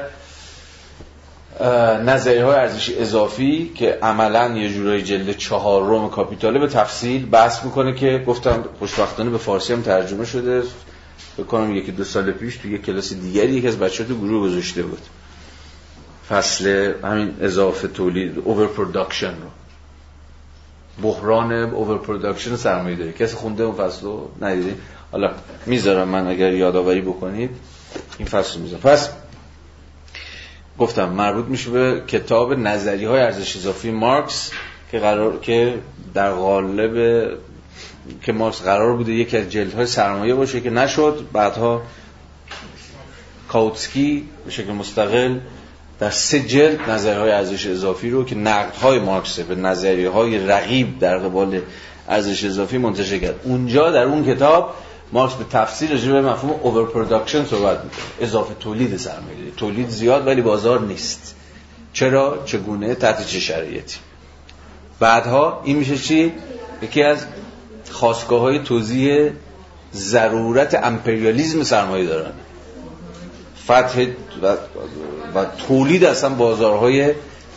نظریه های ارزش اضافی که عملاً یه جورای جلد چهارم کاپیتاله به تفصیل بحث میکنه که گفتم خوشبختانه به فارسی هم ترجمه شده. بکنم یکی دو سال پیش تو یک کلاس دیگری یکی از بچه‌ها تو گروه گذاشته بود فصل همین اضافه تولید، اوور پروداکشن رو، بحران اوور پروداکشن سرمایه‌داری. کسی خونده اون فصل رو؟ ندیدین؟ حالا میذارم من اگر یادآوری بکنید این فصل رو میذارم. پس گفتم مربوط میشه به کتاب نظریه های ارزش اضافی مارکس که قرار که در قالب که مارکس قرار بوده یکی از جلدهای سرمایه باشه که نشد. بعدها کاوتسکی به شکل مستقل در سه جلد نظریه های ارزش اضافی رو که نقدهای مارکس به نظریه های رقیب در قبال ارزش اضافی منتشر کرد. اونجا در اون کتاب مارکس به تفصیل راجع به مفهوم اوور پروداکشن صحبت می‌کنه. اضافه تولید سرمایه، تولید زیاد ولی بازار نیست. چرا؟ چگونه؟ تحت چه شرایطی؟ بعدها این میشه چی؟ یکی از خاستگاه‌های توزیع ضرورت امپریالیسم سرمایه دارن، فتح و, و تولید اصلا بازارهای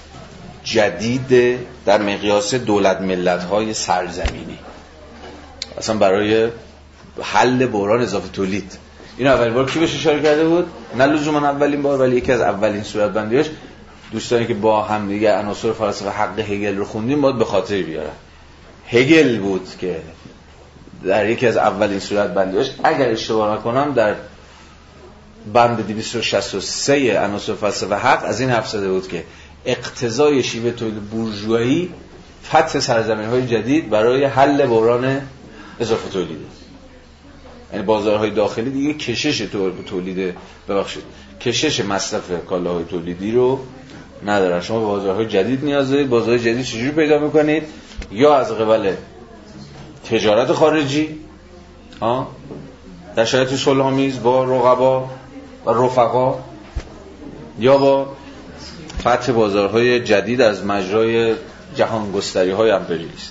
جدید در مقیاس دولت ملت‌های سرزمینی اصلا برای حل بحران اضافه تولید. این اولین بار کی بهش اشاره کرده بود؟ نه لزوما اولین بار ولی یکی از اولین صورت بندیاش. دوستانی که با هم دیگه عناصر فلسفه حق هگل رو خوندیم باید به خاطر بیارن. هگل بود که در یکی از اولین صورت بندیاش اگر اشتباه نکنم در بند دویست و شصت و سه عناصر فلسفه حق از این حرف زده بود که اقتضای شیوه تولید بورژوایی فتح سرزمین‌های جدید برای حل بحران اضافه تولید. یعنی بازارهای داخلی دیگه کشش تولید ببخشید کشش مصرف کالاهای تولیدی رو ندارن. شما به بازارهای جدید نیاز دارید. بازارهای جدید چجوری پیدا میکنید؟ یا از قبل تجارت خارجی ها در شرایط صلح‌آمیز با رقبا و رفقا، یا با فتح بازارهای جدید از مجرای جهان گستری های امپریالیست.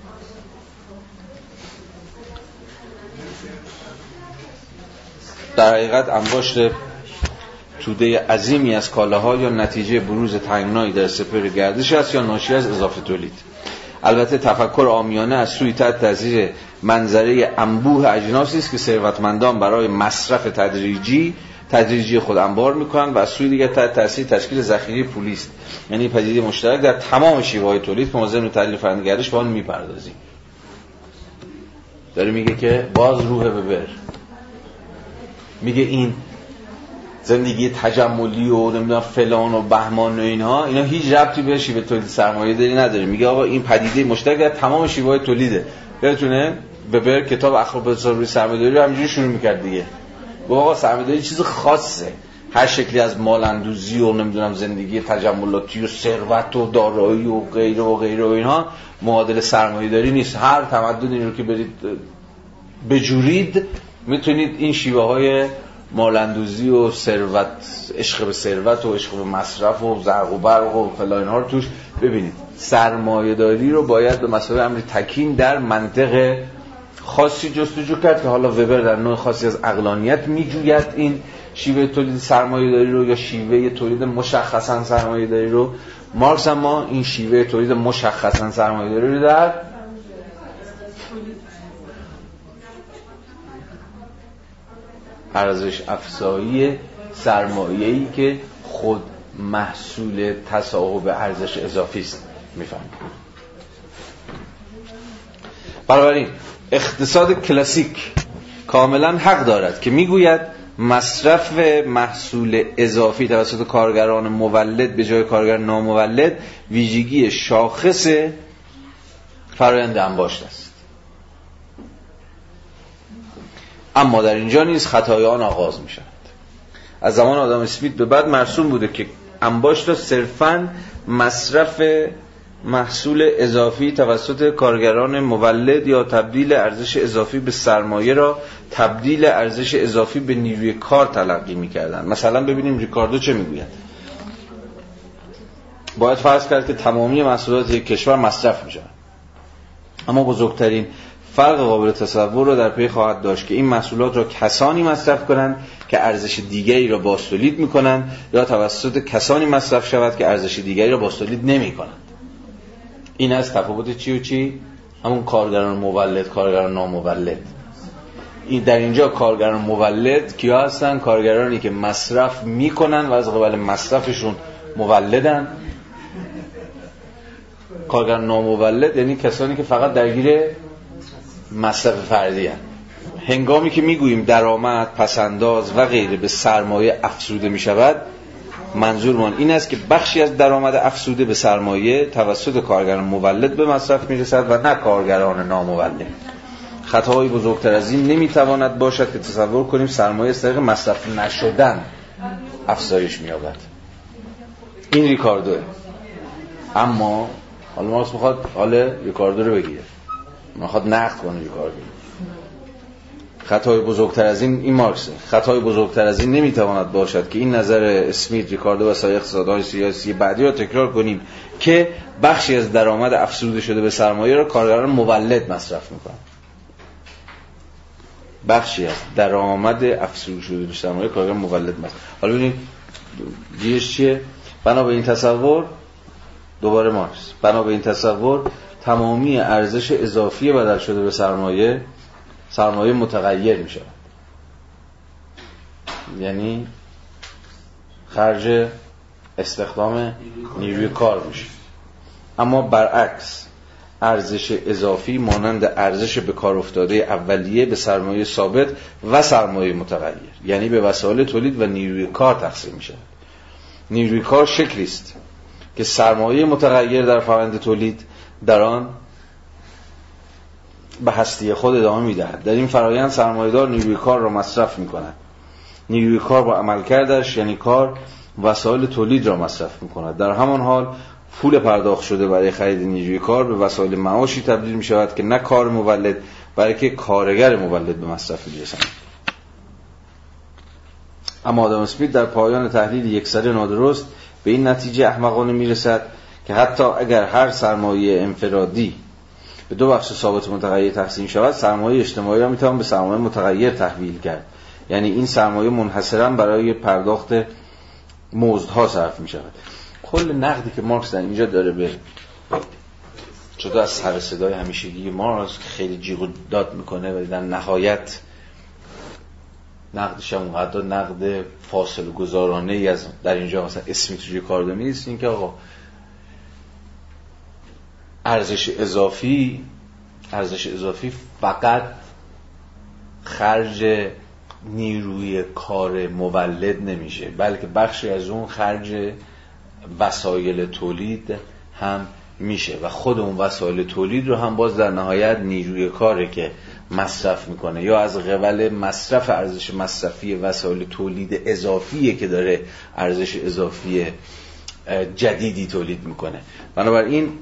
در حقیقت انباشت توده عظیمی از کالاها یا نتیجه بروز تنگنایی در سپهر گردش است یا ناشی از اضافه تولید. البته تفکر عامیانه از سوی تحت تاثیر منظره انبوه اجناسی است که ثروتمندان برای مصرف تدریجی تدریجی خود انبار میکنن و از سوی دیگر تحت تاثیر تشکیل ذخیره پولی است. یعنی پدیده مشترک در تمام شیوه‌های تولید که ما ضمن تحلیل فرآیندگردش به آن میپردازیم. داره میگه که باز روح وبر میگه این زندگی تجملی و نمیدونم فلان و بهمان و اینها اینا هیچ ربطی به شیوه تولید سرمایه‌داری نداره. میگه آقا این پدیده مشترک در تمام شیوه‌های تولیده. یادتونه وبر کتاب اخلاق روی سرمایه‌داری رو همینجوری شروع می‌کرد دیگه. آقا سرمایه‌داری چیز خاصه، هر شکلی از مال‌اندوزی و نمیدونم زندگی تجملاتی و ثروت و دارایی و غیره و غیره و اینها معادل سرمایه‌داری نیست. هر تمدنی رو که برید بجورید میتونید این شیوه‌های مال‌اندوزی و ثروت، عشق به ثروت و عشق به مصرف و زرق و برق و فلان اینها رو توش ببینید. سرمایه‌داری رو باید به مسابقه امر تکین در منطق خاصی جستجو کرد که حالا وبر در نوع خاصی از عقلانیت میجوید این شیوه تولید سرمایه‌داری رو یا شیوه تولید مشخصاً سرمایه‌داری رو. مارکس اما این شیوه تولید مشخصاً سرمایه‌داری رو در ارزش افزایی سرمایه‌ای که خود محصول تصاحب ارزش اضافی است میفهمید. بنابراین اقتصاد کلاسیک کاملا حق دارد که میگوید مصرف محصول اضافی توسط کارگران مولد به جای کارگر نامولد ویژگی شاخص فرآیند انباشت است. اما در اینجا نیز خطایان آغاز می شود. از زمان آدم اسمیت به بعد مرسوم بوده که انباشت را صرفاً مصرف محصول اضافی توسط کارگران مولد یا تبدیل ارزش اضافی به سرمایه را تبدیل ارزش اضافی به نیروی کار تلقی می‌کردند. مثلا ببینیم ریکاردو چه میگوید. باید فرض کرد که تمامی محصولات یک کشور مصرف می‌شوند، اما بزرگترین فرق قابل تصور را در پی خواهد داشت که این محصولات را کسانی مصرف کنند که ارزش دیگری را بازتولید می‌کنند یا توسط کسانی مصرف شود که ارزش دیگری را بازتولید نمی‌کنند. این از تفاوت چی و چی؟ همون کارگران مولد، کارگران نامولد. این در اینجا کارگران مولد کیا هستن؟ کارگرانی که مصرف میکنن و از قبل مصرفشون مولدن. کارگران نامولد یعنی کسانی که فقط درگیر مصرف فردی هستند. هنگامی که میگوییم درآمد، پسنداز و غیره به سرمایه افزوده میشود، منظورمان این است که بخشی از درآمد افزوده به سرمایه توسط کارگران مولد به مصرف میرسد و نه کارگران نامولد. خطاهای بزرگتر از این نمیتواند باشد که تصور کنیم سرمایه از طریق مصرف نشدن افزایش می‌یابد. این ریکاردوه. اما حالا مارکس میخواد حالا ریکاردو رو بگیره، میخواد نقد کنه ریکاردو. خطای بزرگتر از این این مارکسه. خطای بزرگتر از این نمیتواند باشد که این نظر اسمیت، ریکاردو و سایر اقتصادهای سیاسی بعدی را تکرار کنیم که بخشی از درآمد افزوده شده به سرمایه را کارگران مولد مصرف میکنند. بخشی از درآمد افزوده شده به سرمایه کارگران مولد مصرف. حالا ببینید دیش چیه؟ بنا به این تصور، دوباره مارکس، بنا به این تصور تمامی ارزش اضافی بدل شده به سرمایه سرمایه متغیر می شود، یعنی خرج استخدام نیروی کار میشه. اما برعکس ارزش اضافی مانند ارزش به کار افتاده اولیه به سرمایه ثابت و سرمایه متغیر، یعنی به وسایل تولید و نیروی کار تقسیم می شود. نیروی کار شکلی است که سرمایه متغیر در فرآیند تولید در آن به هستی خود ادامه می‌دهد. در این فرآیند سرمایه‌دار نیروی کار را مصرف می‌کند. نیروی کار با عملکردش یعنی کار وسایل تولید را مصرف می‌کند. در همان حال پول پرداخت شده برای خرید نیروی کار به وسایل معاشی تبدیل می‌شود که نه کار مولد بلکه کارگر مولد به مصرف می‌رسند. اما آدم اسمیت در پایان تحلیل یکسره نادرست به این نتیجه احمقانه می‌رسد که حتی اگر هر سرمایه انفرادی به دو بخش ثابت متغیر تقسیم شود، سرمایه اجتماعی را میتوان به سرمایه متغیر تحویل کرد. یعنی این سرمایه منحصراً برای پرداخت مزدها صرف می شود. کل نقدی که مارکس در اینجا داره به جدا از سر صدای همیشگی مارکس که خیلی جیغ و داد میکنه و در نهایت نقدش هم اونقدر نقد فاصله گذارانه ای از در اینجا مثلا اسمیت روی کار داره نیست، این که آقا ارزش اضافی ارزش اضافی فقط خرج نیروی کار مولد نمیشه، بلکه بخشی از اون خرج وسایل تولید هم میشه و خود اون وسایل تولید رو هم باز در نهایت نیروی کاره که مصرف میکنه، یا از قبل مصرف ارزش مصرفی وسایل تولید اضافیه که داره ارزش اضافی جدیدی تولید میکنه. بنابراین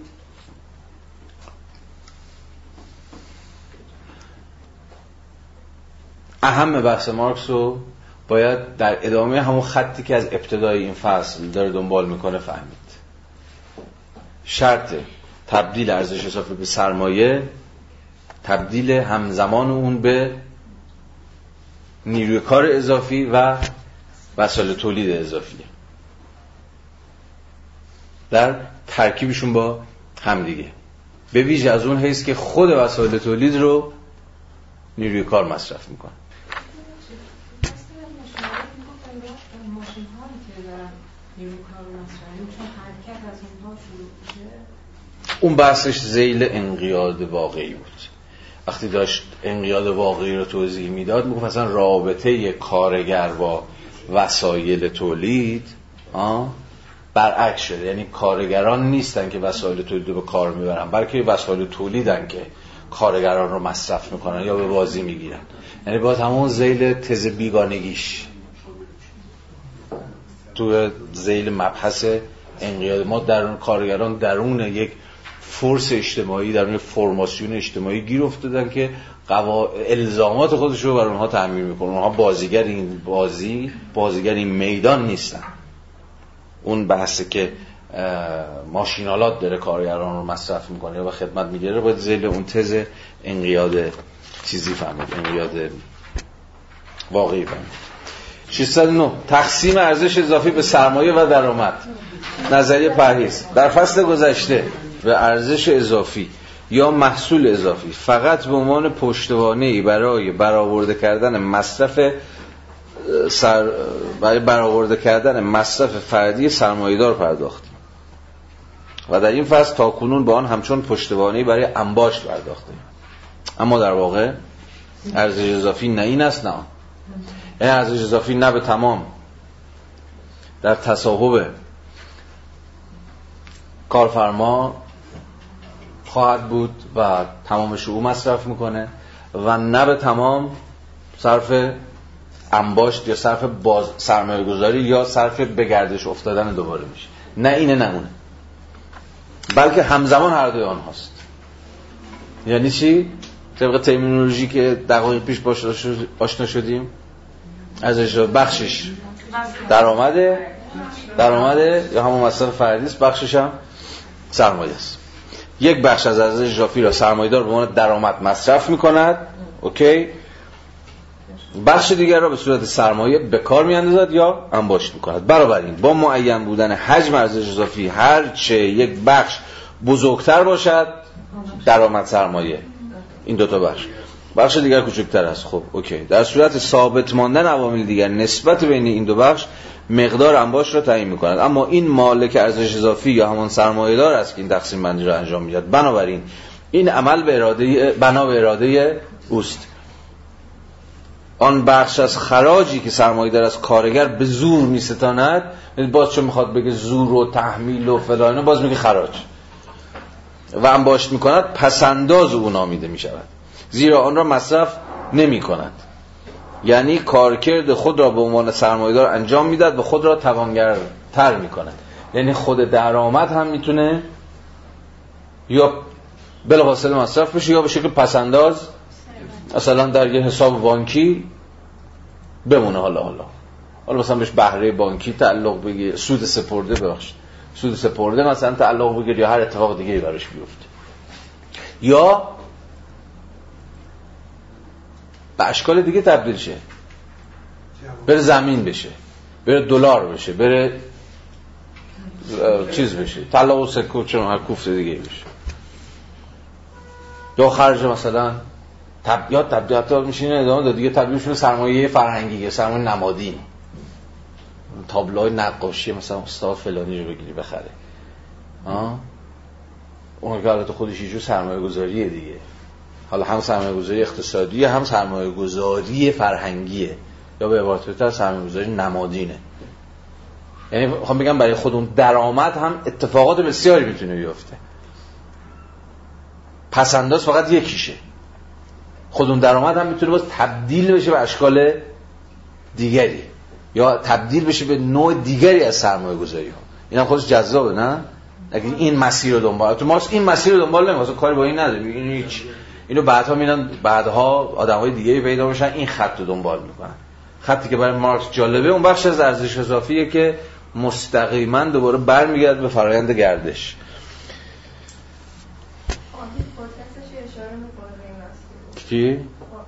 اهم بحث مارکس رو باید در ادامه همون خطی که از ابتدای این فصل داره دنبال میکنه فهمید. شرط تبدیل ارزش اضافی به سرمایه تبدیل همزمان اون به نیروی کار اضافی و وسایل تولید اضافیه در ترکیبشون با همدیگه، به ویژه از اون حیث که خود وسایل تولید رو نیروی کار مصرف میکنه. اون بحثش ذیل انقیاد واقعی بود. وقتی داشت انقیاد واقعی رو توضیح میداد میگفت مثلا رابطه کارگر با وسایل تولید آه برعکس شده، یعنی کارگران نیستن که وسایل تولید رو به کار میبرن، بلکه وسایل تولیدن که کارگران رو مصرف میکنن یا به بازی میگیرن. یعنی باز همون ذیل تز بیگانگیش تو ذیل مبحث انقیاد ما درون کارگران درون یک فورس اجتماعی، درون فرماسیون اجتماعی گیر افتادن که قوا... الزامات خودش رو برای اونها تعمین میکنه. اونها بازیگر این بازی بازیگر این میدان نیستن. اون بحثه که ماشینالات داره کارگران رو مصرف میکنه یا به خدمت میگیره باید ذیل اون تز انقیاد چیزی فهمید، انقیاد واقعی فهمید. ششصد و نه تقسیم ارزش اضافی به سرمایه و درآمد. نظریه پرهیز در فصل گذشته به ارزش اضافی یا محصول اضافی فقط به عنوان پشتوانه‌ای برای برآورده کردن مصرف سر برای برآورده کردن مصرف فردی سرمایه‌دار پرداختیم و در این فصل تاکنون به آن همچون پشتوانه‌ای برای انباشت پرداختیم. اما در واقع ارزش اضافی نه این است نه آن. این ارزش اضافی نه به تمام در تصاحب کارفرما خواهد بود و تمامش او مصرف میکنه و نه به تمام صرف انباشت یا صرف باز سرمایه گذاری یا صرف به گردش افتادن دوباره میشه. نه اینه نه اونه، بلکه همزمان هر دوی آن هاست. یعنی چی؟ طبق ترمینولوژی که دقایق پیش باش آشنا شدیم، ارزش بخشش درآمده درآمده یا همون مصرف فردی است، بخشش هم سرمایه است. یک بخش از ارزش اضافی را سرمایه‌دار به عنوان درآمد مصرف می‌کند، اوکی، بخش دیگر را به صورت سرمایه به کار می‌اندازد یا انباشت می‌کند. بنابراین با معین بودن حجم ارزش اضافی هر چه یک بخش بزرگتر باشد درآمد سرمایه، این دو تا بخش بخش دیگر کوچکتر است. خب اوکی، در صورت ثابت ماندن عوامل دیگر نسبت بین این دو بخش مقدار انباشت را تعیین می‌کند. اما این مالک ارزش اضافی یا همان سرمایه‌دار است که این تقسیم بندی را انجام می‌دهد. بنابراین این عمل به اراده بنا به اراده اوست. آن بخش از خراجی که سرمایه‌دار از کارگر به زور می‌ستاند، باز چون می‌خواد بگه زور و تحمیل و فلان، باز میگه خراج و انباشت می‌کند، پس‌انداز او نامیده می‌شود، زیرا آن را مصرف نمی‌کند. یعنی کارکرد خود را به عنوان سرمایه‌دار انجام میدهد و خود را توانگرتر می‌کند. یعنی خود درآمد هم میتونه یا بلافاصله مصرف بشه یا به شکل پس‌انداز مثلا در یه حساب بانکی بمونه. حالا حالا حالا مثلا بهش بهره بانکی تعلق بگیر، سود سپرده ببخشید سود سپرده مثلا تعلق بگیر یا هر اتفاق دیگه‌ای براش بیفته، یا به اشکال دیگه تبدیل شه، بره زمین بشه، بره دلار بشه، بره چیز بشه، طلا و سکه چون هر کوفت دیگه بشه. یا خرج مثلا تب... یا تبدیل میشه این ادامه داد دیگه، تبدیل میشه سرمایه فرهنگی، سرمایه نمادین، تابلوهای نقاشی مثلا استاد فلانی رو بگیری بخره، ها اون که البته خودش یه جور سرمایه گذاریه دیگه، حالا هم سرمایه گذاری اقتصادی هم سرمایه گذاری فرهنگیه، یا به عبارت بهتر سرمایه گذاری نمادینه. یعنی میخوام بگم برای خودمون درآمد هم اتفاقات بسیاری میتونه بیفته، پسنداز فقط یکیشه. خودمون درآمد هم میتونه باز تبدیل بشه به اشکال دیگری یا تبدیل بشه به نوع دیگری از سرمایه گذاری ها. این هم خودش جذابه نه؟ اگه این مسیر رو دنبال تو ماست، این مسیر رو دنبال نمی‌کنه، کاری با این نداره، اینو هیچ، اینو بعدها میرن بعدها آدمای دیگه‌ای پیدا میشن این خط رو دنبال میکنن. خطی که برای مارکس جالبه اون بخش از ارزش اضافیه که مستقیما دوباره برمیگرده به فرآیند گردش. کی؟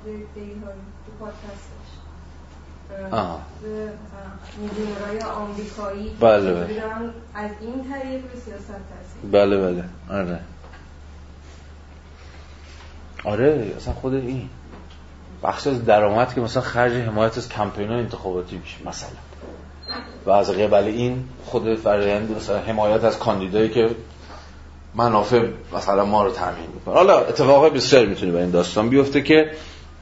آه. میلیونرهای آمریکایی بله بله. از این طریق به سیاست تاثیر. بله بله. آره. آره اصلا خود این بخش از درآمد که مثلا خرج حمایت از کمپین‌های انتخاباتی میشه مثلا، و از قبل این خود فرآیند مثلا حمایت از کاندیدایی که منافع مثلا ما رو تامین میکنه. حالا اتفاقای بسیار میتونه برای این داستان بیفته که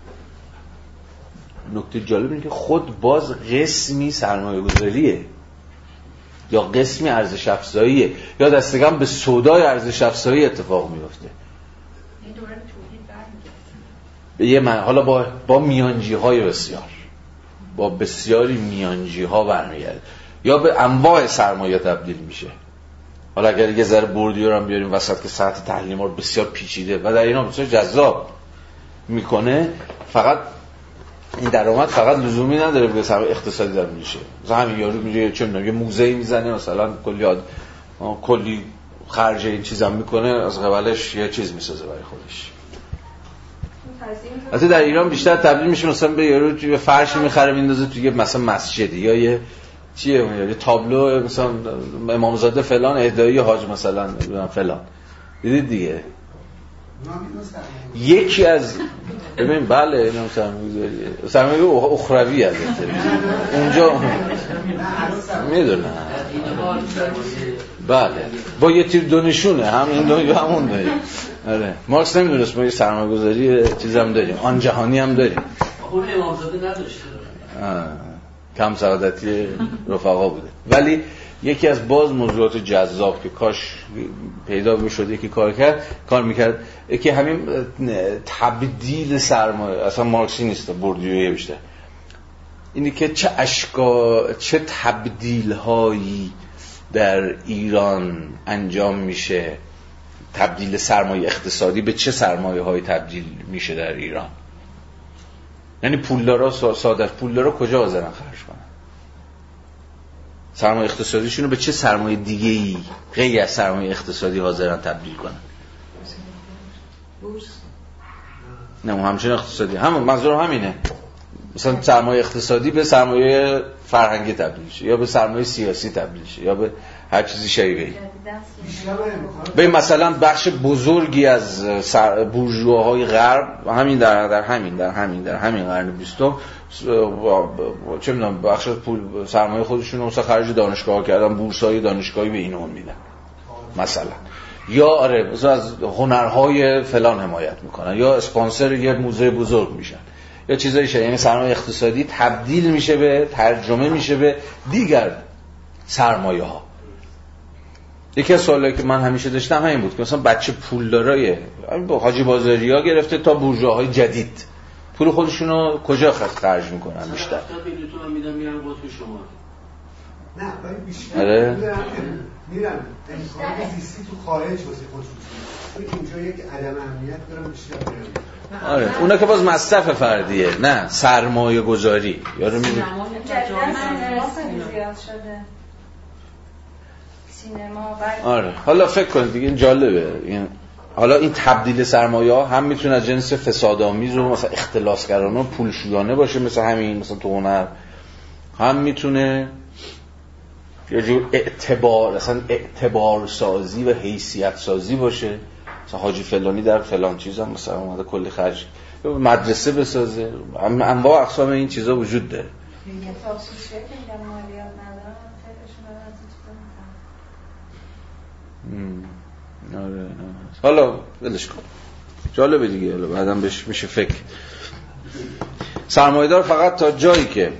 نکته جالب اینه که خود باز قسمی سرمایه گذاریه یا قسمی ارزش افزاییه یا دستگم به سودای ارزش افزایی اتفاق میفته. این دوره توحید برمیگرده به یه من حالا با با میانجی های بسیار با بسیاری میانجی ها برمیگرده یا به انواع سرمایه تبدیل میشه. حالا اگر یه ذره بوردیو رو هم بیاریم وسط که سطح تحلیل ما رو بسیار پیچیده و در اینا بسیار جذاب میکنه، فقط این درآمد فقط لزومی نداره به سرمایه اقتصادی در میشه. مثلا همین یارو میره چه میدونم یه موزه میزنه مثلا کلی یاد کلی خرج این چیزا میکنه، از قبلش یه چیز میسازه برای خودش. البته در ایران بیشتر تبدیل میشه مثلا به یارو توی فرش میخره میندازه توی مثلا مسجدی یا یه چیه یه تابلو مثلا امامزاده فلان اهدایی حاج مثلا فلان، دیدید دیگه. یکی از ببین بله اینم سرمایه‌گذاریه، سرمایه اخروی البته اونجا میدونم بله با یه تیر دو نشونه، هم این دو یا همون داریم. آره مارکس نمیدونست ما یه سرمایه‌گذاری چیزام داریم، آن جهانی هم داریم. اون امامزاده نداشته کم سعادتی رفقا بوده. ولی یکی از باز موضوعات جذاب که کاش پیدا میشد یکی کار کرد کار میکرد که همین تبدیل سرمایه، اصلا مارکسی نیست بوردیویی بیشتر، اینی که چه اشکال چه تبدیل هایی در ایران انجام میشه، تبدیل سرمایه اقتصادی به چه سرمایه هایی تبدیل میشه در ایران. یعنی پولدارا ساده پولدارا کجا حاضرن خرج کنن سرمایه اقتصادیشون رو به چه سرمایه دیگه‌ای غیر از سرمایه اقتصادی حاضرن تبدیل کنن؟ بورس. نه همچنین اقتصادی، هم منظور همینه. مثلا سرمایه اقتصادی به سرمایه فرهنگی تبدیل شه یا به سرمایه سیاسی تبدیل شه یا به هر چیزی شایعی. به مثلا بخش بزرگی از بورژواهای غرب همین در در همین در همین در همین قرن بیستم چه میدونم بخش پول سرمایه خودشون رو مثلا خرج دانشگاه کردن، بورس‌های دانشگاهی به اینا میدن مثلا، یا آره مثلا از هنرهای فلان حمایت میکنن یا اسپانسر یه موزه بزرگ میشن یا چیزایی شه. یعنی سرمایه اقتصادی تبدیل میشه به ترجمه میشه به دیگر سرمایه ها. یکی از سوالایی که من همیشه داشتم همین بود که مثلا بچه پولدارای حاجی بازاریا گرفته تا بورژواهای جدید پول خودشون رو کجا خرج میکنن بیشتر؟ بلیتون هم میدن میرن قطب شما. نه ولی بیشتر آره میرن امکان زیستی تو خارج واسه خودشون، اینجا یک عدم اهمیت دارن بیشتر میرن. آره اونا که باز مصرف فردیه، نه سرمایه گذاری. یارو میگه زیاد شده سینما. آره حالا فکر کنید دیگه این جالبه این حالا این تبدیل سرمایه ها هم میتونه از جنس فسادآمیز و مثلا اختلاسگرانه و پولشویانه باشه مثلا همین مثلا تو هنر، هم میتونه یه جور اعتبار اصلا اعتبار سازی و حیثیت سازی باشه مثلا حاجی فلانی در فلان چیز هم مثلا اومده کلی خرج مدرسه بسازه، انواع اقسام این چیزا وجود داره. آره حالا ولش کن، جالبه دیگه، حالا بعدم بهش میشه فکر. سرمایه‌دار فقط تا جایی که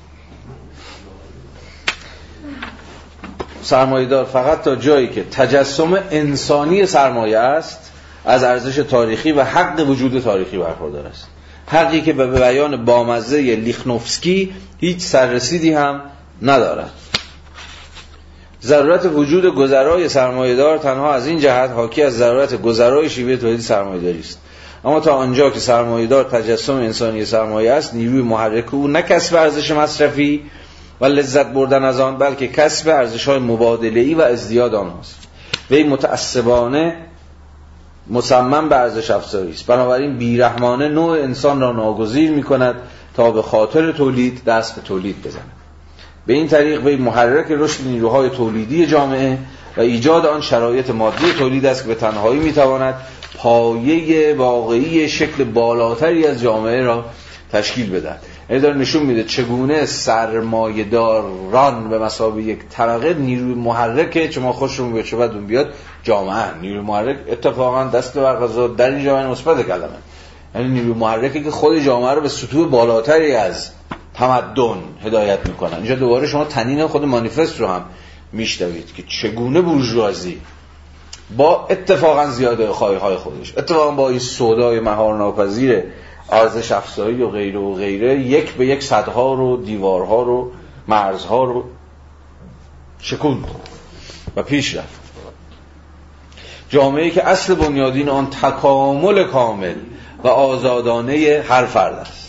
سرمایه‌دار فقط تا جایی که تجسم انسانی سرمایه است از ارزش تاریخی و حق وجود تاریخی برخوردار است، حقی که به بیان بامزه لیخنوفسکی هیچ سررسیدی هم ندارد. ضرورت وجود گذرای سرمایه‌دار تنها از این جهت حاکی از ضرورت گذرای شیوه تولید سرمایه‌داری است. اما تا آنجا که سرمایه‌دار تجسم انسانی سرمایه است، نیروی محرک او نه کسب ارزش مصرفی و لذت بردن از آن، بلکه کسب ارزش‌های مبادله‌ای و ازدیاد آنهاست. وی متعصبانه مصمم به ارزش افزاری است، بنابراین بیرحمانه نوع انسان را ناگزیر می‌کند تا به خاطر تولید دست به تولید بزند. به این طریق وی محرک رشد نیروهای تولیدی جامعه و ایجاد آن شرایط مادی تولید است که به تنهایی می‌تواند پایه واقعی شکل بالاتری از جامعه را تشکیل بدهد. این داره نشون میده چگونه سرمایه‌داران به مثابه یک طبقه نیروی محرکه، چون ما خوشمون بیاد چه بدون بیاد جامعه نیروی محرک اتفاقا دست برقضا در این جامعه مثبت کلمه، یعنی نیروی محرکه که خود جامعه رو به سطوح بالاتری از تمدن هدایت میکنن. اینجا دوباره شما تنین خود مانیفست رو هم میشنوید که چگونه بورژوازی با اتفاقا زیاده خواهی‌های خودش، اتفاقا با این سودای مهارناپذیر ارزش افزایی و غیره و غیره، یک به یک سدها رو، دیوارها رو، مرزها رو شکوند و پیش رفت. جامعه‌ای که اصل بنیادین آن تکامل کامل و آزادانه هر فرد است.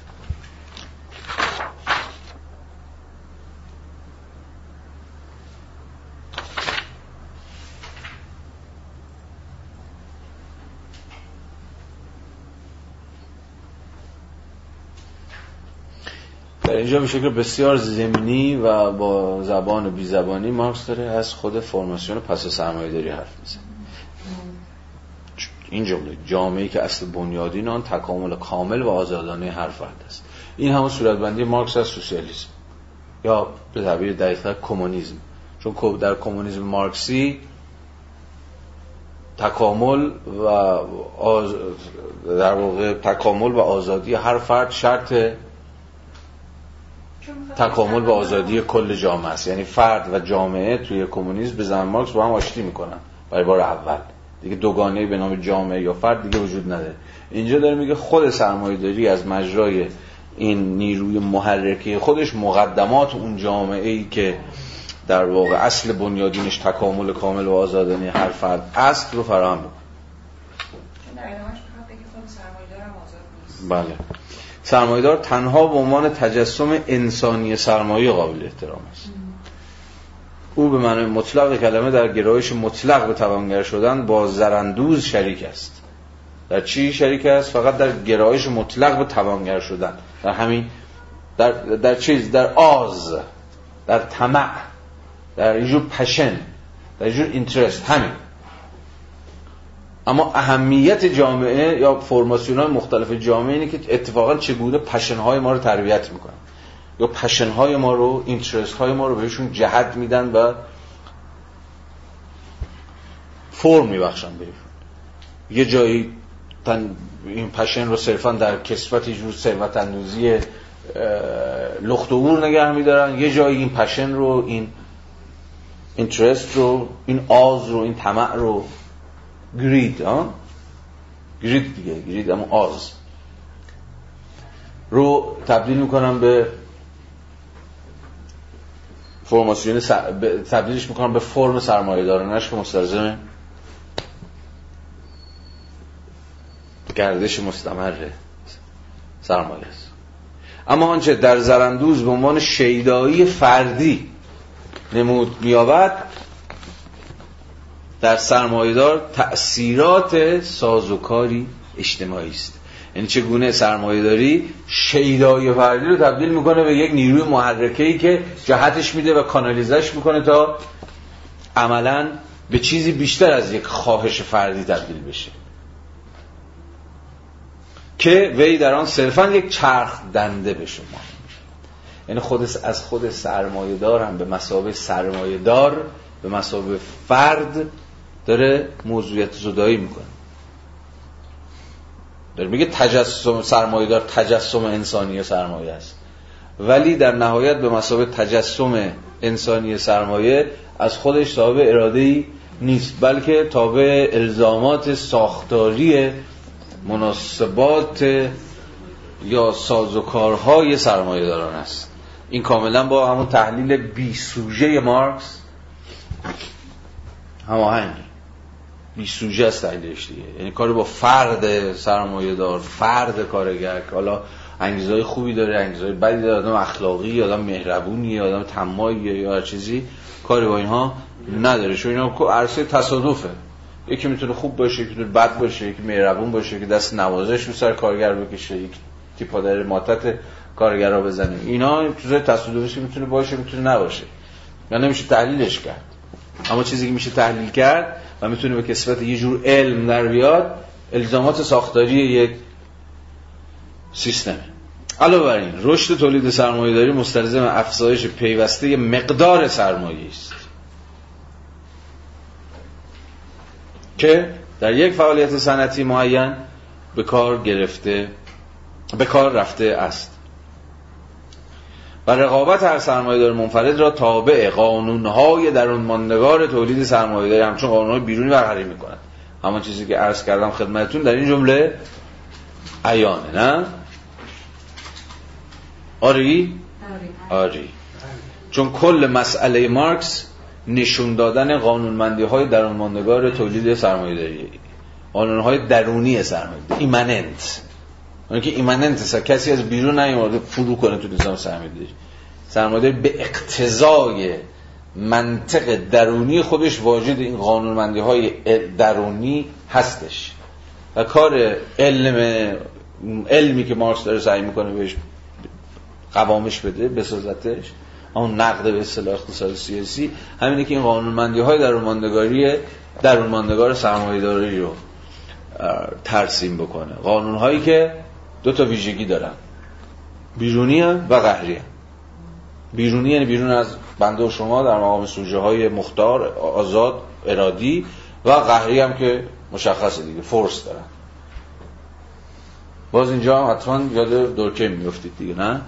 در اینجا به شکل بسیار ضمنی و با زبان بی زبانی مارکس داره از خود فرماسیون پس سرمایه‌داری حرف میزنه. این جمله جامعه‌ای که اصل بنیادین آن تکامل کامل و آزادانه هر فرد است، این همون صورتبندی مارکس از سوسیالیسم یا به تعبیر دقیق‌تر کمونیسم، چون در کمونیسم مارکسی تکامل و آز... در واقع تکامل و آزادی هر فرد شرط تکامل و آزادی کل جامعه است. یعنی فرد و جامعه توی کمونیسم به زمان مارکس با هم آشتی میکنن برای بار اول، دیگه دوگانه‌ای به نام جامعه یا فرد دیگه وجود نداره. اینجا داره میگه خود سرمایه‌داری از مجرای این نیروی محرکه خودش مقدمات اون جامعه‌ای که در واقع اصل بنیادینش تکامل کامل و آزادانه هر فرد است رو فراهم میکنه. بله، سرمایه‌دار تنها به عنوان تجسم انسانی سرمایه قابل احترام است. او به معنی مطلق کلمه در گرایش مطلق به توانگر شدن با زراندوز شریک است. در چی شریک است؟ فقط در گرایش مطلق به توانگر شدن، در همین در در چیز در آز، در طمع، در یه جور پشن، در یه جور اینترست، همین. اما اهمیت جامعه یا فرماسیون‌های مختلف جامعه اینه که اتفاقا چگونه پشن‌های ما رو تربیت میکنن یا پشن‌های ما رو، اینترست‌های ما رو بهشون جهت میدن و فرم میبخشن بهشون. یه جایی تن این پشن رو صرفا در کسبت یه جور ثروت اندوزی لخت و اور نگه میدارن، یه جایی این پشن رو، این اینترست رو، این آز رو، این طمع رو، گرید ها گرید دیگه گرید اما آز رو تبدیل میکنم به فرماسیون سر... ب... تبدیلش میکنم به فرم سرمایه دارانش که مستلزم گردش مستمر سرمایه است. اما آنچه در زراندوز به عنوان شیدایی فردی نمود می‌یابد، در سرمایه‌دار تأثیرات سازوکاری اجتماعی است. یعنی چگونه سرمایه‌داری شیدای فردی رو تبدیل میکنه به یک نیروی محرکه‌ای که جهتش میده و کانالیزش میکنه تا عملاً به چیزی بیشتر از یک خواهش فردی تبدیل بشه که وی در آن صرفاً یک چرخ دنده به شما، یعنی خود از خود سرمایه دار هم به مثابه سرمایه دار، به مثابه فرد داره موضوعیت زدایی میکنه. داره میگه تجسم سرمایه دار تجسم انسانی سرمایه است، ولی در نهایت به مثابه تجسم انسانی سرمایه از خودش صاحب اراده‌ای نیست، بلکه تابع الزامات ساختاری مناسبات یا سازوکارهای سرمایه داران است. این کاملا با همون تحلیل بی سوژه مارکس هماهنگ، بی سوژه است تحلیلش دیگه، یعنی کاری با فرد سرمایه دار، فرد کارگر که حالا انگیزهای خوبی داره، انگیزهای بدی داره، آدم اخلاقی، آدم مهربونی، آدم طماعی یا هر چیزی، کاری با اینها نداره، چون اینا عرصه تصادفه. یکی میتونه خوب باشه، یکی میتونه بد باشه، یکی مهربون باشه که دست نوازش رو سر کارگر بکشه، یک تیپا در ماتت کارگرها بزنه. اینا چیزای تصادفی میتونه باشه، میتونه نباشه، یا نمیشه تحلیلش کرد. اما چیزی که میشه تحلیل کرد و میتونه به کسبت یه جور علم در بیاد، الزامات ساختاری یک سیستمه. علاوه بر این، رشد تولید سرمایه‌داری مستلزم افزایش پیوسته مقدار سرمایه است که در یک فعالیت صنعتی معین به کار گرفته به کار رفته است و رقابت هر سرمایه‌دار منفرد را تابع قانون‌های درون ماندگار تولید سرمایه‌داری همچون قانون‌های بیرونی برقرار می‌کند. همون چیزی که عرض کردم خدمتتون در این جمله عیانه، نه؟ آری؟ آری. چون کل مسئله مارکس نشون دادن قانونمندی‌های درون ماندگار تولید سرمایه‌داری، قانون‌های درونی سرمایه‌داری، ایمننت. اون که ایمننت، کسی از بیرون نیومده فرو کنه تو نظام سرمایه‌داری. سرمایه‌داری به اقتضای منطق درونی خودش واجد این قانونمندی‌های درونی هستش و کار علم علمی که مارکس داره سعی میکنه بهش قوامش بده، بسازتش، اون نقد به اصطلاح اقتصاد سیاسی، همینه که این قانونمندی‌های درونماندگاری درونماندگار سرمایه‌داری رو ترسیم بکنه. قانون‌هایی که دو تا ویژگی دارن، بیرونی و قهری. بیرونی یعنی بیرون از بنده و شما در مقام سوژه‌های مختار، آزاد، ارادی، و قهری هم که مشخصه دیگه، فورس دارن. باز اینجا هم حتما یاد دورکیم میافتید دیگه، نه؟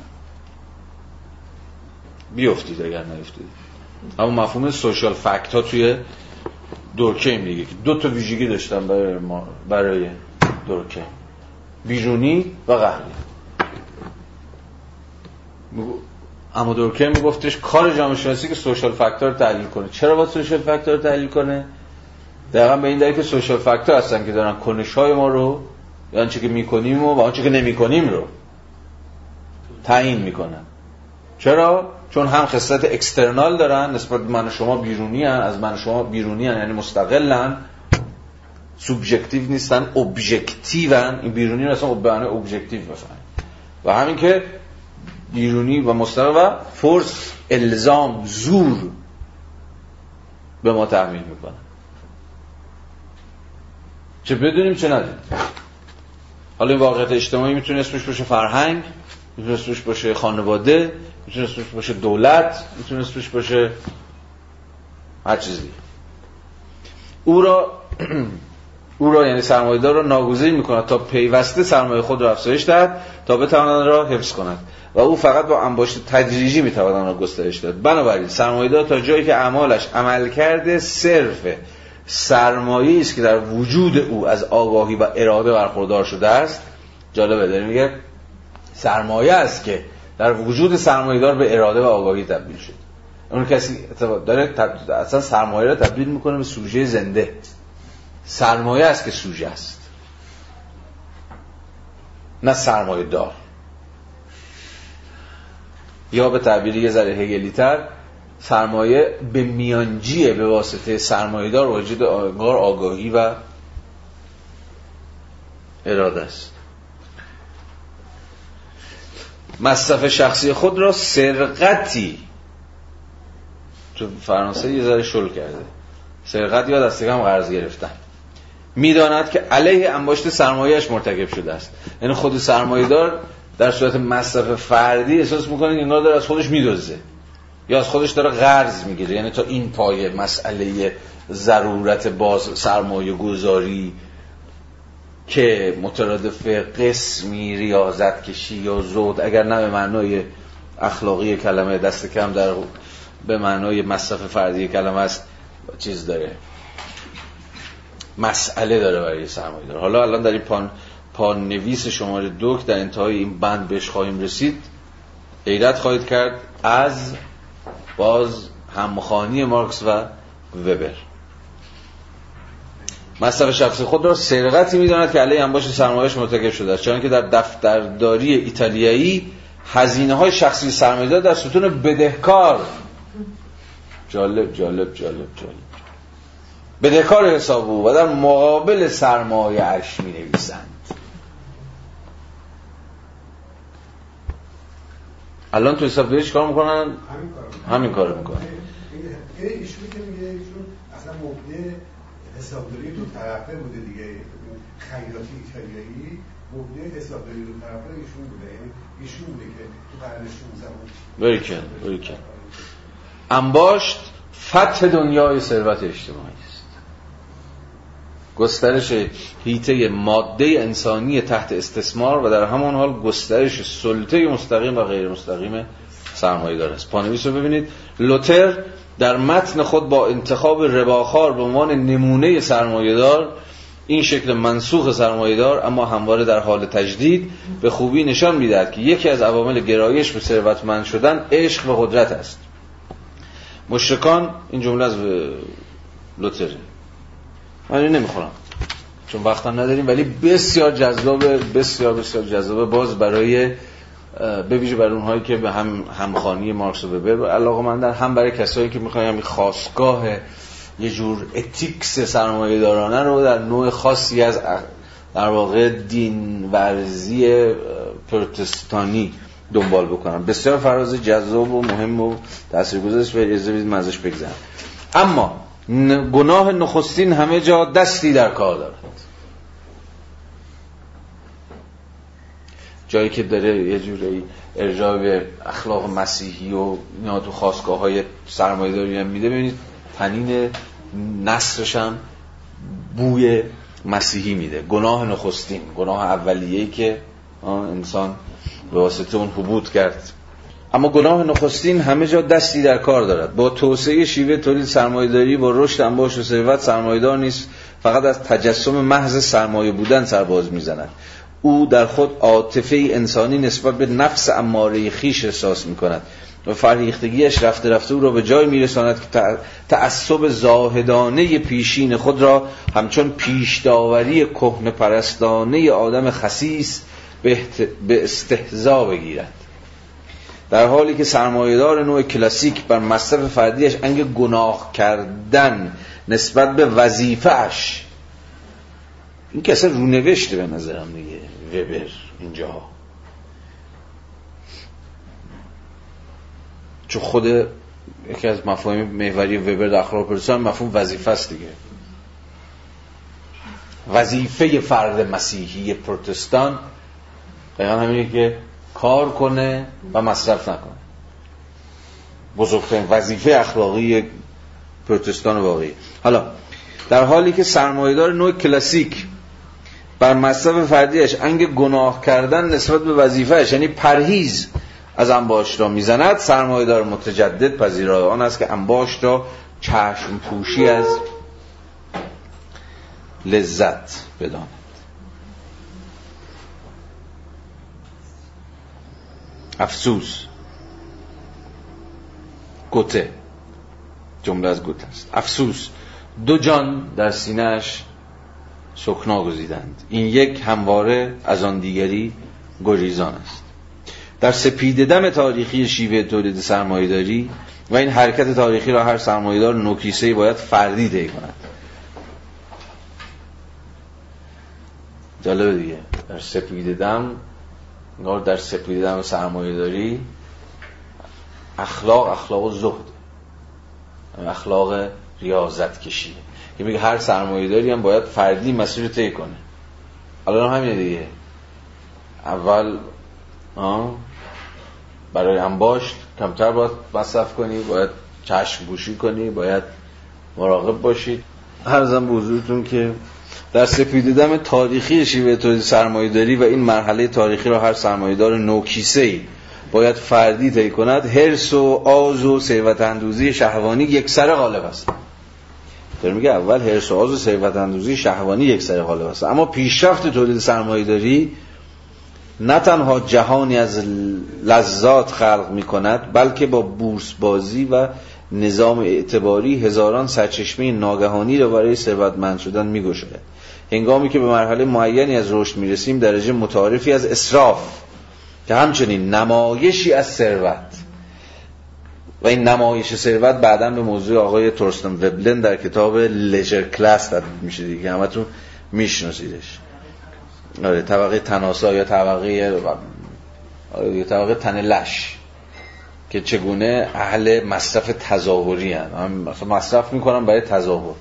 بیافتید اگر نیافتید. اما مفهوم سوشال فکت ها توی دورکیم دیگه که دو تا ویژگی داشتن برای ما، برای دورکیم، بیرونی و قهری. اما دورکیم میگفتش کار جامعه شناسی که سوشال فاکتور رو تحلیل کنه. چرا باید سوشال فاکتور رو تحلیل کنه؟ دقیقاً به این دلیل که سوشال فاکتور هستن که دارن کنش‌های ما رو، یا آنچه که می‌کنیم و آنچه که نمی‌کنیم رو تعیین می‌کنن. چرا؟ چون هم خصلت اکسترنال دارن، نسبت به من و شما بیرونی هن، از من و شما بیرونی هن، یعنی مستقلن، سوبژکتیو نیستن، ابژکتیون. این بیرونی رو اصلا به معنی ابژکتیو بفهمید. و همین که بیرونی و مستقل و فورس، الزام، زور به ما تحمیل میکنن، چه بدونیم چه ندونیم. حالا این واقعیت اجتماعی میتونه اسمش باشه فرهنگ، میتونه اسمش باشه خانواده، میتونه اسمش باشه دولت، میتونه اسمش باشه هر چیزی. او را او را یعنی سرمایه‌دار را ناگزیر می‌کند تا پیوسته سرمایه خود را افزایش دهد تا بتواند آن را حفظ کند و او فقط با انباشت تدریجی می‌تواند آن را گسترش دهد. بنابراین سرمایه‌دار تا جایی که اعمالش عمل کرده صرف سرمایه‌ای است که در وجود او از آگاهی و اراده برخوردار شده است. جالبه داره میگه سرمایه است که در وجود سرمایه‌دار به اراده و آگاهی تبدیل شد. اون کسی داره اصلا سرمایه را تبدیل می‌کنه به سوژه زنده. سرمایه است که سوژه است، نه سرمایه دار. یا به تعبیری یه ذره هگلی‌تر، سرمایه به میانجیه به واسطه سرمایه دار واجد آگاه، آگاهی و اراده است. مصرف شخصی خود را سرقتی، تو فرانسه یه ذره شل کرده، سرقت یا دست کم قرض گرفتن. میداند که علیه انباشت سرمایه‌اش مرتکب شده است. یعنی خود سرمایه‌دار در صورت مصرف فردی احساس میکنه که انگار داره از خودش میدزده یا از خودش داره قرض میگیره. یعنی تا این پایه مسئله ضرورت باز سرمایه گذاری که مترادف قسمی ریاضت کشی یا زهد، اگر نه به معنای اخلاقی کلمه دست کم در به معنای مصرف فردی کلمه است، چیز داره، مسئله داره برای سرمایه داره. حالا الان در این پان پان نویس شماره دو در انتهای این بند بهش خواهیم رسید، غیرت خواهید کرد از باز همخوانی مارکس و وبر. مصرف شخصی خود را سرقتی می‌داند که علیه انباشت سرمایه‌اش مرتکب شده است، چون که در دفترداری ایتالیایی هزینه‌های شخصی سرمایه‌دار در ستون بدهکار جالب جالب جالب جالب بدهکار حساب بود و در مقابل سرمایه اش می نویسند. الان تو حساب داری چیکار میکنن؟ همین کارو میکنن. این ایشون که میگه ایشون اصلا مبنی حسابداری دو طرفه بوده دیگه، خیاطی ایتالیایی مبنی حسابداری دو طرفه ایشون بوده، یعنی ایشون بوده که تو قرن شانزدهم بریکن بریکن انباشت فتح دنیای ثروت اجتماعی است. گسترش حیطه ماده انسانی تحت استثمار و در همان حال گسترش سلطه مستقیم و غیر مستقیم سرمایه‌دار است. پانویس رو ببینید. لوتر در متن خود با انتخاب رباخوار به عنوان نمونه سرمایه‌دار، این شکل منسوخ سرمایه‌دار اما همواره در حال تجدید، به خوبی نشان می‌دهد که یکی از عوامل گرایش به ثروتمند شدن عشق و قدرت است. مشرکان، این جمله از لوتر، من این نمیخورم چون وقتم نداریم، ولی بسیار جذاب، بسیار بسیار جذاب باز برای به ویژه برای اونهایی که به هم همخوانی مارکس و وبر علاقه‌مندن، هم برای کسایی که میخوان همین خاستگاه یه جور اتیکس سرمایه‌دارانه رو در نوع خاصی از در واقع دین ورزی پروتستانی دنبال بکنم. بسیار فراز جذاب و مهم و تاثیرگذارش و اجازه بدید من ازش بگذرم. اما گناه نخستین همه جا دستی در کار دارد. جایی که داره یه جوری ارجاع به اخلاق مسیحی و اینا تو خاستگاه‌های سرمایه‌داری هم میده، ببینید تنین نصرش هم بوی مسیحی میده. گناه نخستین، گناه اولیه‌ای که انسان به واسطه اون حبوط کرد. اما گناه نخستین همه جا دستی در کار دارد. با توسعه شیوه تولید سرمایه‌داری، با رشد انباشت و ثروت، سرمایه‌دار نیست فقط از تجسم محض سرمایه بودن سرباز میزند. او در خود عاطفه انسانی نسبت به نفس اماره خویش احساس می‌کند و فرهیختگیش رفته رفته او را به جای می‌رساند که تعصب زاهدانه پیشین خود را همچون پیش داوری کهنه پرستانه آدم خسیس به استهزا بگیرد. در حالی که سرمایه‌دار نوع کلاسیک بر مصرف فردیش انگ گناه کردن نسبت به وظیفه‌اش، این که اصلا رونوشته به نظرم دیگه وبر اینجا، چون خود یکی از مفاهیم محوری وبر در اخلاق پروتستان مفهوم وظیفه است دیگه. وظیفه فرد مسیحی پروتستان دقیقا همینه که کار کنه و مصرف نکنه. بزرگترین وظیفه اخلاقی پروتستان واقعی. حالا در حالی که سرمایه‌دار نوع کلاسیک بر مصرف فردیش انگ گناه کردن نسبت به وظیفه‌اش یعنی پرهیز از انباشت را میزند، سرمایه‌دار متجدد پذیرای آن است که انباشت را چشم پوشی از لذت بداند. افسوس، گوته، جمله از گوته است. افسوس، دو جان در سینه‌اش سکنا گزیدند، این یک همواره از آن دیگری گریزان است. در سپید دم تاریخی شیوه تولید سرمایه‌داری و این حرکت تاریخی را هر سرمایه‌دار نوکیسه‌ای باید فردی طی کند. جالبه دیگه، در سپید دم نگار در سپید دم سرمایه‌داری اخلاق اخلاق زهد، اخلاق ریاضت کشیه که میگه هر سرمایه‌داری هم باید فردی مسیر رو طی کنه. الان همینه دیگه. اول آه برای انباشت کمتر باید مصرف کنی، باید چشم پوشی کنی، باید مراقب باشید. عرضم به حضورتون که در سپیده‌دم تاریخی شیوه تولید سرمایه‌داری و این مرحله تاریخی را هر سرمایه‌دار نوکیسه‌ای باید فردی طی کند. حرص و آز و ثروت اندوزی شهوانی یکسره غالب است. داره میگه اول حرص و آز و ثروت اندوزی شهوانی یکسره غالب است، اما پیشرفت تولید سرمایه‌داری نه تنها جهانی از لذات خلق می‌کند، بلکه با بورس بازی و نظام اعتباری هزاران سرچشمه ناگهانی را برای ثروتمند شدن می‌گشاید. هنگامی که به مرحله معینی از رشد می‌رسیم، درجه متعارفی از اسراف که همچنین نمایشی از ثروت و این نمایش ثروت بعداً به موضوع آقای تورستن وبلن در کتاب لژر کلاس تبدیل میشه دیگه، همتون میشناسیدش. آره، طبقه تناسا یا طبقه یا طبقه تن لش که چگونه اهل مصرف تظاهری هستند، مثلا مصرف میکنن برای تظاهر.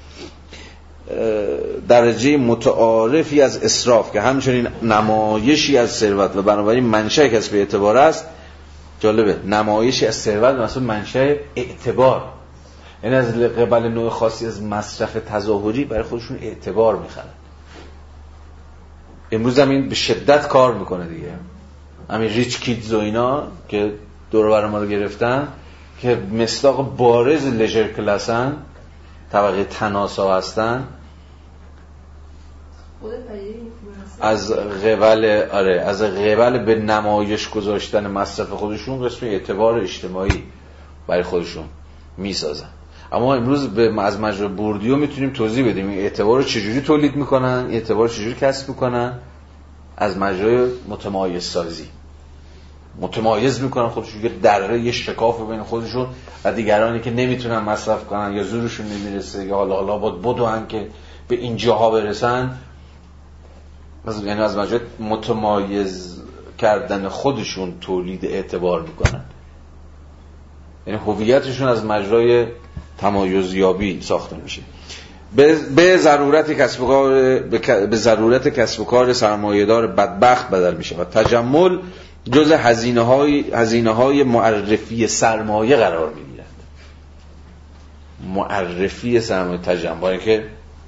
درجه متعارفی از اسراف که همچنین نمایشی از ثروت و بنابراین منشأ کسب اعتبار است. جالبه، نمایشی از ثروت مثلا منشأ اعتبار، یعنی از قبل نوع خاصی از مصرف تظاهری برای خودشون اعتبار میخرن. امروز هم این به شدت کار میکنه دیگه. همین ریچ کیدز و اینا که دور و بر ما رو گرفتن که مصداق بارز لژر کلاسن، طبقه تناسا هستن، از قبل آره از قبل به نمایش گذاشتن مصرف خودشون قسم اعتبار اجتماعی برای خودشون میسازن. اما امروز به از مجرا بوردیو میتونیم توضیح بدیم این اعتبار رو چجوری تولید میکنن، این اعتبار رو چجوری کسب میکنن. از مجرای متمایز سازی متمایز میکنن خودشون، یه دره یه شکاف بین خودشون و دیگرانی که نمیتونن مصرف کنن یا زورشون نمیرسه یا حالا حالا باید بدون که به این جاها برسن، مثلا یعنی از مجرای متمایز کردن خودشون تولید اعتبار میکنن. یعنی هویتشون از مجرای تمایزیابی ساخته میشه. به به ضرورت کسب و کار به ضرورت کسب و کار سرمایه‌دار بدبخت بدل میشه و تجمل جز هزینه‌های هزینه‌های معرفی سرمایه قرار میگیرد. معرفی سرمایه تجمل، برای که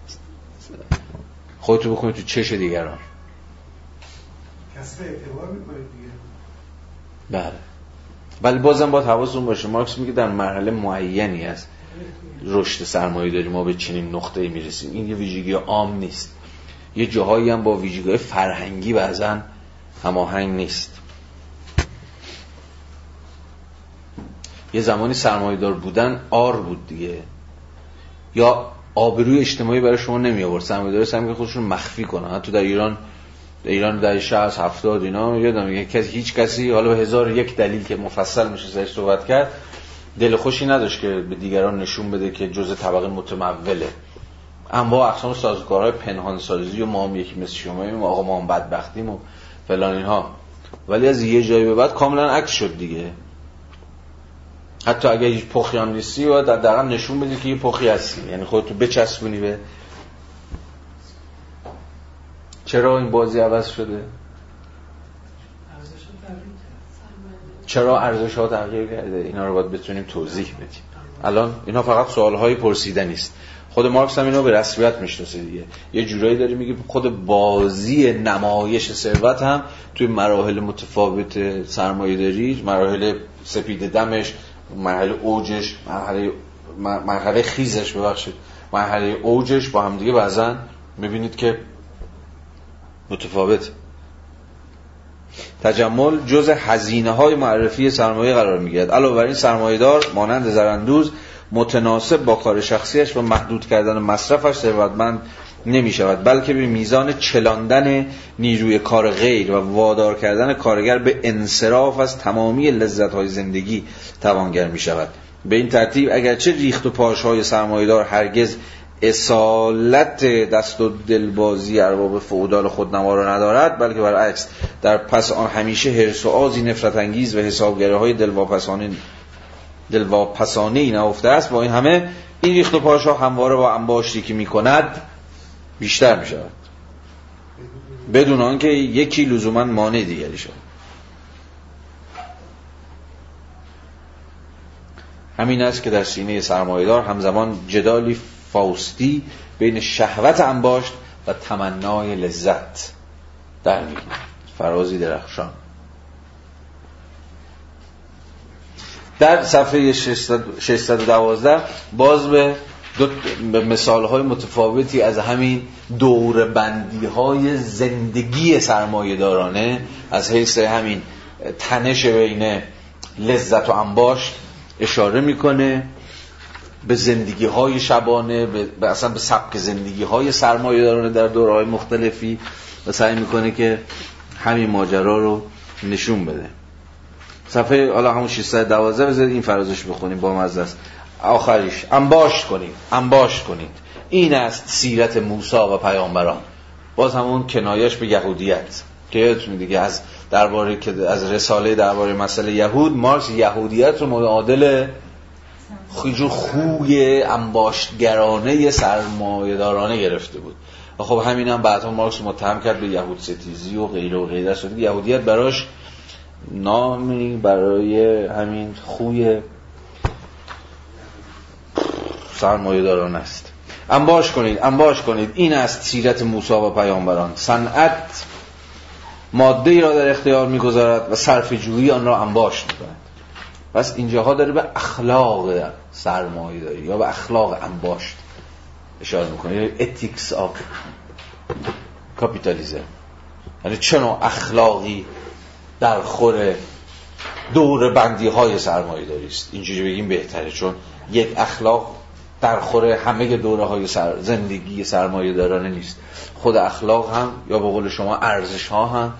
خودتو بکنید تو چش دیگران، کسب اعتبار میکنید دیگه. بله، ولی بازم باید حواستون باشه مارکس میگه در مرحله معینی است رشد سرمایه‌داری ما به چنین نقطه‌ای میرسیم. این یه ویژگی عام نیست، یه جاهایی هم با ویژگی فرهنگی بعضن هماهنگ نیست. یه زمانی سرمایه‌دار بودن آر بود دیگه، یا آبروی اجتماعی برای شما نمی آورد. سرمایه‌دارا سعی خودشون مخفی کنن. حتی در ایران در ایران در شصت هفتاد اینا یادم میگه کسی هیچ کسی حالا به هزار یک دلیل که مفصل میشه سرش صحبت کرد دل خوشی نداشت که به دیگران نشون بده که جزء طبقه متموله. انواع اقسام سازوکارهای پنهان سازی و ما هم یکی مثل شما، آقا ما هم بدبختیم و فلان اینها. ولی از یه جایی به بعد کاملا عکس شد دیگه. حتی اگه هیچ پخی هم نیستی و در درم نشون بدی که یه پخی هستی، یعنی خودتو بچسبونی به. چرا این بازی عوض شده؟ چرا ارزش‌ها تغییر کرده؟ اینا رو باید بتونیم توضیح بدیم. الان اینا فقط سوال‌های پرسیدنی است. خود مارکس هم اینا به رسمیت میشناسه دیگه. یه جورایی داره میگه خود بازی نمایش ثروت هم توی مراحل متفاوت سرمایه‌داری، مراحل سپید دمش، مرحله اوجش، مرحله مرحله خیزش ببخشید، مرحله اوجش با هم دیگه بعضن میبینید که متفاوت. تجمل جز هزینه‌های معرفی سرمایه قرار می‌گیرد. علاوه بر این سرمایه‌دار مانند زراندوز متناسب با کار شخصیش و محدود کردن مصرفش ثروتمند نمی‌شود، بلکه به میزان چلاندن نیروی کار غیر و وادار کردن کارگر به انصراف از تمامی لذت‌های زندگی توانگر می‌شود. به این ترتیب اگرچه ریخت و پاش‌های سرمایه‌دار هرگز اصالت دست و دلبازی ارباب فئودال خودنما را ندارد، بلکه برعکس در پس آن همیشه حرص و آزی نفرت انگیز و حسابگری‌های دلواپسانه دلواپسانه‌ای نهفته است. با این همه این ریخت و پاشا همواره با انباشتی که میکند بیشتر میشود بدون آنکه یکی لزوما مانع دیگری شود. همین است که در سینه سرمایه‌دار همزمان جدالی فاوستی بین شهوت انباشت و تمنای لذت در می‌گیرد. فرازی درخشان. در صفحه ششصد و دوازده باز به دو مثال‌های متفاوتی از همین دوربندی‌های زندگی سرمایه‌دارانه از حیث همین تنش بین لذت و انباشت اشاره میکنه، به زندگی‌های شبانه، به اصلا به سبک زندگی‌های سرمایه‌دارانه در دوره‌های مختلفی و سعی میکنه که همین ماجرا رو نشون بده. صفحه حالا همون ششصد و دوازده بذارید این فرازش بخونیم با مزه است. آخریش انباشت کنید، انباشت کنید، این است سیرت موسی و پیامبران. باز همون کنایش به یهودیت که یادتون دیگه از درباره که از رساله درباره مسئله یهود، مارکس یهودیت رو معادل خیجور خوی انباشتگرانه سرمایه‌دارانه گرفته بود و خب همین هم بعدها مارکس متهم کرد به یهود ستیزی و غیره و غیره است. یهودیت براش نامی برای همین خوی سرمایه‌دارانه است. انباش کنید، انباش کنید، این است سیرت موسی و پیامبران. صنعت ماده‌ای را در اختیار می‌گذارد و صرف جویی آن را انباشت می‌کند. پس اینجاها داره به اخلاق سرمایه‌داری یا به اخلاق انباشت اشاره می‌کنه، یعنی ethics of capitalism. یعنی چه نوع اخلاقی در خور دور بندی های سرمایه داری است. اینجوری بگیم بهتره، چون یک اخلاق در خور همه دوره های سر... زندگی سرمایه دارانه نیست. خود اخلاق هم یا به قول شما ارزش ها هم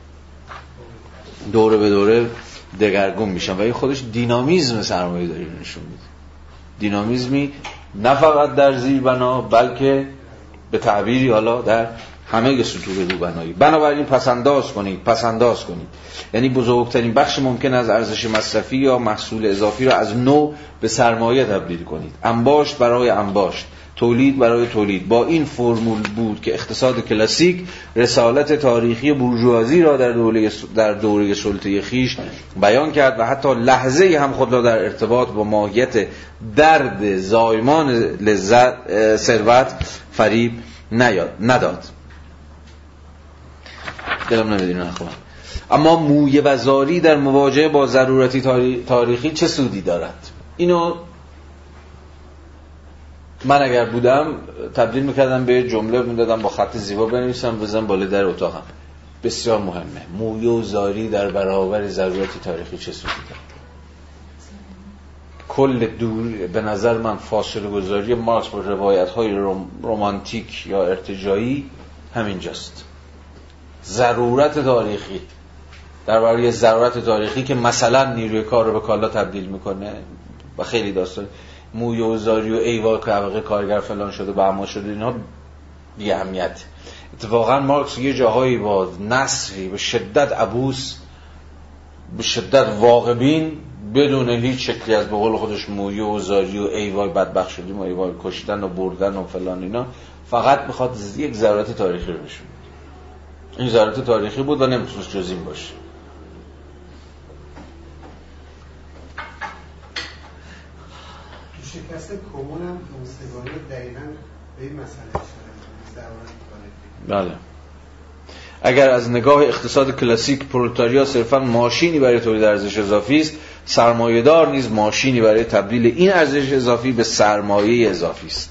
دوره به دوره دگرگون میشن و این خودش دینامیزم سرمایه داری رو نشون میده. دینامیزمی نه فقط در زیر بنا بلکه به تعبیری حالا در همه سطوح روبنایی. بنابراین پسنداز کنید، پسنداز کنید، یعنی بزرگترین بخش ممکن از ارزش مصرفی یا محصول اضافی را از نو به سرمایه تبدیل کنید. انباشت برای انباشت، تولید برای تولید. با این فرمول بود که اقتصاد کلاسیک رسالت تاریخی بورژوازی را در دوره در دوره سلطه خیش بیان کرد و حتی لحظه هم خود را در ارتباط با ماهیت درد زایمان لذت ثروت فریب نیاد نداد. دلم نمیدونه نخوام. اما مویه و زاری در مواجهه با ضرورتی تاریخی چه سودی دارد؟ اینو من اگر بودم تبدیل میکردم به جمله، میدادم با خط زیبا بنویسم بزنم بالا در اتاقم. بسیار مهمه. مویه و زاری در برابر ضرورتی تاریخی چه سودی دارد؟ کل دور به نظر من فاصله گذاری مارکس با روایت‌های روم، رمانتیک یا ارتجاعی همینجاست. ضرورت تاریخی در برای ضرورت تاریخی که مثلا نیروی کار رو به کالا تبدیل میکنه و خیلی داستان مویه و زاری و ایوا که کارگر فلان شده به اما شده، اینها بی اهمیت. اتفاقا مارکس یه جاهایی با نثری به شدت عبوس، به شدت واقع‌بین، بدون هیچ شکلی از به قول خودش مویه و زاری و ایوای بدبخت شدیم و ایوای کشتن و بردن و فلان اینا، فقط میخواد یک ضرورت تاریخی رو بشه. این ضرورت تاریخی بود و نمیتونست جز این باشه. تو شکست کمون هم همستگاری دقیقاً به این مسئله اشاره می‌کنه. بله. اگر از نگاه اقتصاد کلاسیک پرولتاریا صرفاً ماشینی برای تولید ارزش اضافی است، سرمایه‌دار نیز ماشینی برای تبدیل این ارزش اضافی به سرمایه اضافی است.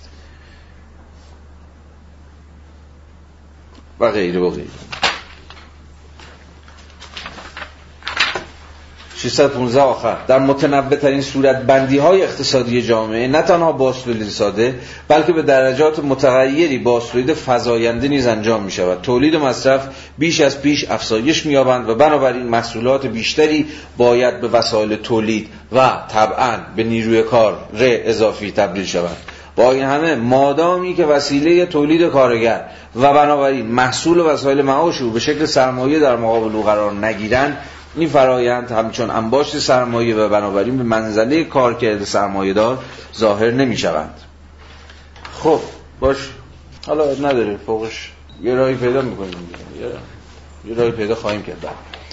و غیره و غیره. ششصد و پانزده آخر. در متنوع ترین صورت بندی های اقتصادی جامعه نه تنها بازتولید ساده بلکه به درجات متغیری بازتولید فزاینده نیز انجام می شود. تولید و مصرف بیش از پیش افزایش می یابند و بنابراین محصولات بیشتری باید به وسایل تولید و طبعاً به نیروی کار ر اضافی تبدیل شوند. با این همه مادامی که وسیله تولید کارگر و بنابراین محصول و وسایل معاش او به شکل سرمایه در مقابل او قرار نگیرند، این فرایند همچون انباشت سرمایه و بنابراین به منزله کارکرد سرمایه دار ظاهر نمی شوند. خب باش، حالا نداره فوقش یه راهی پیدا میکنیم، یه راهی پیدا خواهیم کرد.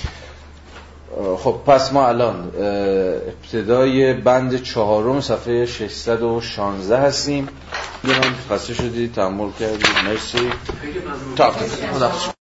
خب پس ما الان ابتدای بند چهارم صفحه ششصد و شانزده هستیم. یه من خسته شدید، تحمل کردید، مرسی. تا